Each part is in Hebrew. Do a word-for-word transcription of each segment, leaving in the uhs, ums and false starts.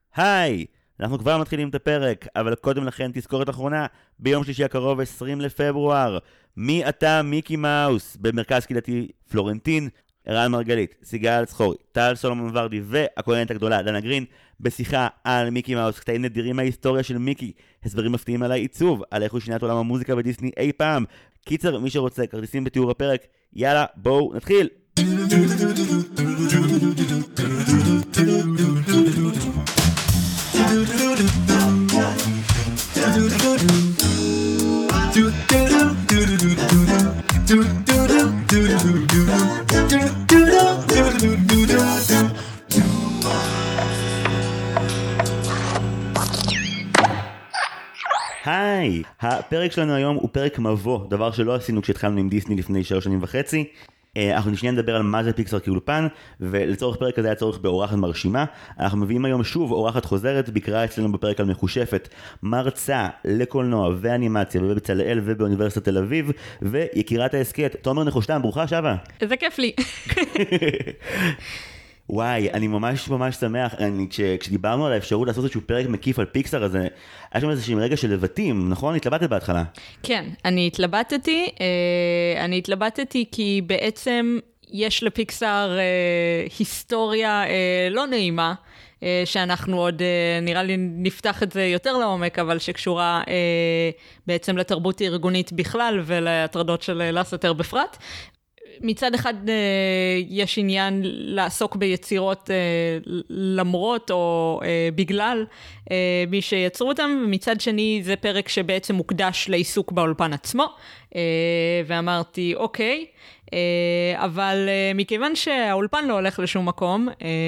היי, אנחנו כבר מתחילים את הפרק, אבל קודם לכן תזכורת אחרונה, ביום שלישי הקרוב עשרים לפברואר, מי אתה מיקי מאוס, במרכז קהילתי פלורנטין, ערן מרגלית, סיגל צחורי, טל סולומון ורדי והכהנת הגדולה דנה גרין, בשיחה על מיקי מאוס, קטעים נדירים מההיסטוריה של מיקי, הסברים מפתיעים על העיצוב, על איך הוא שינה את עולם המוזיקה בדיסני אי פעם. קיצר, מי שרוצה כרטיסים בתיאור הפרק, יאללה, בואו נתחיל. היי, הפרק שלנו היום הוא פרק מבוא, דבר שלא עשינו כשהתחלנו עם דיסני לפני שלוש שנים וחצי. אנחנו נשניה נדבר על מה זה פיקסאר כאולפן, ולצורך פרק הזה היה צורך באורחת מרשימה. אנחנו מביאים היום שוב אורחת חוזרת, ביקרה אצלנו בפרק על מחושפת, מרצה לקולנוע ואנימציה בבצלאל ובאוניברסיטת תל אביב, ויקירת ההסקט, תומר נחושתן, ברוכה שבה. איזה כיף לי. וואי, אני ממש ממש שמח, אני, כש, כשדיברנו על האפשרות לעשות איזשהו פרק מקיף על פיקסאר, אז היה שם איזשהו רגע של לבטים, נכון? התלבטת בהתחלה. כן, אני התלבטתי, אני התלבטתי כי בעצם יש לפיקסאר היסטוריה לא נעימה, שאנחנו עוד נראה לי נפתח את זה יותר לעומק, אבל שקשורה בעצם לתרבות הארגונית בכלל ולהטרדות של לסטר בפרט. מצד אחד יש עניין לעסוק ביצירות למרות או בגלל מי שיצרו אותם, ומצד שני זה פרק שבעצם מוקדש לעיסוק באולפן עצמו, ואמרתי אוקיי, אבל מכיוון שהאולפן לא הולך לשום מקום,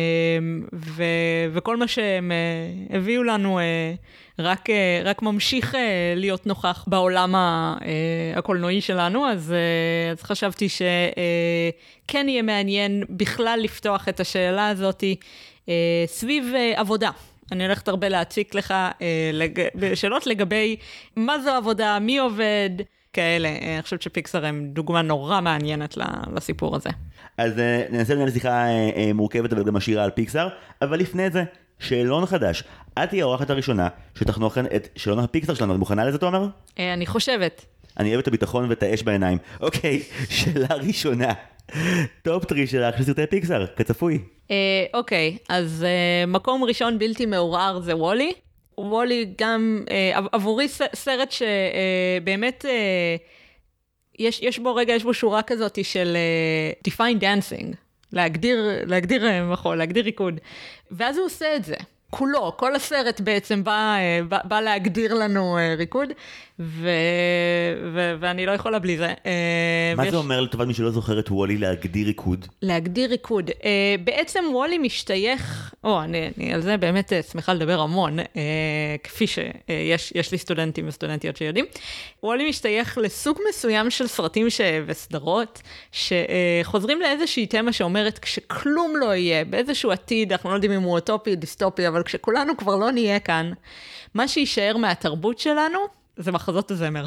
וכל מה שהם הביאו לנו רק, רק ממשיך להיות נוכח בעולם הקולנועי שלנו, אז, אז חשבתי שכן יהיה מעניין בכלל לפתוח את השאלה הזאת סביב עבודה. אני הולכת הרבה להציק לך שאלות לגבי מה זו עבודה, מי עובד, כאלה. אני חושבת שפיקסאר הם דוגמה נורא מעניינת לסיפור הזה. אז ננסה לנהל שיחה מורכבת אבל גם עשירה על פיקסאר, אבל לפני זה, שאלון חדש. את תהיה האורחת הראשונה שתחנוכן את שאלון הפיקסאר שלנו. את מוכנה לזה, תומר? אני חושבת. אני אוהב את הביטחון ואת האש בעיניים. אוקיי, שאלה ראשונה. טופ טרי שלך של סרטי פיקסאר, כצפוי. אוקיי, אז מקום ראשון בלתי מעורער זה וולי. וולי גם עבורי סרט שבאמת יש, יש בו רגע, יש בו שורה כזאת של define dancing. להגדיר, להגדיר מחול, להגדיר ריקוד. ואז הוא עושה את זה. כולו, כל הסרט בעצם בא, בא, בא להגדיר לנו ריקוד, ו, ו, ואני לא יכולה בלי זה. מה ויש... זה אומר לטובת מי שלא זוכר את וולי להגדיר ריקוד? להגדיר ריקוד. בעצם וולי משתייך, או, אני, אני על זה באמת שמחה לדבר המון, כפי שיש יש לי סטודנטים וסטודנטיות שיודעים. וולי משתייך לסוג מסוים של סרטים ש... וסדרות, שחוזרים לאיזושהי תמה שאומרת, כשכלום לא יהיה, באיזשהו עתיד, אנחנו לא יודעים אם הוא אוטופי, דיסטופי, אבל כשכולנו כבר לא נהיה כאן, מה שישאר מהתרבות שלנו, זה מחזות הזמר.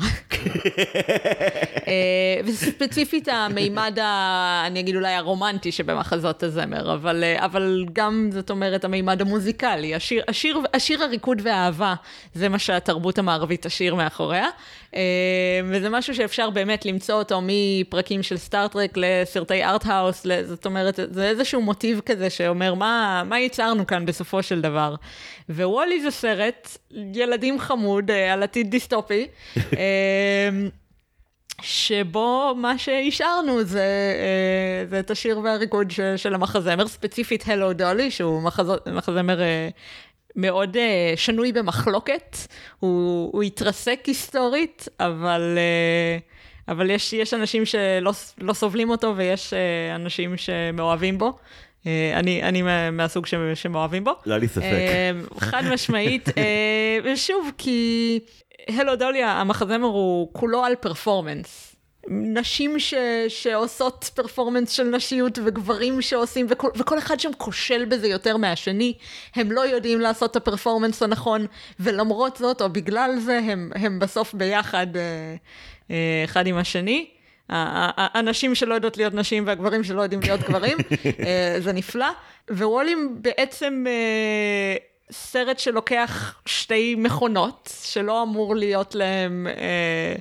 וספציפית המימד, אני אגיד אולי הרומנטי שבמחזות הזמר, אבל, אבל גם זאת אומרת המימד המוזיקלי, השיר, השיר, השיר הריקוד והאהבה, זה מה שהתרבות המערבית תשאיר מאחוריה, וזה משהו שאפשר באמת למצוא אותו מפרקים של סטארטרק לסרטי ארט-האוס, זאת אומרת, זה איזשהו מוטיב כזה שאומר, מה, מה ייצרנו כאן בסופו של דבר? ווולי זה סרט, ילדים חמוד, על עתיד דיסטופי, שבו מה שהשארנו זה, זה את השיר והריקוד של, של המחזמר, ספציפית הלו דולי, שהוא מחזות, מחזמר מאוד שנוי במחלוקת, הוא, הוא התרסק היסטורית, אבל, אבל יש, יש אנשים שלא לא סובלים אותו, ויש אנשים שמאוהבים בו. אני, אני מהסוג שמאוהבים בו. לא לי ספק. חד משמעית. ושוב, כי הלו דולי, המחזמר הוא כולו על פרפורמנס. נשים ש, שעושות פרפורמנס של נשיות, וגברים שעושים, וכל, וכל אחד שם כושל בזה יותר מהשני. הם לא יודעים לעשות את הפרפורמנס הנכון, ולמרות זאת, או בגלל זה, הם, הם בסוף ביחד אחד עם השני. האנשים שלא יודעות להיות נשים והגברים שלא יודעים להיות גברים, זה נפלא. ווולים בעצם סרט שלוקח שתי מכונות, שלא אמור להיות להם אה,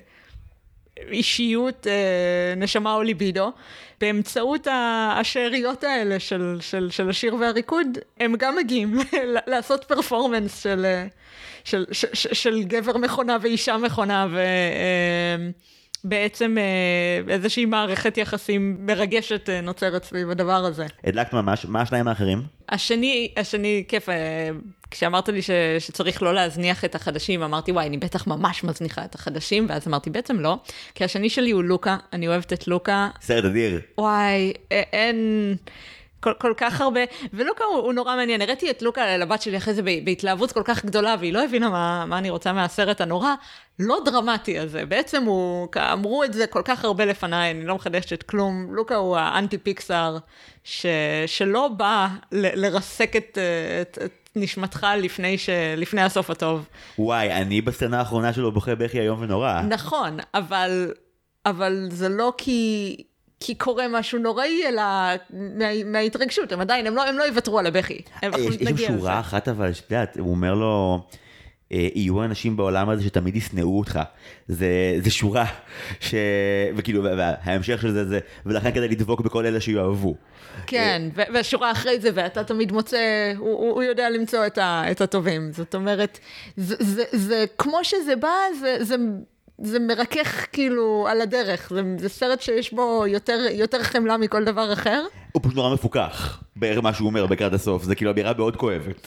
אישיות, אה, נשמה או ליבידו, באמצעות השאריות האלה של, של, של השיר והריקוד, הם גם מגיעים לעשות פרפורמנס של, של, של, של, של גבר מכונה ואישה מכונה, ו... אה, בעצם איזושהי מערכת יחסים מרגשת נוצרת סביב הדבר הזה. הדלקת ממש, מה השניים האחרים? השני, השני, כיף, כשאמרת לי ש, שצריך לא להזניח את החדשים, אמרתי, וואי, אני בטח ממש מזניחה את החדשים, ואז אמרתי, בעצם לא, כי השני שלי הוא לוקה, אני אוהבת את לוקה. סרט אדיר. וואי, אין... כל, כל כך הרבה, ולוקה הוא, הוא נורא מעניין, הראיתי את לוקה לבת שלי אחרי זה בהתלהבות כל כך גדולה, והיא לא הבינה מה, מה אני רוצה מהסרט הנורא, לא דרמטי הזה, בעצם הוא, אמרו את זה כל כך הרבה לפניי, אני לא מחדשת כלום, לוקה הוא האנטי פיקסאר, ש, שלא בא ל, לרסק את, את, את נשמתך לפני, ש, לפני הסוף הטוב. וואי, אני בסצנה האחרונה שלו בוכה בכי היום ונורא. נכון, אבל, אבל זה לא כי... כי קורה משהו נוראי, אלא מה, מההתרגשות, הם עדיין, הם לא, הם לא יוותרו על הבכי. יש שם שורה אחת, אבל שפעת, הוא אומר לו, יהיו אנשים בעולם הזה שתמיד יסנאו אותך. זה, זה שורה, ש... וכאילו, וההמשך של זה, זה, ולכן כדי לדבוק בכל אלה שיואהבו. כן, והשורה אחרי זה, ואתה תמיד מוצא, הוא, הוא יודע למצוא את, ה, את הטובים. זאת אומרת, זה, זה, זה, כמו שזה בא, זה, זה, זה מרכך כאילו על הדרך, זה, זה סרט שיש בו יותר, יותר חמלה מכל דבר אחר. הוא פשוט נורא מפוקח, בערך מה שהוא אומר בקראת הסוף, זה כאילו אמירה מאוד כואבת.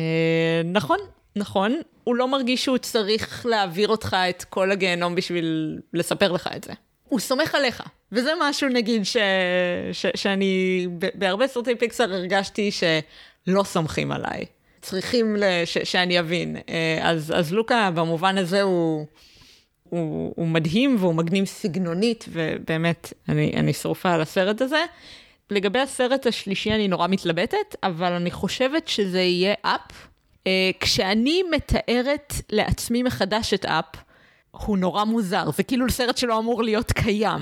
נכון, נכון, הוא לא מרגיש שהוא צריך להעביר אותך את כל הגיהנום בשביל לספר לך את זה. הוא סומך עליך, וזה משהו נגיד ש, ש, שאני בהרבה סרטי פיקסאר הרגשתי שלא סומכים עליי, צריכים ש, שאני אבין. אז, אז לוקה במובן הזה הוא... הוא, הוא מדהים והוא מגניב סגנונית, ובאמת אני, אני שרופה על הסרט הזה. לגבי הסרט השלישי אני נורא מתלבטת, אבל אני חושבת שזה יהיה אפ. כשאני מתארת לעצמי מחדש את אפ, הוא נורא מוזר, זה כאילו סרט שלא אמור להיות קיים.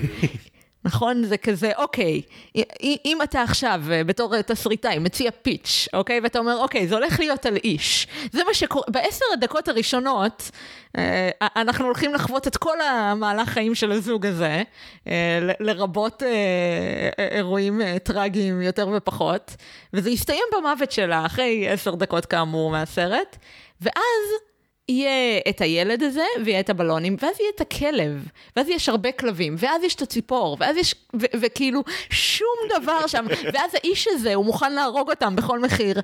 נכון? זה כזה, אוקיי, אם אתה עכשיו בתור תסריטאי מציע פיץ', אוקיי? ואתה אומר, אוקיי, זה הולך להיות על איש. זה מה שקורה, בעשר הדקות הראשונות, אנחנו הולכים לחוות את כל המהלך חיים של הזוג הזה, לרבות אירועים טרגיים יותר ופחות, וזה יסתיים במוות שלה אחרי עשר דקות כאמור מהסרט, ואז יהיה את הילד הזה, ויהיה את הבלונים, ואז יהיה את הכלב, ואז יש הרבה כלבים, ואז יש את הציפור, ואז יש, ו- וכאילו, שום דבר שם, ואז האיש הזה, הוא מוכן להרוג אותם בכל מחיר,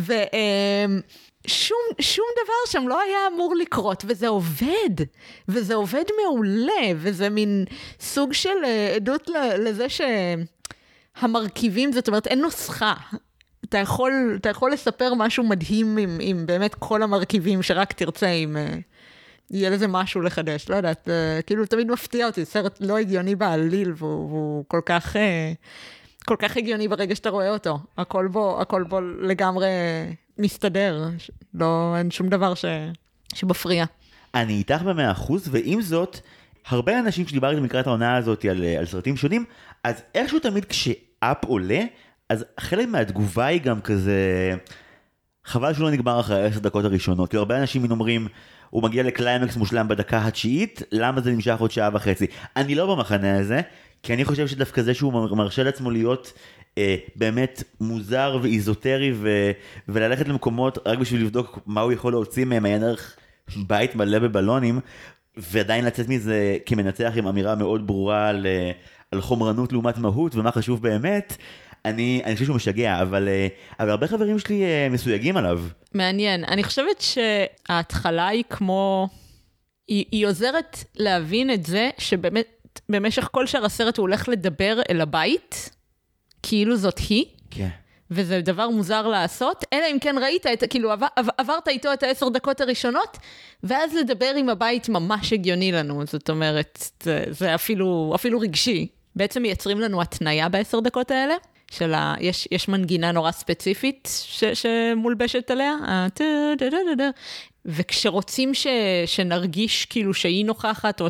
ושום שום דבר שם לא היה אמור לקרות, וזה עובד, וזה עובד מעולה, וזה מין סוג של עדות לזה שהמרכיבים, זאת אומרת, אין נוסחה, אתה יכול, אתה יכול לספר משהו מדהים עם, עם באמת כל המרכיבים שרק תרצה, אם uh, יהיה לזה משהו לחדש. לא יודעת, uh, כאילו תמיד מפתיע אותי, סרט לא הגיוני בעליל, והוא, והוא כל כך, uh, כל כך הגיוני ברגע שאתה רואה אותו. הכל בו, הכל בו לגמרי מסתדר. לא, אין שום דבר ש, שבפריע. אני איתך במאה אחוז, ועם זאת, הרבה אנשים שדיברתי לקראת העונה הזאת על, על סרטים שונים, אז איכשהו תמיד כשאפ עולה, אז חלק מהתגובה היא גם כזה, חבל שהוא לא נגמר אחרי עשר דקות הראשונות, כי הרבה אנשים אומרים, הוא מגיע לקליימקס מושלם בדקה התשיעית, למה זה נמשך עוד שעה וחצי? אני לא במחנה הזה, כי אני חושב שדווקא זה שהוא מרשה לעצמו להיות אה, באמת מוזר ואיזוטרי, ו- וללכת למקומות רק בשביל לבדוק מה הוא יכול להוציא מהם, היה נערך בית מלא בבלונים, ועדיין לצאת מזה כמנצח עם אמירה מאוד ברורה על, על חומרנות לעומת מהות, ומה חשוב באמת, אני, אני חושב שהוא משגע, אבל, אבל הרבה חברים שלי מסויגים עליו. מעניין. אני חושבת שההתחלה היא כמו, היא, היא עוזרת להבין את זה, שבאמת, במשך כל שאר הסרט הוא הולך לדבר אל הבית, כאילו זאת היא. כן. וזה דבר מוזר לעשות, אלא אם כן ראית, את, כאילו עבר, עברת איתו את העשר דקות הראשונות, ואז לדבר עם הבית ממש הגיוני לנו, זאת אומרת, זה, זה אפילו, אפילו רגשי. בעצם מייצרים לנו התניה בעשר דקות האלה, שלה, יש, יש מנגינה נורא ספציפית ש, שמולבשת עליה, וכשרוצים ש, שנרגיש כאילו שהיא נוכחת, או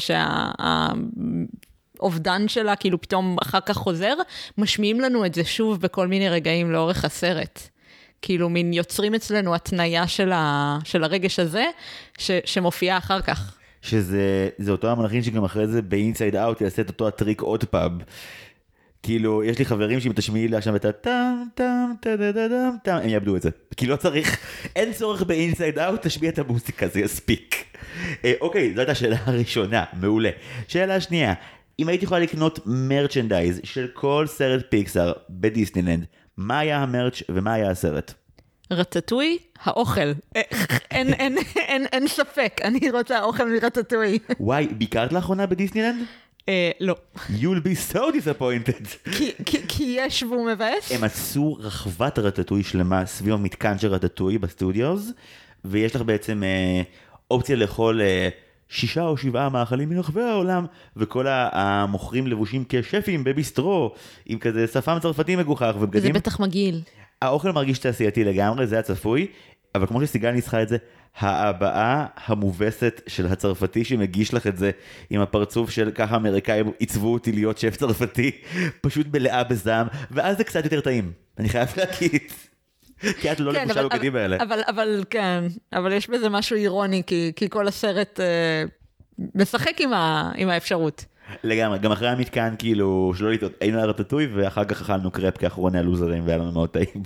שהאובדן שלה כאילו פתאום אחר כך חוזר, משמיעים לנו את זה שוב בכל מיני רגעים לאורך הסרט. כאילו מין יוצרים אצלנו התניה של, ה, של הרגש הזה, ש, שמופיעה אחר כך. שזה זה אותו המלאכין שגם אחרי זה ב-Inside Out יעשה את אותו הטריק עוד פעם. כאילו, יש לי חברים שאם תשמיעי לי עכשיו את הטם, טם, טם, טם, הם יאבדו את זה. כי לא צריך, אין צורך ב-Inside Out, תשמיע את המוסיקה, זה יספיק. אוקיי, זו הייתה השאלה הראשונה, מעולה. שאלה שנייה, אם הייתי יכולה לקנות מרצ'נדייז של כל סרט פיקסאר בדיסנילנד, מה היה המרץ' ומה היה הסרט? רטטוי, האוכל. אין, אין, אין, אין ספק, אני רוצה האוכל מרטטוי. וואי, ביקרת לאחרונה בדיסנילנד? אה, לא. You'll be so disappointed. כי, כי, כי יש והוא מבאס? הם עשו רחבת רטטוי שלמה סביב המתקן של רטטוי בסטודיוס, ויש לך בעצם אה, אופציה לאכול אה, שישה או שבעה מאכלים מרחבי העולם, וכל המוכרים לבושים כשפים בביסטרו, עם כזה שפם צרפתי מגוחך ובגדים. זה בטח מגעיל. האוכל מרגיש תעשייתי לגמרי, זה הצפוי, אבל כמו שסיגל ניסחה את זה, ההבעה המובסת של הצרפתי שמגיש לך את זה, עם הפרצוף של ככה האמריקאים עיצבו אותי להיות שף צרפתי, פשוט מלאה בזעם, ואז זה קצת יותר טעים, אני חייב להגיד. כי את לא כן, לבושה בגדים האלה. אבל, אבל כן, אבל יש בזה משהו אירוני, כי, כי כל הסרט אה, משחק עם, ה, עם האפשרות. לגמרי, גם אחרי המתקן, כאילו, שלא לטעות, היינו על רטטוי, ואחר כך אכלנו קרפ כאחרוני הלוזרים, והיה לנו מאוד טעים.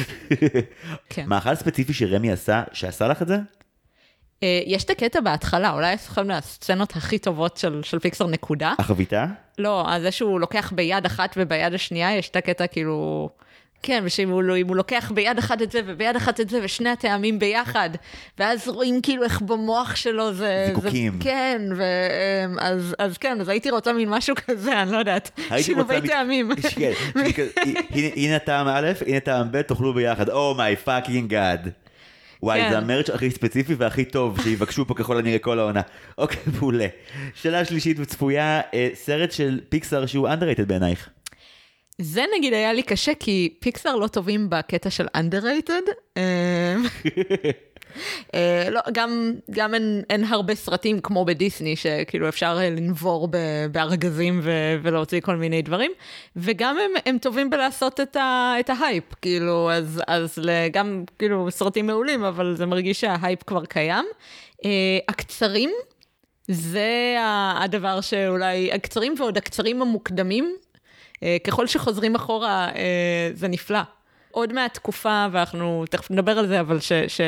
כן. מאכל ספציפי שרמי עשה, שעשה לך את זה? אה, יש את הקטע בהתחלה, אולי יש לכם מהסצנות הכי טובות של, של פיקסר נקודה. החביתה? לא, אז זה שהוא לוקח ביד אחת וביד השנייה, יש את הקטע כאילו... כן, ושאם הוא, הוא לוקח ביד אחת את זה וביד אחת את זה, ושני הטעמים ביחד, ואז רואים כאילו איך במוח שלו זה... זיקוקים. זה, כן, ואז, אז כן, אז הייתי רוצה מין משהו כזה, אני לא יודעת, שילובי טעמים. כן, הנה טעם א', הנה טעם ב', תאכלו ביחד, Oh my fucking god. וואי, זה המרץ' הכי ספציפי והכי טוב, שיבקשו פה ככל הנראה כל העונה. אוקיי, מעולה. שאלה שלישית וצפויה, סרט של פיקסאר שהוא underrated בעינייך. זה נגיד היה לי קשה, כי פיקסאר לא טובים בקטע של underrated. לא, גם, גם אין, אין הרבה סרטים כמו בדיסני, שכאילו אפשר לנבור בארגזים ולהוציא כל מיני דברים, וגם הם, הם טובים בלעשות את, ה, את ההייפ, כאילו, אז, אז גם כאילו סרטים מעולים, אבל זה מרגיש שההייפ כבר קיים. הקצרים, זה הדבר שאולי, הקצרים ועוד הקצרים המוקדמים, ככל שחוזרים אחורה, זה נפלא. עוד מהתקופה, ואנחנו תכף נדבר על זה, אבל ש, ש,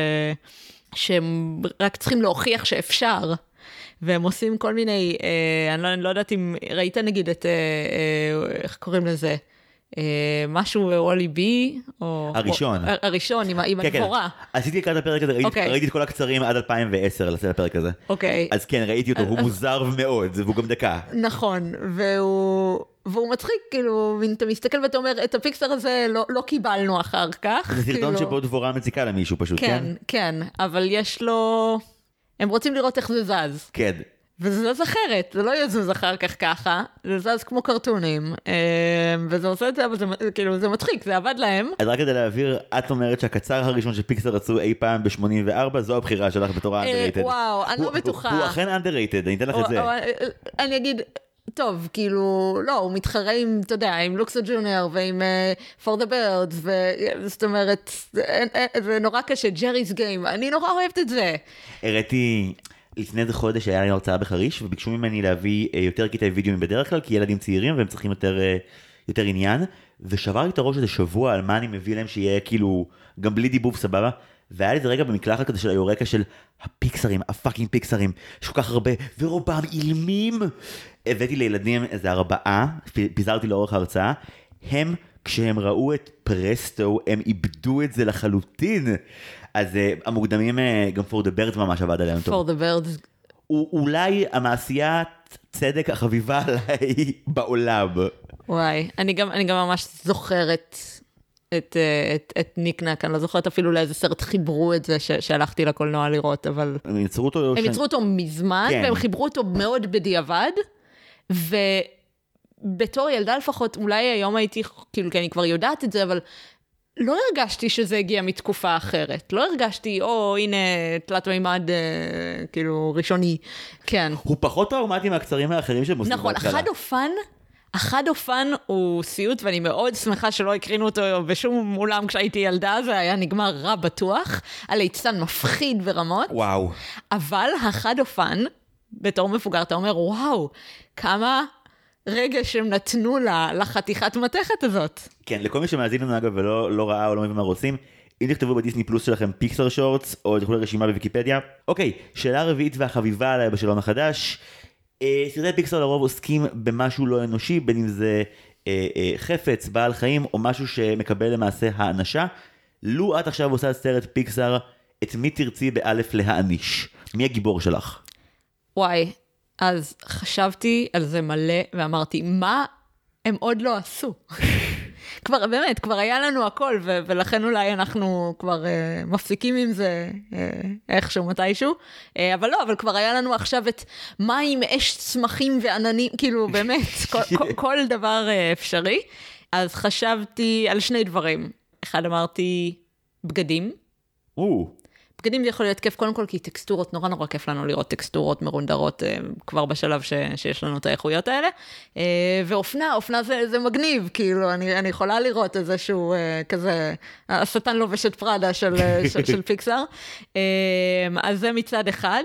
שהם רק צריכים להוכיח שאפשר, והם עושים כל מיני, אני לא, אני לא יודעת אם ראית נגיד את, איך קוראים לזה, משהו אולי בי, או... הראשון. או, הראשון, עם, עם כן, הדבורה. כן. עשיתי לקראת הפרק הזה, ראיתי, okay. ראיתי את כל הקצרים עד אלפיים ועשר, לצאת הפרק הזה. אוקיי. Okay. אז כן, ראיתי אותו, הוא מוזר מאוד, והוא גם דקה. נכון, והוא... והוא מצחיק, כאילו, אתה מסתכל ואתה אומר, את הפיקסאר הזה לא, לא קיבלנו אחר כך. זה סרטון כאילו... שבו דבורה מציקה למישהו פשוט, כן? כן, כן, אבל יש לו... הם רוצים לראות איך זה זז. כן. וזה זז אחרת, זה לא יזוז אחר כך ככה, זה זז כמו קרטונים, וזה עושה את זה, אבל זה, כאילו, זה מצחיק, זה עבד להם. אז רק כדי להעביר, את אומרת שהקצר הראשון שפיקסאר רצו אי פעם ב-שמונים וארבע, זו הבחירה שלך בתור ה-underrated. וואו, אני לא בטוחה. הוא אכן underrated, אני אתן לך את זה. אני אגיד... טוב, כאילו, לא, הוא מתחרה עם, אתה יודע, עם לוקסו ג'וניור ועם uh, For the Birds, וזאת אומרת, זה, זה נורא קשה, ג'רי's Game, אני נורא אוהבת את זה. הראיתי, לפני איזה חודש היה לי הרצאה בחריש, וביקשו ממני להביא uh, יותר קטעי וידאו בדרך כלל, כי ילדים צעירים והם צריכים יותר, uh, יותר עניין, ושברתי את הראש הזה שבוע על מה אני מביא להם שיהיה כאילו, גם בלי דיבוב סבבה, והיה לי זה רגע במקלחת כזה של היורקה של הפיקסרים, הפאקינג פיקסרים, יש כל כך הרבה, ורובם אילמים. הבאתי לילדים איזה ארבעה, פיזרתי לאורך ההרצאה, הם, כשהם ראו את פרסטו, הם איבדו את זה לחלוטין. אז uh, המוקדמים, uh, גם For the Birds ממש עבד עליהם טוב. For the Birds. אולי המעשיית צדק החביבה עליי בעולם. וואי, אני גם, אני גם ממש זוכרת... את, את, את ניקנק, אני לא זוכרת אפילו לאיזה סרט חיברו את זה, ש, שהלכתי לקולנוע לראות, אבל... הם יצרו אותו... הם יצרו אותו מזמן, כן. והם חיברו אותו מאוד בדיעבד, ובתור ילדה לפחות, אולי היום הייתי, כאילו, כי אני כבר יודעת את זה, אבל לא הרגשתי שזה הגיע מתקופה אחרת. לא הרגשתי, או, הנה, תלת מימד, אה, כאילו, ראשוני, כן. הוא פחות טראומטי מהקצרים האחרים שהם עושים. נכון, אחד אופן... אחד אופן הוא סיוט, ואני מאוד שמחה שלא הקרינו אותו בשום אולם כשהייתי ילדה, זה היה נגמר רע בטוח, הליצן מפחיד ברמות. וואו. אבל אחד אופן, בתור מבוגר, אתה אומר, וואו, כמה רגש הם נתנו לחתיכת מתכת הזאת. כן, לכל מי שמאזין לנו אגב ולא לא ראה או לא מבין מה רוצים, אם תכתבו בדיסני פלוס שלכם פיקסר שורטס, או תוכלו לרשימה בוויקיפדיה. אוקיי, שאלה רביעית והחביבה עליי בשלום החדש. אה, סרטי פיקסר לרוב עוסקים במשהו לא אנושי, בין אם זה אה, אה, חפץ, בעל חיים, או משהו שמקבל למעשה האנשה. לו את עכשיו עושה סרט פיקסר, את מי תרצי באלף להאניש? מי הגיבור שלך? וואי, אז חשבתי על זה מלא, ואמרתי, מה הם עוד לא עשו? כבר, באמת, כבר היה לנו הכל, ו- ולכן אולי אנחנו כבר uh, מפסיקים עם זה uh, איכשהו, מתישהו. Uh, אבל לא, אבל כבר היה לנו עכשיו את מים, אש, צמחים ועננים, כאילו, באמת, כל, כל, כל דבר uh, אפשרי. אז חשבתי על שני דברים. אחד אמרתי, בגדים. או. בגדים זה יכול להיות כיף, קודם כל, כי טקסטורות, נורא נורא כיף לנו לראות טקסטורות מרונדרות אה, כבר בשלב ש, שיש לנו את האיכויות האלה. אה, ואופנה, אופנה זה, זה מגניב, כאילו, אני, אני יכולה לראות איזשהו אה, כזה, השטן לובש את פראדה של, של, של פיקסר. אה, אז זה מצד אחד.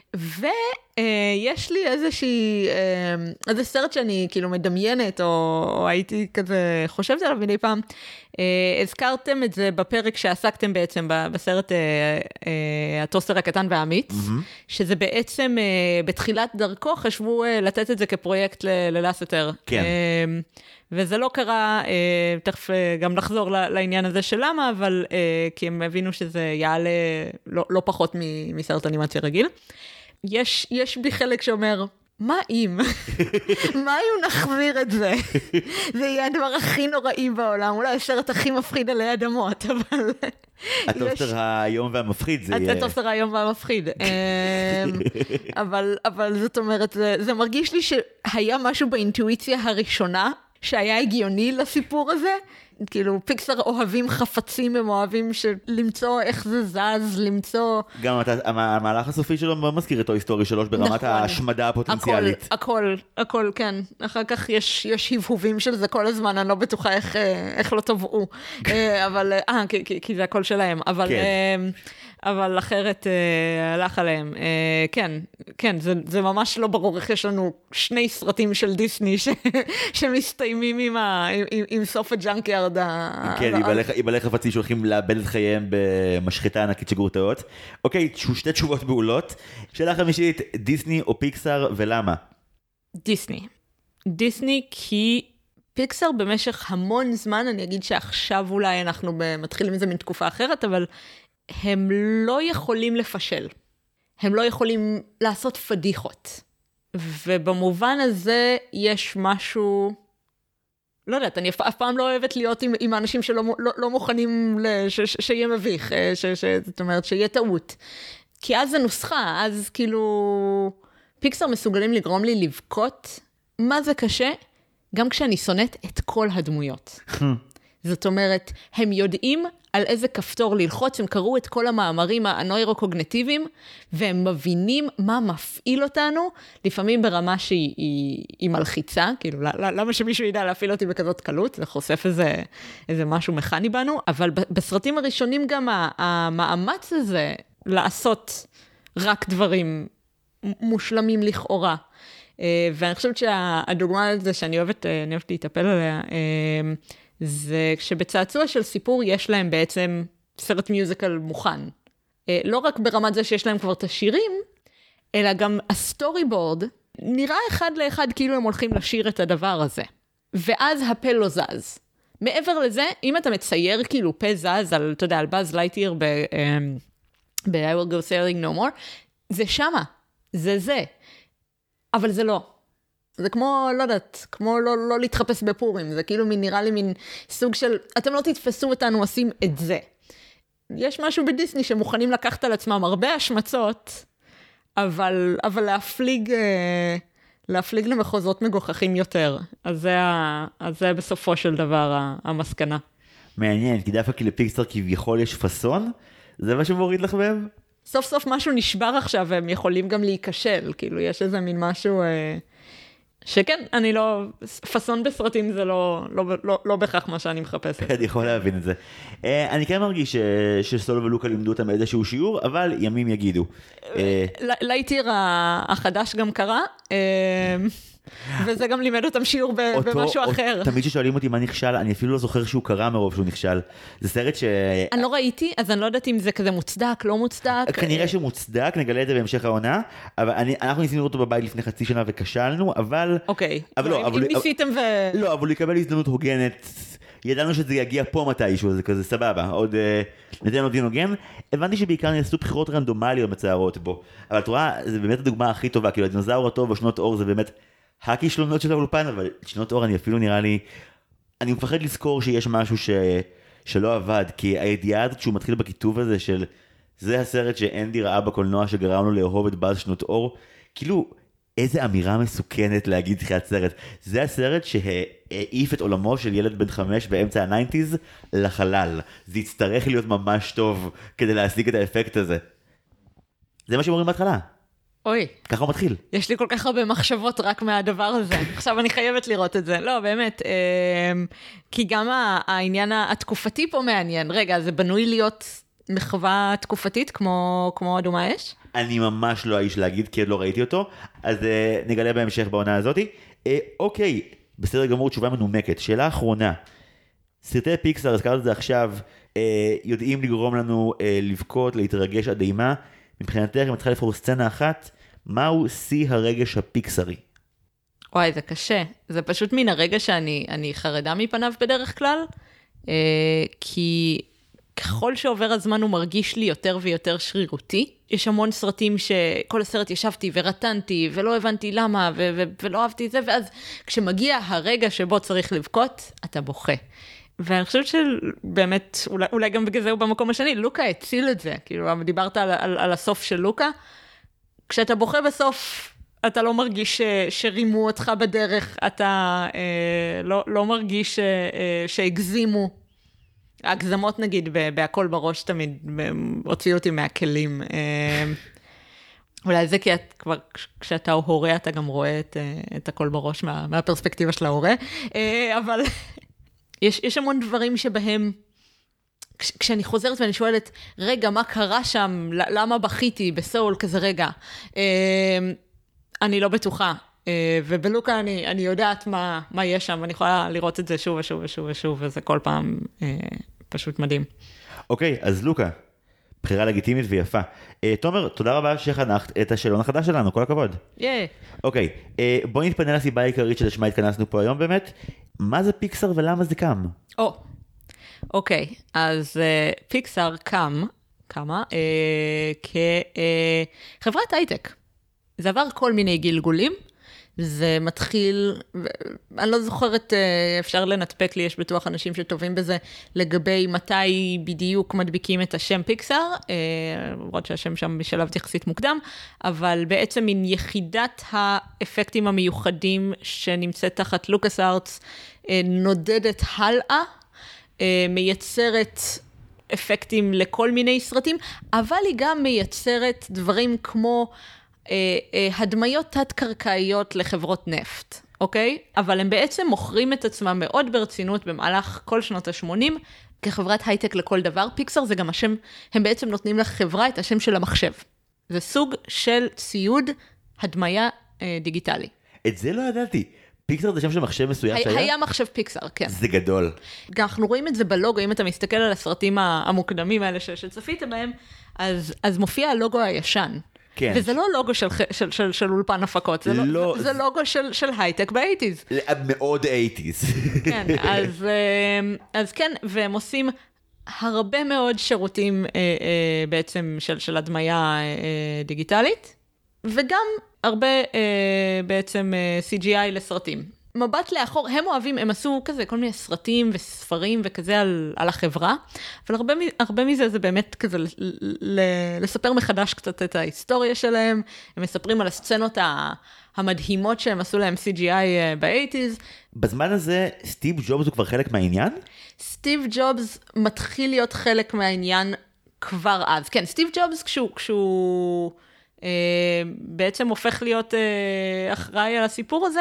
ויש לי איזושהי, איזה סרט שאני כאילו מדמיינת, או, או הייתי כזה חושבת עליו מדי פעם. הזכרתם את זה בפרק שעסקתם בעצם בסרט הטוסטר הקטן והאמיץ, שזה בעצם בתחילת דרכו חשבו לתת את זה כפרויקט ללאסטר. כן. וזה לא קרה, תכף גם לחזור לעניין הזה של למה, אבל כי הם הבינו שזה יעלה לא, לא פחות מסרט אנימציה רגיל. יש, יש בי חלק שאומר, מה אם? מה אם נחזיר את זה? זה יהיה הדבר הכי נוראי בעולם, אולי הסרט הכי מפחיד עלי אדמות, אבל... הטוסטר היום והמפחיד זה יהיה... הטוסטר היום והמפחיד. אבל, אבל זאת אומרת, זה, זה מרגיש לי שהיה משהו באינטואיציה הראשונה, שהיה הגיוני לסיפור הזה, כאילו פיקסר אוהבים חפצים, הם אוהבים למצוא איך זה זז, למצוא... גם המהלך הסופי שלו מאוד מזכיר את היסטורי שלוש ברמת ההשמדה הפוטנציאלית. הכל, הכל, כן. אחר כך יש הבהובים של זה כל הזמן, אני לא בטוחה איך לא טבעו. אבל, אה, כי זה הכל שלהם. אבל... אבל אחרת אה, הלך עליהם. אה, כן, כן, זה, זה ממש לא ברור איך יש לנו שני סרטים של דיסני ש, שמסתיימים עם, ה, עם, עם סוף הג'אנקיארד. כן, עם בעלי חפצים שהולכים לאבד את חייהם במשחטה ענקית של גרוטאות. אוקיי, שתי תשובות בעולות. שאלה חמישית, דיסני או פיקסר ולמה? דיסני. דיסני כי... פיקסר במשך המון זמן, אני אגיד שעכשיו אולי אנחנו מתחילים את זה מתקופה אחרת, אבל הם לא יכולים לפשל. הם לא יכולים לעשות פדיחות. ובמובן הזה יש משהו, לא יודעת, אני אף, אף פעם לא אוהבת להיות עם, עם האנשים שלא לא, לא מוכנים לש, ש, שיהיה מביך, ש, ש, זאת אומרת, שיהיה טעות. כי אז זה נוסחה, אז כאילו, פיקסר מסוגלים לגרום לי לבכות, מה זה קשה? גם כשאני שונאת את כל הדמויות. זאת אומרת, הם יודעים על איזה כפתור ללחוץ, הם קראו את כל המאמרים הנוירוקוגנטיביים, והם מבינים מה מפעיל אותנו, לפעמים ברמה שהיא היא, היא מלחיצה, כאילו, למה שמישהו ידע להפעיל אותי בכזאת קלות, זה חושף איזה, איזה משהו מכני בנו, אבל בסרטים הראשונים גם המאמץ הזה, לעשות רק דברים מושלמים לכאורה, ואני חושבת שהדוגמה הזה שאני אוהבת, אני אוהבת להתאפל עליה, זה כשבצעצוע של סיפור יש להם בעצם סרט מיוזיקל מוכן. לא רק ברמת זה שיש להם כבר את השירים, אלא גם הסטורי בורד נראה אחד לאחד כאילו הם הולכים לשיר את הדבר הזה. ואז הפה לא זז. מעבר לזה, אם אתה מצייר כאילו פה זז על, אתה יודע, על באז לייטיר ב- ב- I will go sailing no more, זה שמה, זה זה. אבל זה לא. זה כמו, לא יודעת, כמו לא, לא להתחפש בפורים, זה כאילו מין, נראה לי מין סוג של, אתם לא תתפסו אותנו עושים את זה. יש משהו בדיסני שמוכנים לקחת על עצמם הרבה השמצות, אבל, אבל להפליג, להפליג למחוזות מגוחכים יותר. אז זה, אז זה בסופו של דבר המסקנה. מעניין, כי דווקא כי לפיקסר כביכול יש פסון, זה מה שמוריד לך בהם? סוף סוף משהו נשבר עכשיו, והם יכולים גם להיכשל, כאילו יש איזה מין משהו... שכן, אני לא, פסון בסרטים זה לא, לא, לא, לא בכך מה שאני מחפשת. אני יכול להבין את זה. אני כן מרגיש שסול ולוקה לימדו אותם איזשהו שיעור, אבל ימים יגידו. לייטיר החדש גם קרה, וזה גם לימד אותם שיעור במשהו אחר. תמיד ששואלים אותי מה נכשל, אני אפילו לא זוכר שהוא קרה מרוב שהוא נכשל. זה סרט ש... אני לא ראיתי, אז אני לא יודעת אם זה כזה מוצדק, לא מוצדק. כנראה שמוצדק, נגלה את זה בהמשך העונה, אבל אנחנו ניסינו לראות אותו בבית לפני חצי שנה וכשלנו, אבל... אוקיי, אם ניסיתם ו... לא, אבל הוא יקבל הזדמנות הוגנת. ידענו שזה יגיע פה מתישהו, זה כזה סבבה, עוד ניתן לו דין הוגן. הבנתי שבעיקר נעשו בחירות רנדומליות מצערות בו, אבל את רואה, זה באמת הדוגמה הכי טובה, כאילו הדינוזאור הטוב ושנות אור זה באמת הכישלונות של האולפן, אבל שנות אור אני אפילו נראה לי, אני מפחד לזכור שיש משהו ש... שלא עבד, כי הידיעה הזאת שהוא מתחיל בכיתוב הזה של זה הסרט שאנדי ראה בקולנוע שגרם לו לאהוב את באז שנות אור, כאילו איזה אמירה מסוכנת להגיד תחילת סרט. זה הסרט שהעיף את עולמו של ילד בן חמש באמצע הניינטיז לחלל. זה יצטרך להיות ממש טוב כדי להשיג את האפקט הזה. זה מה שאומרים בהתחלה. אוי. ככה הוא מתחיל. יש לי כל כך הרבה מחשבות רק מהדבר הזה. עכשיו אני חייבת לראות את זה. לא, באמת. כי גם העניין התקופתי פה מעניין. רגע, זה בנוי להיות מחווה תקופתית כמו, כמו אדומה אש? אני ממש לא האיש להגיד, כי עוד לא ראיתי אותו, אז uh, נגלה בהמשך בעונה הזאת. Uh, אוקיי, בסדר גמור, תשובה מנומקת. שאלה אחרונה, סרטי פיקסאר, הזכרת את זה עכשיו, uh, יודעים לגרום לנו uh, לבכות, להתרגש עד אימה. מבחינתך, אם את צריכה לבחור סצנה אחת, מהו שיא הרגש הפיקסארי? וואי, זה קשה. זה פשוט מן הרגע שאני אני חרדה מפניו בדרך כלל, uh, כי... ככל שעובר הזמן הוא מרגיש לי יותר ויותר שרירותי. יש המון סרטים שכל הסרט ישבתי ורטנתי ולא הבנתי למה ו- ו- ולא אהבתי את זה, ואז כשמגיע הרגע שבו צריך לבכות, אתה בוכה. ואני חושבת שבאמת, אולי, אולי גם בגלל זה הוא במקום השני, לוקה הציל את זה. כאילו, דיברת על, על, על הסוף של לוקה. כשאתה בוכה בסוף, אתה לא מרגיש ש, שרימו אותך בדרך, אתה אה, לא, לא מרגיש ש, אה, שהגזימו. ההגזמות נגיד, בהכל בראש תמיד, הוציאו אותי מהכלים. אולי זה כי את, כבר, כשאתה הורה, אתה גם רואה את, את הכל בראש מה, מהפרספקטיבה של ההורה. אבל יש, יש המון דברים שבהם, כש, כשאני חוזרת ואני שואלת, רגע, מה קרה שם? למה בכיתי בסול כזה רגע? אני לא בטוחה. ובלוקה אני, אני יודעת מה, מה יש שם, ואני יכולה לראות את זה שוב ושוב ושוב ושוב, וזה כל פעם אה, פשוט מדהים. אוקיי, אז לוקה, בחירה לגיטימית ויפה. אה, תומר, תודה רבה שחנכת את השאלון החדש שלנו, כל הכבוד. יאי. אוקיי, אה, בואי נתפנה לסיבה העיקרית שלשמה התכנסנו פה היום באמת. מה זה פיקסאר ולמה זה קם? או, אוקיי, אז אה, פיקסאר קם, כמה, אה, כחברת הייטק. זה עבר כל מיני גלגולים, זה מתחיל, אני לא זוכרת, אפשר לנתפק לי, יש בטוח אנשים שטובים בזה, לגבי מתי בדיוק מדביקים את השם פיקסאר, למרות שהשם שם בשלב יחסית מוקדם, אבל בעצם מין יחידת האפקטים המיוחדים שנמצאת תחת לוקאס ארטס, נודדת הלאה, מייצרת אפקטים לכל מיני סרטים, אבל היא גם מייצרת דברים כמו, הדמיות תת-קרקעיות לחברות נפט, אוקיי? אבל הם בעצם מוכרים את עצמם מאוד ברצינות במהלך כל שנות ה-שמונים, כחברת הייטק לכל דבר. פיקסאר זה גם השם, הם בעצם נותנים לחברה את השם של המחשב. זה סוג של ציוד הדמיה אה, דיגיטלי. את זה לא ידעתי. פיקסאר זה שם של מחשב מסוים שהיה? היה מחשב פיקסאר, כן. זה גדול. אנחנו רואים את זה בלוגו, אם אתה מסתכל על הסרטים המוקדמים האלה שצפית בהם, אז, אז מופיע הלוגו הישן. כן. וזה לא לוגו של, של, של, של אולפן הפקות, זה, לא, לא, זה לוגו של, של הייטק באייטיז. מאוד אייטיז. כן, אז, אז כן, והם עושים הרבה מאוד שירותים בעצם של, של הדמיה דיגיטלית, וגם הרבה בעצם סי ג'י איי לסרטים. מבט לאחור, הם אוהבים, הם עשו כזה כל מיני סרטים וספרים וכזה על, על החברה, אבל הרבה, הרבה מזה זה באמת כזה ל, ל, לספר מחדש קצת את ההיסטוריה שלהם, הם מספרים על הסצנות המדהימות שהם עשו להם סי ג'י איי באייטיז. בזמן הזה סטיב ג'ובס הוא כבר חלק מהעניין? סטיב ג'ובס מתחיל להיות חלק מהעניין כבר אז. כן, סטיב ג'ובס כשהוא... כשהוא בעצם הופך להיות אחראי על הסיפור הזה,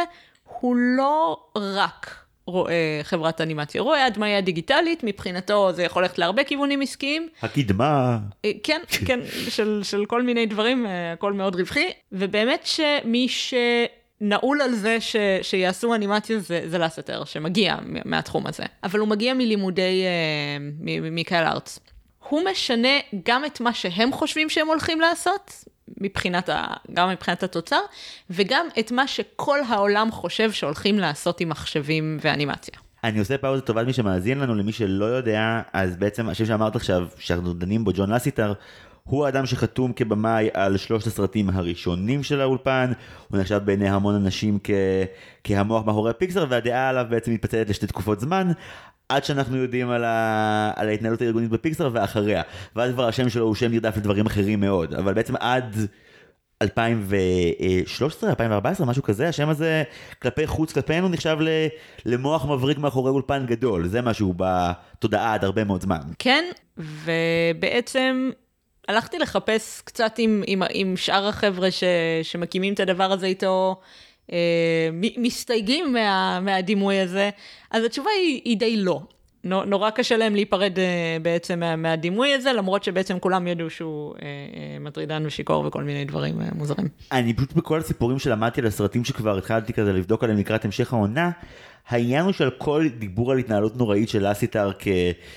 הוא לא רק רואה חברת אנימציה, הוא רואה הדמיה דיגיטלית, מבחינתו זה יכול ללכת להרבה כיוונים עסקיים. הקדמה. כן, כן, של, של כל מיני דברים, הכל מאוד רווחי, ובאמת שמי שנעול על זה ש, שיעשו אנימציה זה, זה לסטר, שמגיע מהתחום הזה. אבל הוא מגיע מלימודי מיקל ארץ. הוא משנה גם את מה שהם חושבים שהם הולכים לעשות, מבחינת ה, גם מבחינת התוצר, וגם את מה שכל העולם חושב שהולכים לעשות עם מחשבים ואנימציה. אני עושה פאוזה טובת מי שמאזין לנו, למי שלא יודע, אז בעצם השם שאמרת עכשיו, שאנחנו דנים בו, ג'ון לסיטר, הוא האדם שחתום כבמאי על שלושת הסרטים הראשונים של האולפן, הוא נחשב בעיני המון אנשים כ... כהמוח מאחורי פיקסאר, והדעה עליו בעצם מתפצלת לשתי תקופות זמן, עד שאנחנו יודעים על, ה... על ההתנהלות הארגונית בפיקסאר ואחריה, ואז כבר השם שלו הוא שם נרדף לדברים אחרים מאוד, אבל בעצם עד אלפיים ושלוש עשרה, אלפיים וארבע עשרה, משהו כזה, השם הזה כלפי חוץ, כלפינו נחשב למוח מבריק מאחורי אולפן גדול, זה משהו בתודעה עד הרבה מאוד זמן. כן, ובעצם הלכתי לחפש קצת עם, עם, עם שאר החבר'ה ש, שמקימים את הדבר הזה איתו, אה, מסתייגים מה, מהדימוי הזה, אז התשובה היא, היא די לא. נורא קשה להם להיפרד בעצם מה, מהדימוי הזה, למרות שבעצם כולם ידעו שהוא אה, אה, מטרידן ושיקור וכל מיני דברים אה, מוזרים. אני פשוט בכל הסיפורים שלמדתי על הסרטים שכבר התחלתי כזה לבדוק עליהם לקראת המשך העונה, העניין הוא שעל כל דיבור על התנהלות נוראית של לסיטר כ,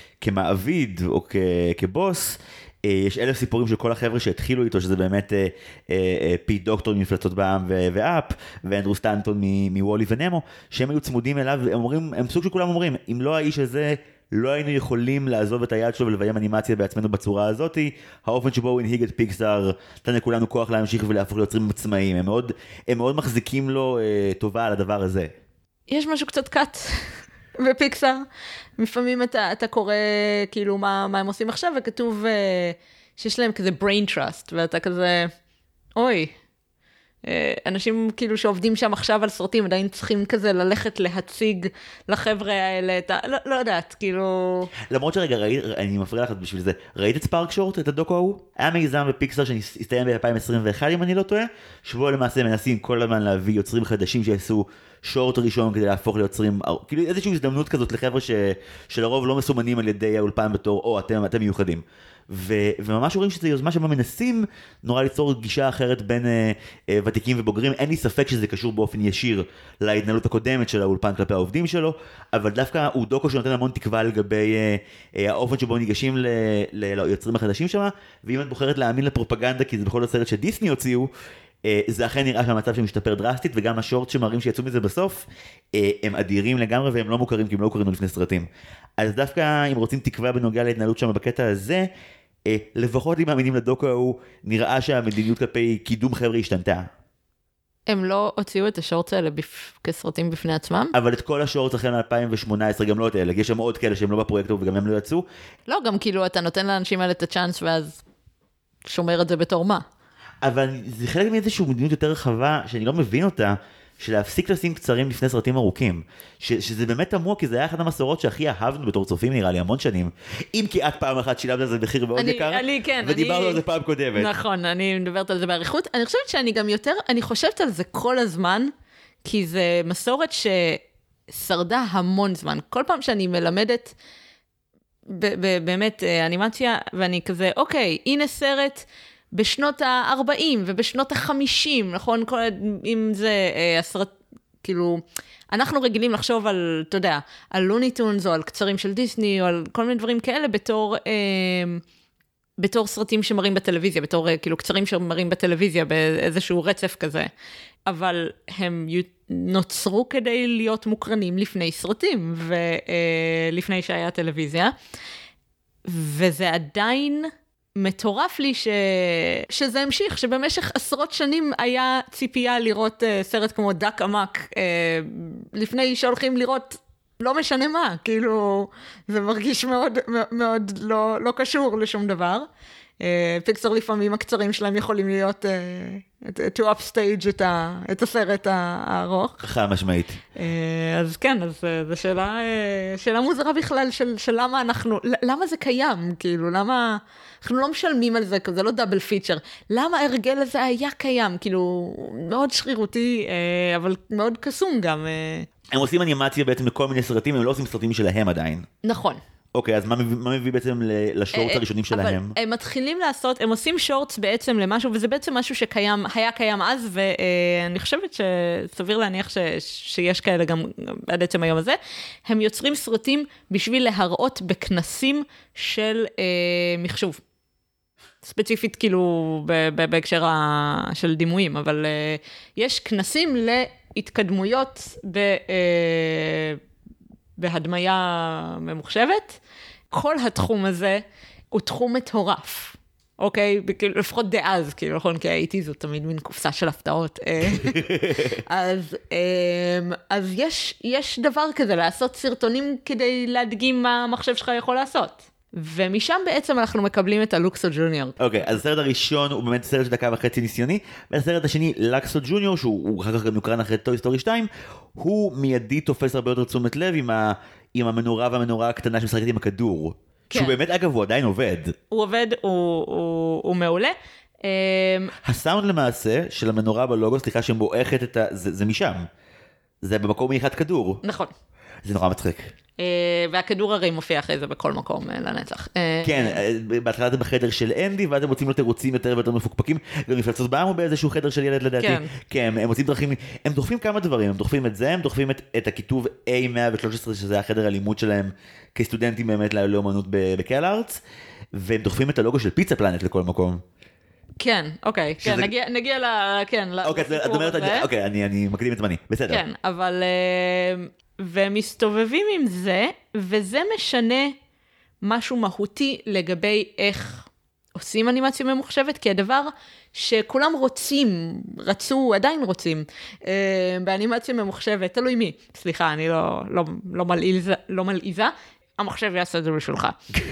כמעביד או כ, כבוס, יש אלף סיפורים של כל החבר'ה שהתחילו איתו, שזה באמת אה, אה, פי דוקטור ממפלצות בעם ו- ואפ, ואנדרו סטנטון מוולי ונמו, שהם היו צמודים אליו, הם אומרים, הם סוג שכולם אומרים, אם לא האיש הזה, לא היינו יכולים לעזוב את היד שלו ולביים אנימציה בעצמנו בצורה הזאת, האופן שבו הוא הנהיג את פיקסאר, נתן לכולנו כוח להמשיך ולהפוך ליוצרים עצמאיים, הם מאוד, הם מאוד מחזיקים לו אה, טובה על הדבר הזה. יש משהו קצת קאט בפיקסאר, לפעמים אתה, אתה קורא כאילו מה, מה הם עושים עכשיו, וכתוב uh, שיש להם כזה brain trust, ואתה כזה, אוי, uh, אנשים כאילו שעובדים שם עכשיו על סרטים, עדיין צריכים כזה ללכת להציג לחבר'ה האלה, אתה, לא, לא יודעת, כאילו... למרות שרגע, ראית, אני מפריע לך בשביל זה, ראית את ספארק שורט, את הדוקו ההוא? היה מיזם בפיקסאר שהסתיים ב-אלפיים עשרים ואחת, אם אני לא טועה, שבו למעשה מנסים כל הזמן להביא יוצרים חדשים שיעשו שורט ראשון כדי להפוך ליוצרים, כאילו איזושהי הזדמנות כזאת לחבר'ה ש, שלרוב לא מסומנים על ידי האולפן בתור, או אתם, אתם מיוחדים. ו, וממש רואים שזו יוזמה שבה מנסים נורא ליצור גישה אחרת בין אה, אה, ותיקים ובוגרים. אין לי ספק שזה קשור באופן ישיר להתנהלות הקודמת של האולפן כלפי העובדים שלו, אבל דווקא הוא דוקו שנותן המון תקווה לגבי אה, אה, האופן שבו ניגשים ל, ל, ליוצרים החדשים שם, ואם את בוחרת להאמין לפרופגנדה, כי זה בכל הסרט שדיסני הוציאו, זה אכן נראה שהמצב שמשתפר דרסטית, וגם השורט שמראים שיצאו מזה בסוף, הם אדירים לגמרי והם לא מוכרים, כי הם לא מוכרים לפני סרטים. אז דווקא אם רוצים תקווה בנוגע להתנהלות שם בקטע הזה, לפחות אם מאמינים לדוקו ההוא, נראה שהמדיניות כלפי קידום חבר'ה השתנתה. הם לא הוציאו את השורטס האלה בפ... כסרטים בפני עצמם? אבל את כל השורטס אחרי אלפיים ושמונה עשרה גם לא את אלה, יש שם עוד כאלה שהם לא בפרויקט וגם הם לא יצאו. לא, גם כאילו אתה נותן לאנשים האלה את הצ'אנס ואז שומר את זה בתור מה? אבל זה חלק מאיזושהי מדיניות יותר רחבה, שאני לא מבין אותה, של להפסיק לשים קצרים לפני סרטים ארוכים. ש- שזה באמת תמוה, כי זה היה אחת המסורות שהכי אהבנו בתור צופים, נראה לי, המון שנים. אם כי את פעם אחת שילמת על זה מחיר מאוד אני, יקר, אני, כן, ודיברנו אני... על זה פעם קודמת. נכון, אני מדברת על זה בעריכות. אני חושבת שאני גם יותר, אני חושבת על זה כל הזמן, כי זה מסורת ששרדה המון זמן. כל פעם שאני מלמדת, ב- ב- באמת, אנימציה, ואני כזה, אוקיי, הנה סרט... בשנות ה-ארבעים ובשנות ה-חמישים, נכון? כל, אם זה אה, הסרט, כאילו, אנחנו רגילים לחשוב על, אתה יודע, על לוניטונס או על קצרים של דיסני או על כל מיני דברים כאלה בתור, אה, בתור סרטים שמראים בטלוויזיה, בתור אה, כאילו קצרים שמראים בטלוויזיה באיזשהו רצף כזה. אבל הם נוצרו כדי להיות מוקרנים לפני סרטים ולפני שהיה טלוויזיה. וזה עדיין... מטורף לי ש... שזה המשיך, שבמשך עשרות שנים היה ציפייה לראות uh, סרט כמו דק עמק, uh, לפני שהולכים לראות לא משנה מה, כאילו זה מרגיש מאוד, מאוד לא, לא קשור לשום דבר. פיקסר לפעמים הקצרים שלהם יכולים להיות to upstage את, ה, את הסרט הארוך. חד משמעית. אז כן, אז זו שאלה, שאלה מוזרה בכלל של, של למה אנחנו, למה זה קיים, כאילו, למה אנחנו לא משלמים על זה, זה לא דאבל פיצ'ר, למה הרגל הזה היה קיים, כאילו, מאוד שרירותי, אבל מאוד קסום גם. הם עושים אנימציה בעצם לכל מיני סרטים, הם לא עושים סרטים שלהם עדיין. נכון. אוקיי, אז מה מביא, מה מביא בעצם לשורטס הראשונים שלהם? אבל הם מתחילים לעשות, הם עושים שורטס בעצם למשהו, וזה בעצם משהו שקיים, היה קיים אז, ואני חושבת שסביר להניח ש, שיש כאלה גם עד עצם היום הזה. הם יוצרים סרטים בשביל להראות בכנסים של אה, מחשוב. ספציפית כאילו בהקשר של דימויים, אבל אה, יש כנסים להתקדמויות ב... אה, בהדמיה ממוחשבת. כל התחום הזה הוא תחום מטורף, אוקיי? לפחות דאז, כאילו, נכון, כי הייתי זו תמיד מין קופסה של הפתעות. אז, אז יש, יש דבר כזה, לעשות סרטונים כדי להדגים מה המחשב שלך יכול לעשות. ומשם בעצם אנחנו מקבלים את הלוקסו ג'וניור. אוקיי, אז הסרט הראשון הוא באמת סרט של דקה וחצי ניסיוני, והסרט השני, לקסו ג'וניור, שהוא אחר כך גם יוקרן אחרי טוי סטורי שתיים, הוא מיידי תופס הרבה יותר תשומת לב עם, ה, עם המנורה והמנורה הקטנה שמשחקת עם הכדור. כן. שהוא באמת, אגב, הוא עדיין עובד. הוא עובד, הוא, הוא, הוא מעולה. הסאונד למעשה של המנורה בלוגו, סליחה שמבואכת את ה... זה, זה משם. זה במקום מיחד כדור. נכון. זה נורא מצחיק. והכדור הרי מופיע אחרי זה בכל מקום לנצח. כן, בהתחלה זה בחדר של אנדי, ואז הם מוצאים לו תירוצים יותר ויותר מפוקפקים, גם מפלצות בעם הוא באיזשהו חדר של ילד לדעתי. כן, הם מוצאים דרכים, הם דוחפים כמה דברים, הם דוחפים את זה, הם דוחפים את הכיתוב איי מאה ושלוש עשרה, שזה החדר הלימוד שלהם כסטודנטים באמת לאומנות בקהל ארץ, והם דוחפים את הלוגו של פיצה פלנט לכל מקום. כן, אוקיי, כן, נגיע ל... כן, אוקיי, את אומרת, אוקיי, אני מקדים את זמני, בסדר. כן, אבל... ומסתובבים עם זה, וזה משנה משהו מהותי לגבי איך עושים אנימציה ממוחשבת, כי הדבר שכולם רוצים, רצו, עדיין רוצים, באנימציה ממוחשבת, תלוי מי, סליחה, אני לא, לא, לא מלעיזה, לא מלעיזה, המחשב יעשה את זה בשבילך.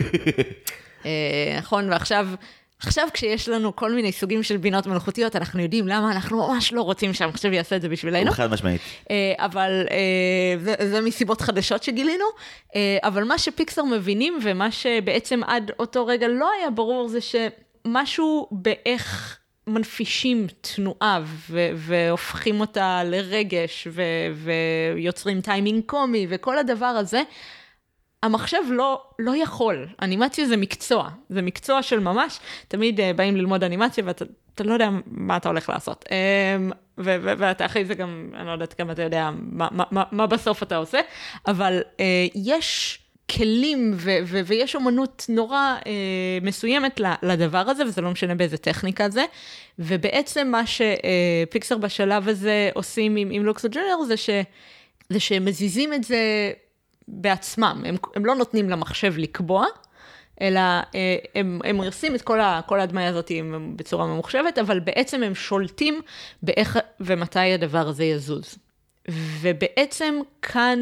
נכון, ועכשיו... עכשיו כשיש לנו כל מיני סוגים של בינות מלאכותיות, אנחנו יודעים למה אנחנו ממש לא רוצים שהמחשב יעשה את זה בשבילנו. חד משמעית. אבל זה, זה מסיבות חדשות שגילינו, אבל מה שפיקסר מבינים, ומה שבעצם עד אותו רגע לא היה ברור, זה שמשהו באיך מנפישים תנועה, ו- והופכים אותה לרגש, ו- ויוצרים טיימינג קומי, וכל הדבר הזה, המחשב לא, לא יכול. אנימציה זה מקצוע. זה מקצוע של ממש. תמיד uh, באים ללמוד אנימציה, ואתה אתה לא יודע מה אתה הולך לעשות. Um, ו- ו- ואתה אחרי זה גם, אני לא יודעת כמה אתה יודע מה, מה, מה, מה בסוף אתה עושה, אבל uh, יש כלים ו- ו- ויש אומנות נורא uh, מסוימת לדבר הזה, וזה לא משנה באיזה טכניקה זה. ובעצם מה שפיקסר uh, בשלב הזה עושים עם, עם לוקסו ג'וניור, זה, ש- זה שהם מזיזים את זה בעצמם, הם, הם לא נותנים למחשב לקבוע, אלא הם, הם עושים את כל, ה, כל ההדמיה הזאת בצורה ממוחשבת, אבל בעצם הם שולטים באיך ומתי הדבר הזה יזוז. ובעצם כאן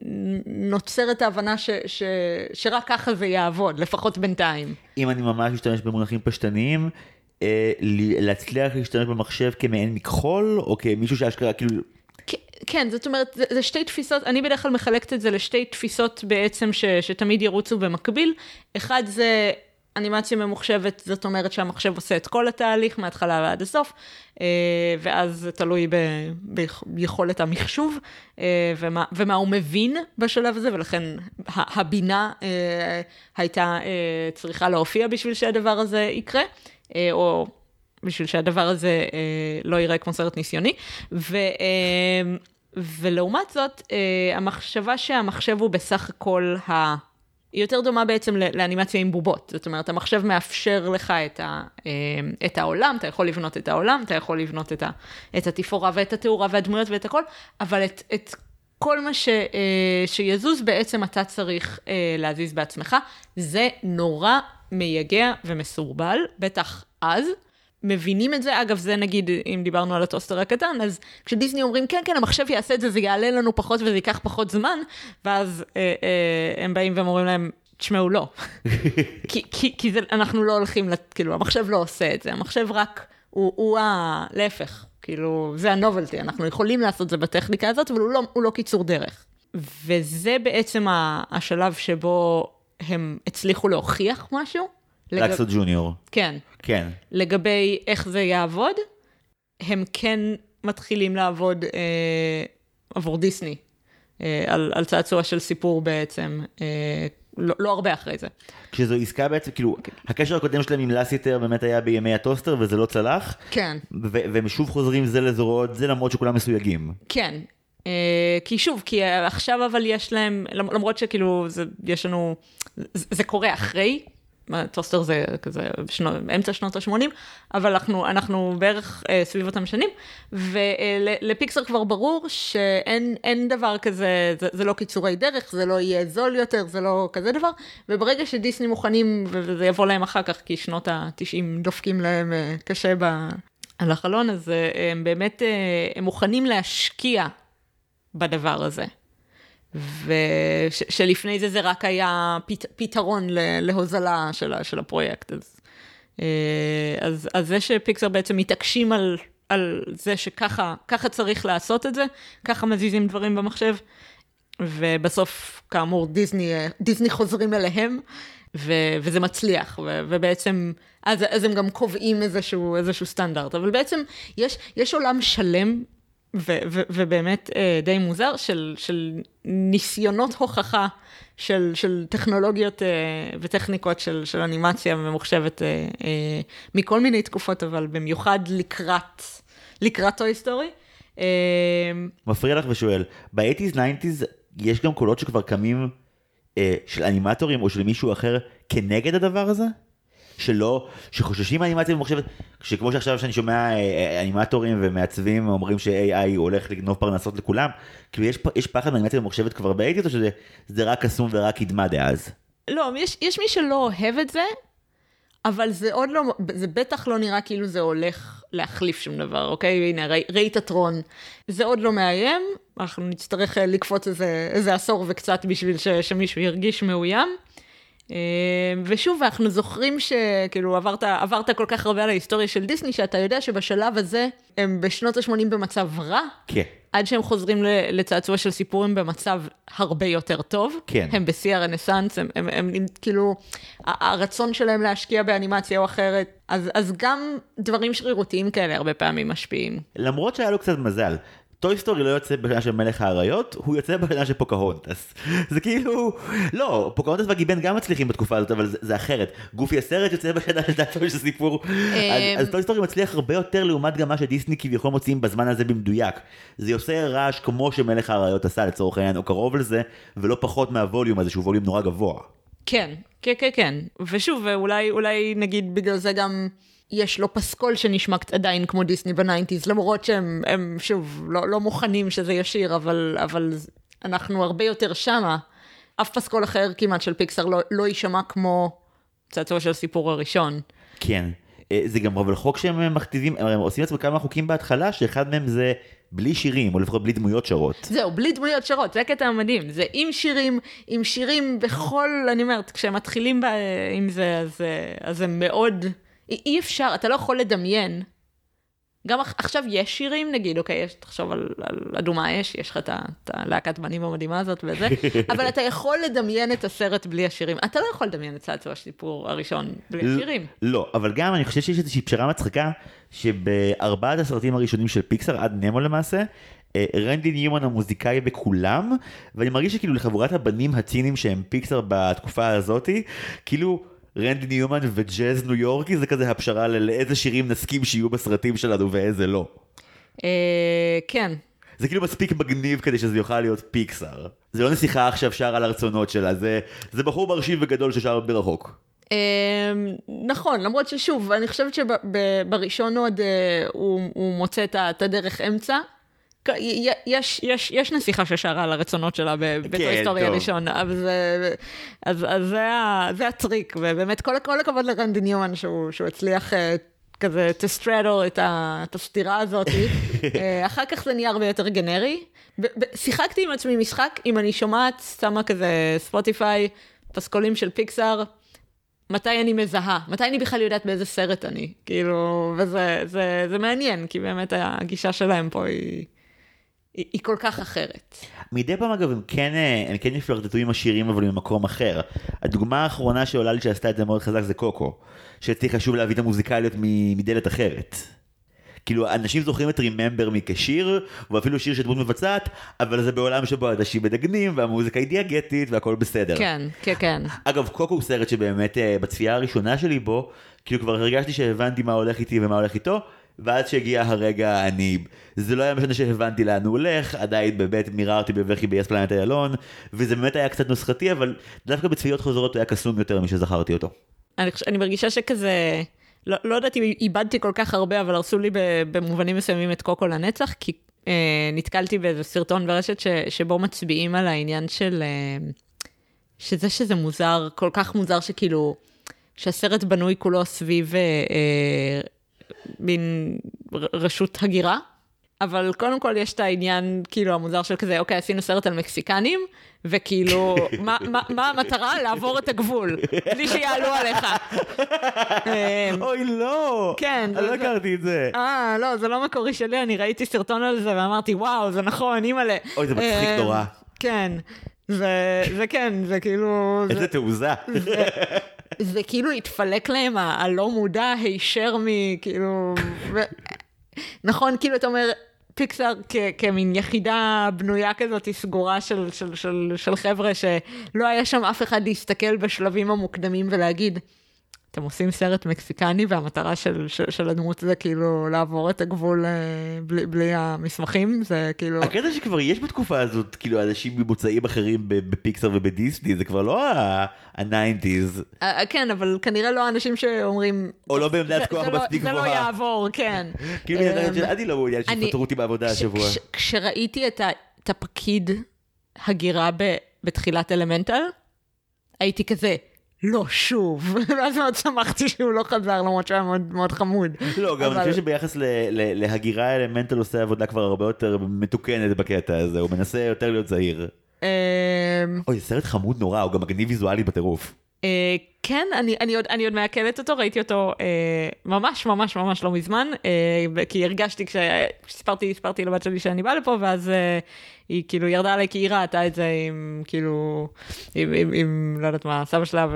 נוצרת ההבנה ש, ש, שרק ככה זה יעבוד, לפחות בינתיים. אם אני ממש משתמש במונחים פשטניים, להצליח להשתמש במחשב כמעין מכחול, או כמישהו שאשכרה כאילו... כן, זאת אומרת, זה, זה שתי תפיסות, אני בדרך כלל מחלקת את זה לשתי תפיסות בעצם ש, שתמיד ירוצו במקביל. אחד זה אנימציה ממוחשבת, זאת אומרת שהמחשב עושה את כל התהליך מההתחלה ועד הסוף, ואז זה תלוי ב, ביכולת המחשוב, ומה, ומה הוא מבין בשלב הזה, ולכן הבינה הייתה צריכה להופיע בשביל שהדבר הזה יקרה, או... בשביל שהדבר הזה אה, לא ייראה כמו סרט ניסיוני, ו, אה, ולעומת זאת, אה, המחשבה שהמחשב הוא בסך הכל, ה... היא יותר דומה בעצם לאנימציה עם בובות, זאת אומרת, המחשב מאפשר לך את, ה, אה, את העולם, אתה יכול לבנות את העולם, אתה יכול לבנות את, ה, את התפאורה ואת התאורה והדמויות ואת הכל, אבל את, את כל מה ש, אה, שיזוז בעצם אתה צריך אה, להזיז בעצמך, זה נורא מייגע ומסורבל, בטח אז, מבינים את זה, אגב זה נגיד, אם דיברנו על הטוסטר הקטן, אז כשדיסני אומרים, כן, כן, המחשב יעשה את זה, זה יעלה לנו פחות וזה ייקח פחות זמן, ואז אה, אה, הם באים ואומרים להם, תשמעו, לא. כי, כי, כי זה, אנחנו לא הולכים, כאילו, המחשב לא עושה את זה, המחשב רק, הוא, הוא ה... להפך, כאילו, זה הנובלטי, אנחנו יכולים לעשות זה בטכניקה הזאת, אבל הוא לא, הוא לא קיצור דרך. וזה בעצם השלב שבו הם הצליחו להוכיח משהו. לקסו לגב... ג'וניור. כן. כן. לגבי איך זה יעבוד, הם כן מתחילים לעבוד אה, עבור דיסני, אה, על, על צעצוע של סיפור בעצם, אה, לא, לא הרבה אחרי זה. כשזו עסקה בעצם, כאילו, okay. הקשר הקודם שלהם עם לסיטר באמת היה בימי הטוסטר, וזה לא צלח. כן. ו- והם שוב חוזרים זה לזרועות, זה למרות שכולם מסויגים. כן. Uh, כי שוב, כי עכשיו אבל יש להם, למרות שכאילו, זה, יש לנו, זה, זה קורה אחרי, טוסטר זה כזה בשנו, אמצע שנות ה-שמונים, אבל אנחנו, אנחנו בערך uh, סביב אותם שנים, ולפיקסר כבר ברור שאין אין דבר כזה, זה, זה לא קיצורי דרך, זה לא יהיה זול יותר, זה לא כזה דבר, וברגע שדיסני מוכנים, וזה יבוא להם אחר כך, כי שנות ה-תשעים דופקים להם uh, קשה ב, על החלון, אז uh, הם באמת, uh, הם מוכנים להשקיע בדבר הזה. ושלפני זה זה רק היה פת, פתרון להוזלה של, של הפרויקט. אז, אז, אז זה שפיקסר בעצם מתעקשים על, על זה שככה ככה צריך לעשות את זה, ככה מזיזים דברים במחשב, ובסוף כאמור דיסני, דיסני חוזרים אליהם, ו, וזה מצליח, ו, ובעצם, אז, אז הם גם קובעים איזשהו, איזשהו סטנדרט, אבל בעצם יש, יש עולם שלם, ו- ו- ובאמת אה, די מוזר של, של ניסיונות הוכחה של, של טכנולוגיות אה, וטכניקות של, של אנימציה ממוחשבת אה, אה, מכל מיני תקופות, אבל במיוחד לקראת, לקראת טוי סטורי. אה, מפריע לך ושואל, ב-שמונים תשעים יש גם קולות שכבר קמים אה, של אנימטורים או של מישהו אחר כנגד הדבר הזה? שלא, שחוששים מאנימציה במחשבת, שכמו שעכשיו שאני שומע אנימטורים ומעצבים אומרים ש-איי איי הולך לגנוב פרנסות לכולם, כאילו יש, יש פחד מאנימציה במחשבת כבר באיטית, או שזה זה רק קסום ורק קדמה דאז? לא, יש, יש מי שלא אוהב את זה, אבל זה עוד לא, זה בטח לא נראה כאילו זה הולך להחליף שום דבר, אוקיי? הנה, ראי, ראי תיאטרון, זה עוד לא מאיים, אנחנו נצטרך לקפוץ איזה, איזה עשור וקצת בשביל ש, שמישהו ירגיש מאוים, ושוב, אנחנו זוכרים שכאילו עברת, עברת כל כך הרבה על ההיסטוריה של דיסני, שאתה יודע שבשלב הזה הם בשנות ה-שמונים במצב רע, כן. עד שהם חוזרים לצעצוע של סיפורים במצב הרבה יותר טוב, כן. הם בשיא הרנסנס, הם, הם, הם, הם כאילו, הרצון שלהם להשקיע באנימציה או אחרת, אז, אז גם דברים שרירותיים כאלה הרבה פעמים משפיעים. למרות שהיה לו קצת מזל, טוי סטורי לא יוצא בשנה של מלך האריות, הוא יוצא בשנה של פוקהונטס. זה כאילו, לא, פוקהונטס והגיבן גם מצליחים בתקופה הזאת, אבל זה, זה אחרת. גופי הסרט יוצא בשנה של דעתו של סיפור. אז, אז טוי סטורי מצליח הרבה יותר לעומת גם מה שדיסני כביכול מוצאים בזמן הזה במדויק. זה עושה רעש כמו שמלך האריות עשה לצורך העניין, או קרוב לזה, ולא פחות מהווליום הזה, שהוא ווליום נורא גבוה. כן, כן, כן, כן. ושוב, אולי, אולי נגיד בגלל זה גם יש לו פסקול שנשמע עדיין כמו דיסני בניינטיז, למרות שהם, הם, שוב, לא, לא מוכנים שזה ישיר, אבל, אבל אנחנו הרבה יותר שמה. אף פסקול אחר כמעט של פיקסר לא, לא יישמע כמו צעצוע של סיפור הראשון. כן. זה גם אבל חוק שהם מכתיבים, הם עושים לעצמם כמה חוקים בהתחלה, שאחד מהם זה בלי שירים, או לפחות בלי דמויות שרות. זהו, בלי דמויות שרות, זה הקטע המדהים. זה עם שירים, עם שירים בכל, אני אומרת, כשהם מתחילים בה, עם זה, אז, אז זה מאוד, אי אפשר, אתה לא יכול לדמיין. גם עכשיו יש שירים, נגיד, אוקיי, יש, תחשוב על, על אדומה אש, יש לך את, את הלהקת בנים המדהימה הזאת וזה, אבל אתה יכול לדמיין את הסרט בלי השירים. אתה לא יכול לדמיין את צעצוע הסיפור הראשון בלי השירים. לא, אבל גם אני חושב שיש איזושהי פשרה מצחיקה, שבארבעת הסרטים הראשונים של פיקסר, עד נמו למעשה, רנדי ניומן המוזיקאי בכולם, ואני מרגיש שכאילו לחבורת הבנים הציניים שהם פיקסר בתקופה הזאת, כאילו רנדי ניומן וג'אז ניו יורקי, זה כזה הפשרה לאיזה שירים נסכים שיהיו בסרטים שלנו ואיזה לא. כן. זה כאילו מספיק מגניב כדי שזה יוכל להיות פיקסר. זה לא נסיכה עכשיו שר על הרצונות שלה, זה, זה בחור מרשים וגדול ששר ברחוק. נכון, למרות ששוב, אני חושבת שבראשון עוד הוא, הוא מוצא את הדרך אמצע. יש, יש, יש נסיכה ששרה על הרצונות שלה בטוי סטורי הראשון, אז, אז, אז זה, זה הטריק, ובאמת כל, כל הכבוד לרנדי ניומן שהוא, שהוא הצליח כזה to straddle את, ה, את הסתירה הזאת, אחר כך זה נהיה הרבה יותר גנרי. שיחקתי עם עצמי משחק, אם אני שומעת, שמה כזה ספוטיפיי, הפסקולים של פיקסאר, מתי אני מזהה, מתי אני בכלל יודעת באיזה סרט אני, כאילו, וזה זה, זה מעניין, כי באמת הגישה שלהם פה היא, היא, היא כל כך אחרת. מדי פעם אגב, הם כן, הם כן יפלרטטו עם השירים, אבל ממקום אחר. הדוגמה האחרונה שעולה לי שעשתה את זה מאוד חזק זה קוקו, שצריך חשוב להביא את המוזיקליות מדלת אחרת. כאילו, אנשים זוכרים את ריממבר מי כשיר, ואפילו שיר שדמות מבצעת, אבל זה בעולם שבו אנשים מדגנים, והמוזיקה היא דיאגטית, והכל בסדר. כן, כן, כן. אגב, קוקו הוא סרט שבאמת, בצפייה הראשונה שלי בו, כאילו כבר הרגשתי שהבנתי מה הולך איתי ומה הולך איתו, ואז שהגיע הרגע, אני, זה לא היה משנה שהבנתי לאן הוא הולך, עדיין באמת מיררתי בבכי ביס פלנט איילון, וזה באמת היה קצת נוסחתי, אבל דווקא בצפיות חוזרות הוא היה קסום יותר משזכרתי אותו. אני, אני מרגישה שכזה, לא, לא יודעת אם איבדתי כל כך הרבה, אבל הרסו לי במובנים מסוימים את קוקו לנצח, כי אה, נתקלתי באיזה סרטון ברשת ש, שבו מצביעים על העניין של, אה, שזה שזה מוזר, כל כך מוזר שכאילו, שהסרט בנוי כולו סביב אה, אה, מין רשות הגירה, אבל קודם כל יש את העניין, כאילו, המוזר של כזה, אוקיי, עשינו סרט על מקסיקנים, וכאילו, מה, מה, מה המטרה? לעבור את הגבול, בלי שיעלו עליך. אוי, לא! כן. אני לא הכרתי את זה. אה, לא, זה לא מקורי שלי, אני ראיתי סרטון על זה, ואמרתי, וואו, זה נכון, אימא'לה. אוי, זה מצחיק נורא. כן. זה, זה כן, זה כאילו... איזה תעוזה. זה, זה כאילו התפלק להם הלא מודע, הישר מכאילו... ו... נכון, כאילו אתה אומר, פיקסאר כ- כמין יחידה בנויה כזאת, סגורה של, של, של, של חבר'ה, שלא היה שם אף אחד להסתכל בשלבים המוקדמים ולהגיד, אתם עושים סרט מקסיקני, והמטרה של, של, של הדמות זה כאילו לעבור את הגבול בלי, בלי המסמכים, זה כאילו... הקטע שכבר יש בתקופה הזאת, כאילו, אנשים ממוצאים אחרים בפיקסאר ובדיסני, זה כבר לא ה-ניינטיז. כן, אבל כנראה לא האנשים שאומרים... או לא בעמדת כוח מספיק גבוהה. זה לא יעבור, כן. כאילו, אני לא מעוניין שיפטרו אותי בעבודה השבוע. כשראיתי את הפקיד הגירה בתחילת אלמנטל, הייתי כזה... לא, שוב. ואז מאוד שמחתי שהוא לא חזר, למרות שהוא היה מאוד, מאוד חמוד. לא, גם אני חושב שביחס להגירה אלמנטל עושה עבודה כבר הרבה יותר מתוקנת בקטע הזה, הוא מנסה יותר להיות זהיר. אוי, זה סרט חמוד נורא, הוא גם מגניב ויזואלית בטירוף. כן, אני עוד מעכלת אותו, ראיתי אותו ממש ממש ממש לא מזמן, כי הרגשתי כשסיפרתי, סיפרתי לבת שלי שאני באה לפה, ואז היא כאילו ירדה עליי, כי היא ראתה את זה עם כאילו, עם לא יודעת מה, סבא שלה,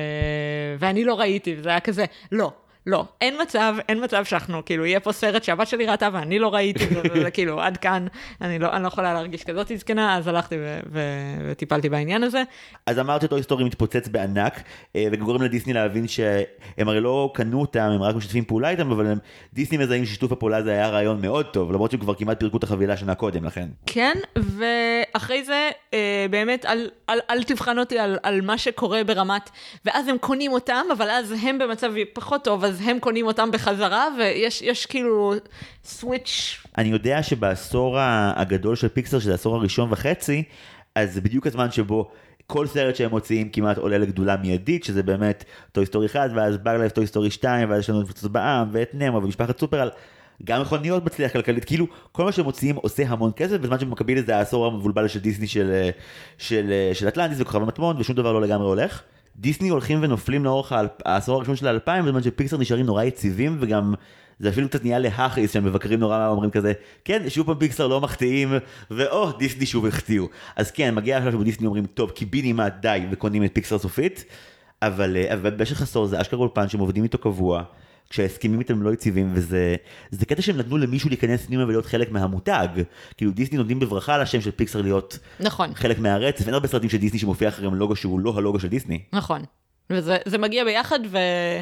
ואני לא ראיתי, וזה היה כזה, לא. לא, אין מצב, אין מצב שאנחנו, כאילו, יהיה פה סרט שהבת שלי ראתה ואני לא ראיתי, וזה כאילו, עד כאן, אני לא, אני לא יכולה להרגיש כזאת זקנה, אז הלכתי וטיפלתי בעניין הזה. אז אמרתי אותו היסטורי מתפוצץ בענק, וגם גורם לדיסני להבין שהם הרי לא קנו אותם, הם רק משתפים פעולה איתם, אבל דיסני מזהים ששיתוף הפעולה הזה היה רעיון מאוד טוב, למרות שהם כבר כמעט פירקו את החבילה שנה קודם לכן. כן, ואחרי זה, באמת, אל, אל, אל תבחן אותי על, על מה שקורה ברמת, ואז הם קונים אותם, אבל אז הם במצב פחות טוב, אז הם קונים אותם בחזרה, ויש יש כאילו סוויץ'. אני יודע שבעשור הגדול של פיקסאר, שזה העשור הראשון וחצי, אז זה בדיוק הזמן שבו כל סרט שהם מוציאים כמעט עולה לגדולה מיידית, שזה באמת טוי סטורי אחד, ואז בגלייב טוי סטורי שתיים, ואז יש לנו מפוצצות בעם, ואת נמו, ומשפחת סופרל, גם מכוניות מצליח כלכלית, כאילו כל מה שהם מוציאים עושה המון כסף, בזמן שמקביל לזה העשור המבולבל של דיסני של, של, של אטלנטיס וכוכב המטמון, ושום דבר לא לגמרי הולך. דיסני הולכים ונופלים לאורך העשור הראשון של האלפיים, בזמן שפיקסאר נשארים נורא יציבים, וגם זה אפילו קצת נהיה להכעיס, שהם מבקרים נורא אומרים כזה, כן, שוב פעם פיקסאר לא מחטיאים, ואו, דיסני שוב החטיאו. אז כן, מגיע עכשיו שבדיסני אומרים, טוב, קיבינימט די, וקונים את פיקסאר סופית, אבל, אבל במשך עשור זה אשכרה אולפן שהם עובדים איתו קבוע, כשההסכמים איתם לא יציבים, וזה זה קטע שהם נתנו למישהו להיכנס פנימה ולהיות חלק מהמותג. כאילו דיסני נותנים בברכה על השם של פיקסאר להיות נכון. חלק מהרצף. אין הרבה סרטים של דיסני שמופיע אחריהם לוגו שהוא לא הלוגו של דיסני. נכון. וזה זה מגיע ביחד, ו...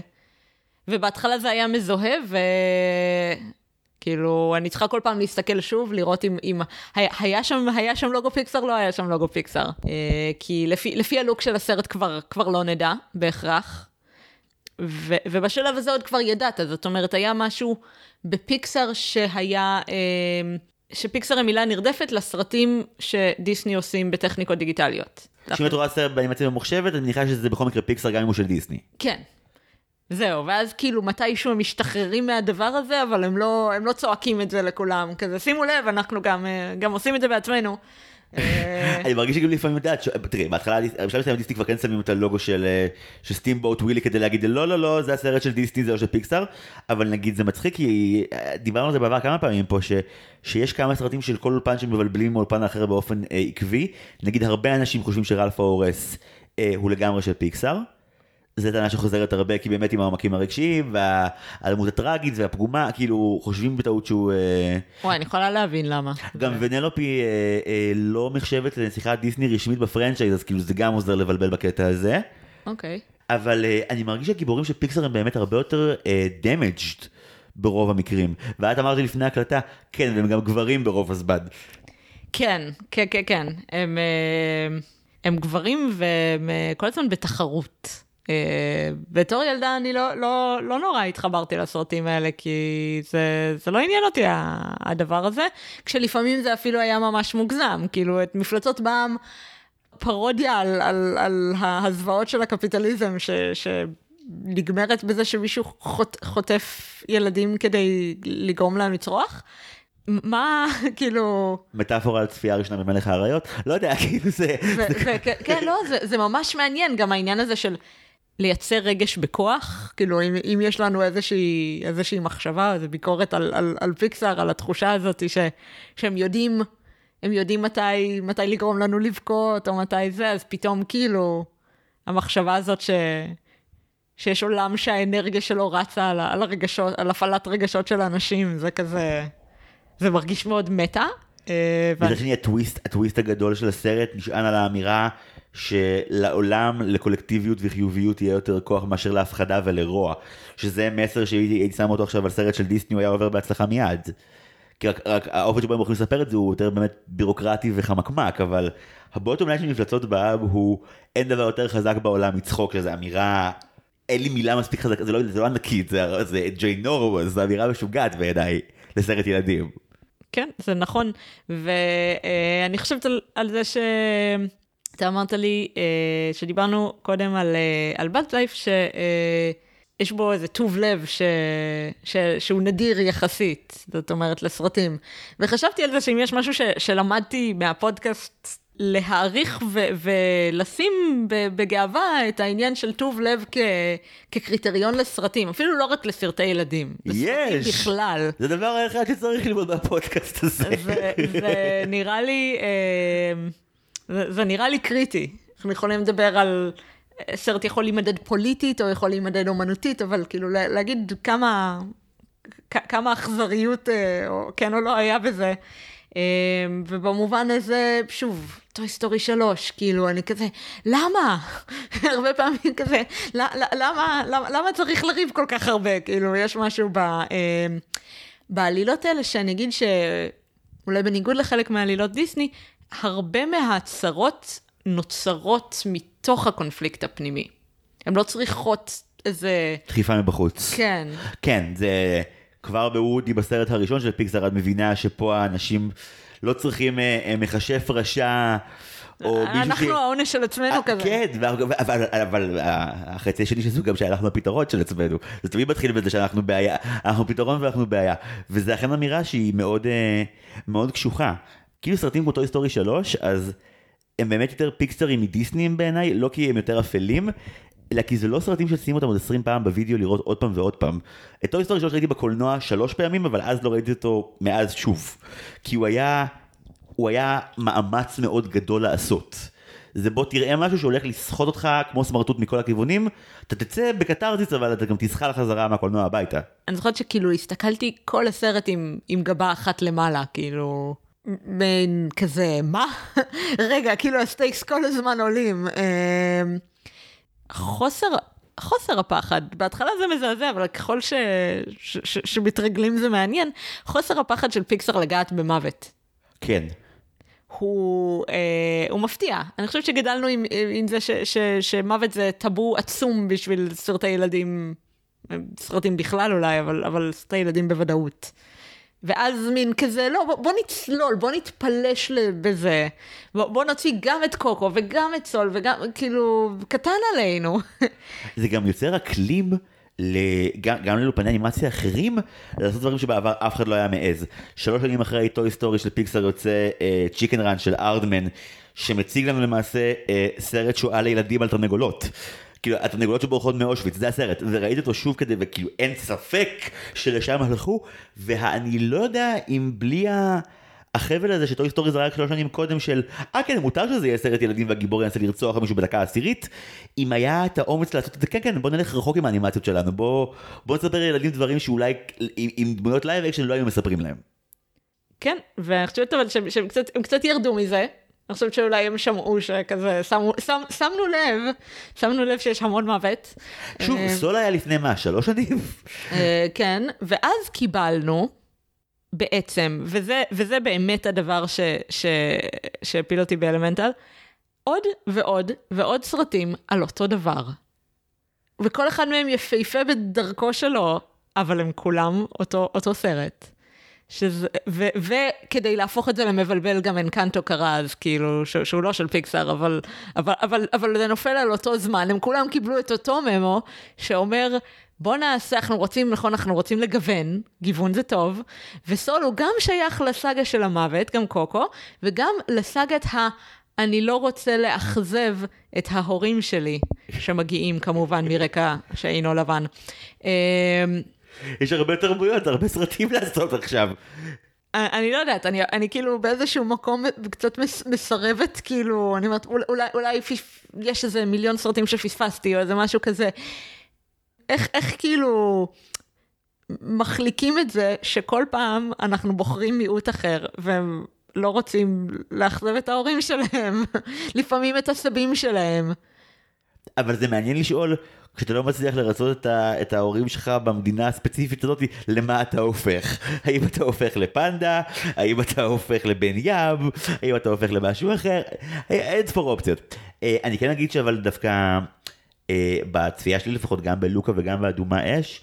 ובהתחלה זה היה מזוהה, ו... כאילו, אני צריכה כל פעם להסתכל שוב, לראות אם, אם היה, היה, שם, היה שם לוגו פיקסאר, לא היה שם לוגו פיקסאר. כי לפי, לפי הלוק של הסרט כבר, כבר לא נדע, בהכרח. ו- ובשלב הזה עוד כבר ידעת, זאת אומרת, היה משהו בפיקסאר שהיה, שפיקסאר המילה נרדפת לסרטים שדיסני עושים בטכניקות דיגיטליות. שאם את רואה סרט באנימציה ממוחשבת, אני מניחה שזה בכל מקרה פיקסאר גם אם הוא של דיסני. כן. זהו, ואז כאילו מתישהו הם משתחררים מהדבר הזה, אבל הם לא, הם לא צועקים את זה לכולם. כזה, שימו לב, אנחנו גם, גם עושים את זה בעצמנו. אני מרגיש שגם לפעמים יודעת, תראי, בהתחלה, בשלב מסוים דיסני כבר כן שמים את הלוגו של סטימבוט ווילי כדי להגיד, לא, לא, לא, זה הסרט של דיסני, זה לא של פיקסאר, אבל נגיד זה מצחיק, כי דיברנו על זה בעבר כמה פעמים פה, שיש כמה סרטים של כל אולפן שמבלבלים מאולפן האחר באופן עקבי, נגיד הרבה אנשים חושבים שרלף ההורס הוא לגמרי של פיקסאר, זו טענה שחוזרת הרבה, כי באמת עם העומקים הרגשיים, והאלמות הטרגית והפגומה, כאילו חושבים בטעות שהוא... וואי, אני יכולה להבין למה. גם ונלופי לא מחשבת לנסיכת דיסני רשמית בפרנצ'ייז, אז כאילו זה גם עוזר לבלבל בקטע הזה. אוקיי. אבל אני מרגיש שהגיבורים של פיקסאר הם באמת הרבה יותר damaged ברוב המקרים. ואת אמרת לי לפני הקלטה, כן, והם גם גברים ברוב הזמן. כן, כן, כן, כן. הם, הם גברים והם כל הזמן בתחרות. בתור ילדה אני לא, לא, לא נורא התחברתי לסרטים האלה, כי זה, זה לא עניין אותי הדבר הזה, כשלפעמים זה אפילו היה ממש מוגזם, כאילו את מפלצות בעם, פרודיה על, על, על הזוועות של הקפיטליזם, ש, שנגמרת בזה שמישהו חות, חוטף ילדים כדי לגרום להם לצרוח, מה, כאילו... מטאפורה על צפייה ראשונה במלך האריות? לא יודע, כאילו זה... כן, לא, זה, זה ממש מעניין, גם העניין הזה של... לייצר רגש בכוח, כאילו אם, אם יש לנו איזושהי, איזושהי מחשבה, איזו ביקורת על, על, על פיקסאר, על התחושה הזאת ש, שהם יודעים, הם יודעים מתי, מתי לגרום לנו לבכות, או מתי זה, אז פתאום כאילו, המחשבה הזאת ש, שיש עולם שהאנרגיה שלו רצה על, על הרגשות, על הפעלת רגשות של האנשים, זה כזה, זה מרגיש מאוד מטה. וזה שני, הטוויסט, הטוויסט הגדול של הסרט נשען על האמירה שלעולם, לקולקטיביות וחיוביות יהיה יותר כוח מאשר להפחדה ולרוע, שזה מסר שהייתי שם אותו עכשיו על סרט של דיסני, הוא היה עובר בהצלחה מיד. כי רק, רק האופן שבו הם יכולים לספר את זה הוא יותר באמת בירוקרטי וחמקמק, אבל הבוטום ליין של מפלצות בעם הוא אין דבר יותר חזק בעולם מצחוק, שזה אמירה, אין לי מילה מספיק חזק, זה לא, זה לא ענקית, זה, זה ג'יינורמוס, זה אמירה משוגעת בעיניי לסרט ילדים. כן, זה נכון, ואני חושבת על, על זה ש... אתה אמרת לי, שדיברנו קודם על, על בת לייף, שיש בו איזה טוב לב ש, ש, שהוא נדיר יחסית, זאת אומרת, לסרטים. וחשבתי על זה שאם יש משהו ש, שלמדתי מהפודקאסט, להעריך ו, ולשים בגאווה את העניין של טוב לב כ, כקריטריון לסרטים, אפילו לא רק לסרטי ילדים. יש! בכלל. זה דבר האחד שצריך ללמוד בפודקאסט הזה. זה נראה לי... זה, זה נראה לי קריטי. אנחנו יכולים לדבר על סרט יכול להימדד פוליטית, או יכול להימדד אומנותית, אבל כאילו להגיד כמה, כמה אכזריות, או כן או לא היה בזה. ובמובן הזה, שוב, טוי סטורי שלוש, כאילו, אני כזה, למה? הרבה פעמים כזה, למה, למה, למה צריך לריב כל כך הרבה? כאילו, יש משהו ב, בעלילות האלה, שאני אגיד שאולי בניגוד לחלק מהעלילות דיסני, הרבה מההצהרות נוצרות מתוך הקונפליקט הפנימי. הן לא צריכות איזה... דחיפה מבחוץ. כן. כן, זה כבר בוודי בסרט הראשון של פיקסאר, את מבינה שפה האנשים לא צריכים מחשף רשע, או מישהו ש... אנחנו העונש של עצמנו כזה. כן, אבל החצי השני שזו גם שאנחנו הפתרון של עצמנו. זה תמיד מתחיל בזה שאנחנו בעיה, אנחנו פתרון ואנחנו בעיה. וזה אכן אמירה שהיא מאוד, מאוד קשוחה. כאילו סרטים כמו טוי סטורי שלוש, אז הם באמת יותר פיקסארים מדיסניים בעיניי, לא כי הם יותר אפלים, אלא כי זה לא סרטים ששים אותם עוד עשרים פעם בווידאו לראות עוד פעם ועוד פעם. את טוי סטורי שלוש ראיתי בקולנוע שלוש פעמים, אבל אז לא ראיתי אותו מאז שוב. כי הוא היה, הוא היה מאמץ מאוד גדול לעשות. זה בוא תראה משהו שהולך לסחוט אותך כמו סמרטוט מכל הכיוונים, אתה תצא בקטרזיס, אבל אתה גם תסחה לחזרה מהקולנוע הביתה. אני זוכרת שכאילו הסתכלתי כל הסרט עם, עם גבה אחת למעלה, כאילו... בין כזה, מה? רגע, כאילו הסטייקס כל הזמן עולים. חוסר, חוסר הפחד, בהתחלה זה מזעזע, אבל ככל ש, ש, ש, שמתרגלים זה מעניין, חוסר הפחד של פיקסאר לגעת במוות. כן. הוא, אה, הוא מפתיע. אני חושבת שגדלנו עם, עם זה ש, ש, שמוות זה טאבו עצום בשביל סרטי ילדים, סרטים בכלל אולי, אבל, אבל סרטי ילדים בוודאות. ואז מין כזה, לא, בוא, בוא נצלול, בוא נתפלש בזה, בוא, בוא נוציא גם את קוקו וגם את סול, וגם, כאילו, קטן עלינו. זה גם יוצר אקלים גם, גם ללופני אנימציה אחרים, לעשות דברים שבעבר אף אחד לא היה מעז. שלוש שנים אחרי טוי סטורי של פיקסאר יוצא צ'יקן ראנץ' של ארדמן, שמציג לנו למעשה אה, סרט שואה לילדים על תרנגולות. כאילו, התרנגולות שבורחות מאושוויץ, זה הסרט. וראיתי אותו שוב כדי, וכאילו אין ספק שלשם הלכו, ואני לא יודע אם בלי החבל הזה שטוי סטורי זה רק שלוש שנים קודם של, אה כן, מותר שזה יהיה סרט ילדים והגיבור ינסה לרצוח מישהו בדקה העשירית, אם היה את האומץ לעשות את זה, כן כן, בוא נלך רחוק עם האנימציות שלנו, בוא, בוא נספר לילדים דברים שאולי עם, עם דמויות לייב אקשן לא היו מספרים להם. כן, ואני חושבת אבל שהם, שהם קצת, הם קצת ירדו מזה. אני חושבת שאולי הם שמעו שכזה, שמו, שם, שמנו לב, שמנו לב שיש המון מוות. שוב, סול היה לפני מה, שלוש שנים? כן, ואז קיבלנו, בעצם, וזה, וזה באמת הדבר ש, ש, שהפיל אותי באלמנטל, עוד ועוד ועוד סרטים על אותו דבר. וכל אחד מהם יפהפה בדרכו שלו, אבל הם כולם אותו, אותו סרט. שזה, ו, וכדי להפוך את זה למבלבל גם אנקנטו קרה, אז כאילו, ש, שהוא לא של פיקסאר, אבל, אבל, אבל, אבל זה נופל על אותו זמן, הם כולם קיבלו את אותו ממו, שאומר, בוא נעשה, אנחנו רוצים, נכון, אנחנו רוצים לגוון, גיוון זה טוב, וסול הוא גם שייך לסאגה של המוות, גם קוקו, וגם לסאגת ה... אני לא רוצה לאכזב את ההורים שלי, שמגיעים כמובן מרקע שאינו לבן. יש הרבה תרבויות, הרבה סרטים לעשות עכשיו. אני לא יודעת, אני, אני כאילו באיזשהו מקום קצת מסרבת, כאילו, אני אומרת, אולי, אולי יש איזה מיליון סרטים שפספסתי, או איזה משהו כזה. איך, איך כאילו מחליקים את זה, שכל פעם אנחנו בוחרים מיעוט אחר, והם לא רוצים לאכזב את ההורים שלהם, לפעמים את הסבים שלהם. אבל זה מעניין לשאול, כשאתה לא מצליח לרצות את, ה, את ההורים שלך במדינה הספציפית הזאת, למה אתה הופך? האם אתה הופך לפנדה? האם אתה הופך לבן ים? האם אתה הופך למשהו אחר? אין ספור אופציות. אני כן אגיד שאבל דווקא, בצפייה שלי לפחות, גם בלוקה וגם באדומה אש,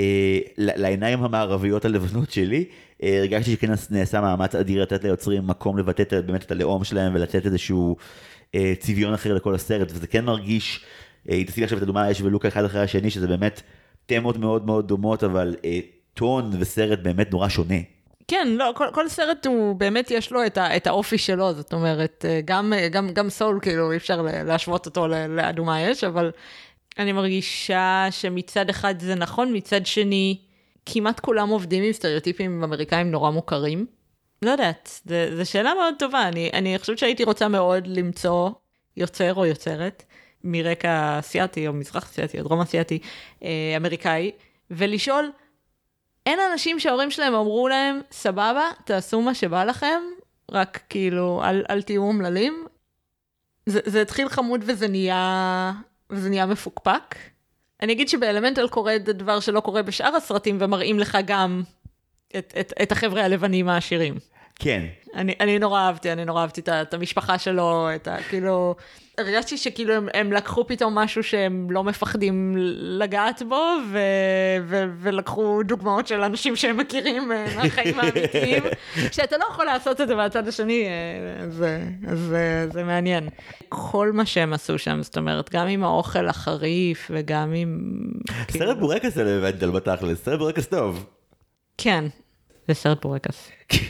לעיניים המערביות הלבנות שלי, הרגשתי שכן נעשה מאמץ אדיר לתת ליוצרים מקום לבטא באמת את הלאום שלהם, ולתת איזשהו צביון אחר לכל הסרט, וזה כן מרגיש, היא תשיג עכשיו את אדומה אש ולוקה אחד אחרי השני, שזה באמת תמות מאוד מאוד דומות, אבל טון וסרט באמת נורא שונה. כן, לא, כל, כל סרט הוא באמת יש לו את, ה, את האופי שלו, זאת אומרת, גם, גם, גם סול, כאילו, אי אפשר להשוות אותו לאדומה אש, אבל אני מרגישה שמצד אחד זה נכון, מצד שני, כמעט כולם עובדים עם סטריאוטיפים אמריקאים נורא מוכרים. לא יודעת, זו שאלה מאוד טובה. אני, אני חושבת שהייתי רוצה מאוד למצוא יוצר או יוצרת, מרקע אסיאטי או מזרח אסיאטי או דרום אסיאטי, אה, אמריקאי, ולשאול, אין אנשים שההורים שלהם אמרו להם, סבבה, תעשו מה שבא לכם, רק כאילו, אל, אל תהיו אומללים. זה, זה התחיל חמוד וזה נהיה, וזה נהיה מפוקפק. אני אגיד שבאלמנטל קורה דבר שלא קורה בשאר הסרטים, ומראים לך גם את, את, את החבר'ה הלבנים העשירים. כן. אני, אני נורא אהבתי, אני נורא אהבתי את, את המשפחה שלו, את ה, כאילו, הרגשתי שכאילו הם, הם לקחו פתאום משהו שהם לא מפחדים לגעת בו, ו, ו, ולקחו דוגמאות של אנשים שהם מכירים מהחיים האמיתיים, שאתה לא יכול לעשות את זה מהצד השני, אז, אז, זה, זה מעניין. כל מה שהם עשו שם, זאת אומרת, גם עם האוכל החריף, וגם עם... סרט בורקס אלה הבנתי על בתכלס, סרט בורקס טוב. כן. זה סרט בורקס.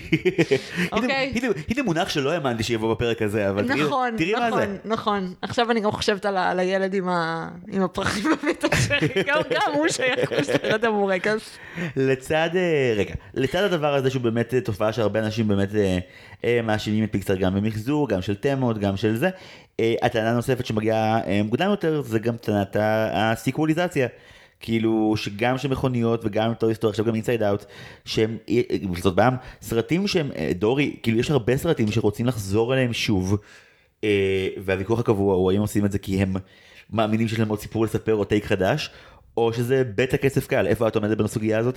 אוקיי. הנה מונח שלא האמנתי שיבוא בפרק הזה, אבל תראי מה זה. נכון, נכון. עכשיו אני גם חושבת על הילד עם הפרחים בבית השרי, גם הוא שייך לסרט הבורקס. לצד, רגע, לצד הדבר הזה שהוא באמת תופעה שהרבה אנשים באמת מאשימים את פיקסאר גם במחזור, גם של תמות, גם של זה. הטענה הנוספת שמגיעה מוקדם יותר, זה גם טענת הסיקווליזציה. כאילו שגם שמכוניות וגם טוי סטורי, עכשיו גם אינסייד אאוט, שהם, מפלצות בעם, סרטים שהם, דורי, כאילו יש הרבה סרטים שרוצים לחזור אליהם שוב, והוויכוח הקבוע הוא האם עושים את זה כי הם מאמינים שיש להם עוד סיפור לספר או טייק חדש, או שזה בית הכסף קל. איפה את עומדת בסוגיה הזאת?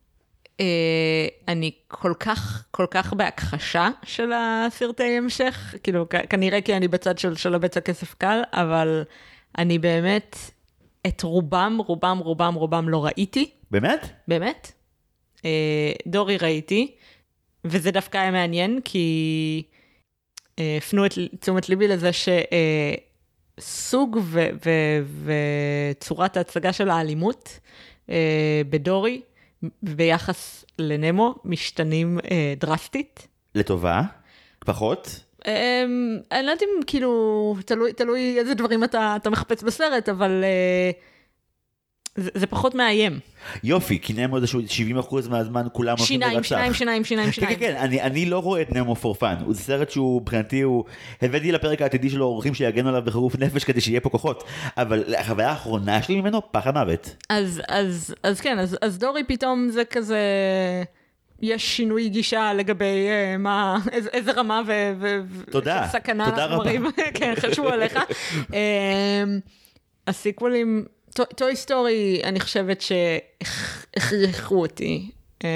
אני כל כך, כל כך בהכחשה של הסרטי המשך, כאילו כנראה כי אני בצד של הבית הכסף קל, אבל אני באמת... את רובם, רובם, רובם, רובם לא ראיתי. באמת? באמת. דורי ראיתי, וזה דווקא היה מעניין, כי הפנו את תשומת ליבי לזה שסוג וצורת ההצגה של האלימות אה, בדורי, ביחס לנמו, משתנים אה, דרסטית. לטובה? פחות? אה, אני לא יודעת אם כאילו, תלוי, תלוי איזה דברים אתה, אתה מחפש בסרט, אבל אה, זה, זה פחות מאיים. יופי, כי נמו איזשהו שבעים אחוז מהזמן כולם הולכים לרצח. שיניים, שיניים, שיניים, שיניים, שיניים. כן, כן, אני, אני לא רואה את נמו for fun. הוא סרט שהוא, מבחינתי, הוא... הבאתי לפרק העתידי שלו אורחים שיגנו עליו בחירוף נפש כדי שיהיה פה כוחות. אבל החוויה האחרונה שלי ממנו, פחד מוות. אז, אז, אז כן, אז, אז דורי פתאום זה כזה... יש שינוי גישה לגבי uh, מה, איזה, איזה רמה ו... ו תודה, סכנה תודה רבה. כן, חשבו עליך. um, הסיקוולים... טוי סטורי, אני חושבת שהכריחו אותי.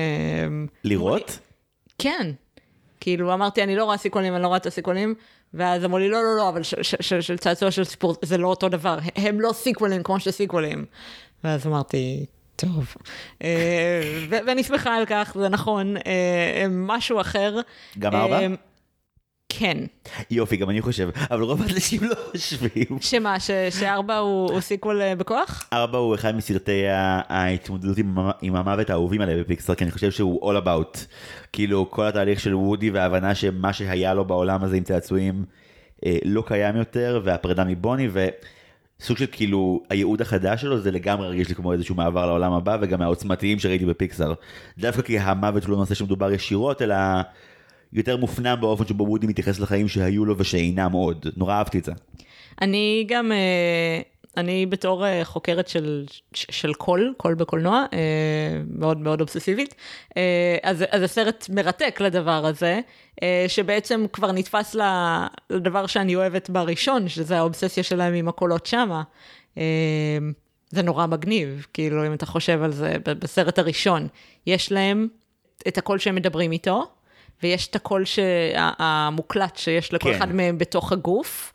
לראות? כן. כאילו, אמרתי, אני לא רואה סיקוולים, אני לא רואה את הסיקוולים, ואז אמרו לי, לא, לא, לא, אבל של צעצוע של סיפור, זה לא אותו דבר. הם לא סיקוולים כמו שסיקוולים. ואז אמרתי, טוב. ואני שמחה על כך, זה נכון, משהו אחר. גם ארבע? כן. יופי, גם אני חושב, אבל רוב האנשים לא חושבים. שמה, שארבע הוא סיקוול בכוח? ארבע הוא אחד מסרטי ההתמודדות עם המוות האהובים עליהם בפיקסאר, כי אני חושב שהוא all about. כאילו, כל התהליך של וודי וההבנה שמה שהיה לו בעולם הזה עם צעצועים לא קיים יותר, והפרידה מבוני, וסוג של כאילו, הייעוד החדש שלו זה לגמרי רגיש לי כמו איזשהו מעבר לעולם הבא, וגם מהעוצמתיים שראיתי בפיקסאר. דווקא כי המוות הוא לא נושא שמדובר ישירות, אלא... יותר מופנם באופן שבו וודי מתייחס לחיים שהיו לו ושאינם עוד. נורא אהבתי את זה. אני גם, אני בתור חוקרת של, של קול, קול בקולנוע, מאוד מאוד אובססיבית, אז, אז הסרט מרתק לדבר הזה, שבעצם כבר נתפס לדבר שאני אוהבת בראשון, שזה האובססיה שלהם עם הקולות שמה. זה נורא מגניב, כאילו אם אתה חושב על זה, בסרט הראשון, יש להם את הקול שהם מדברים איתו, ויש את הקול המוקלט שיש לכל כן. אחד מהם בתוך הגוף,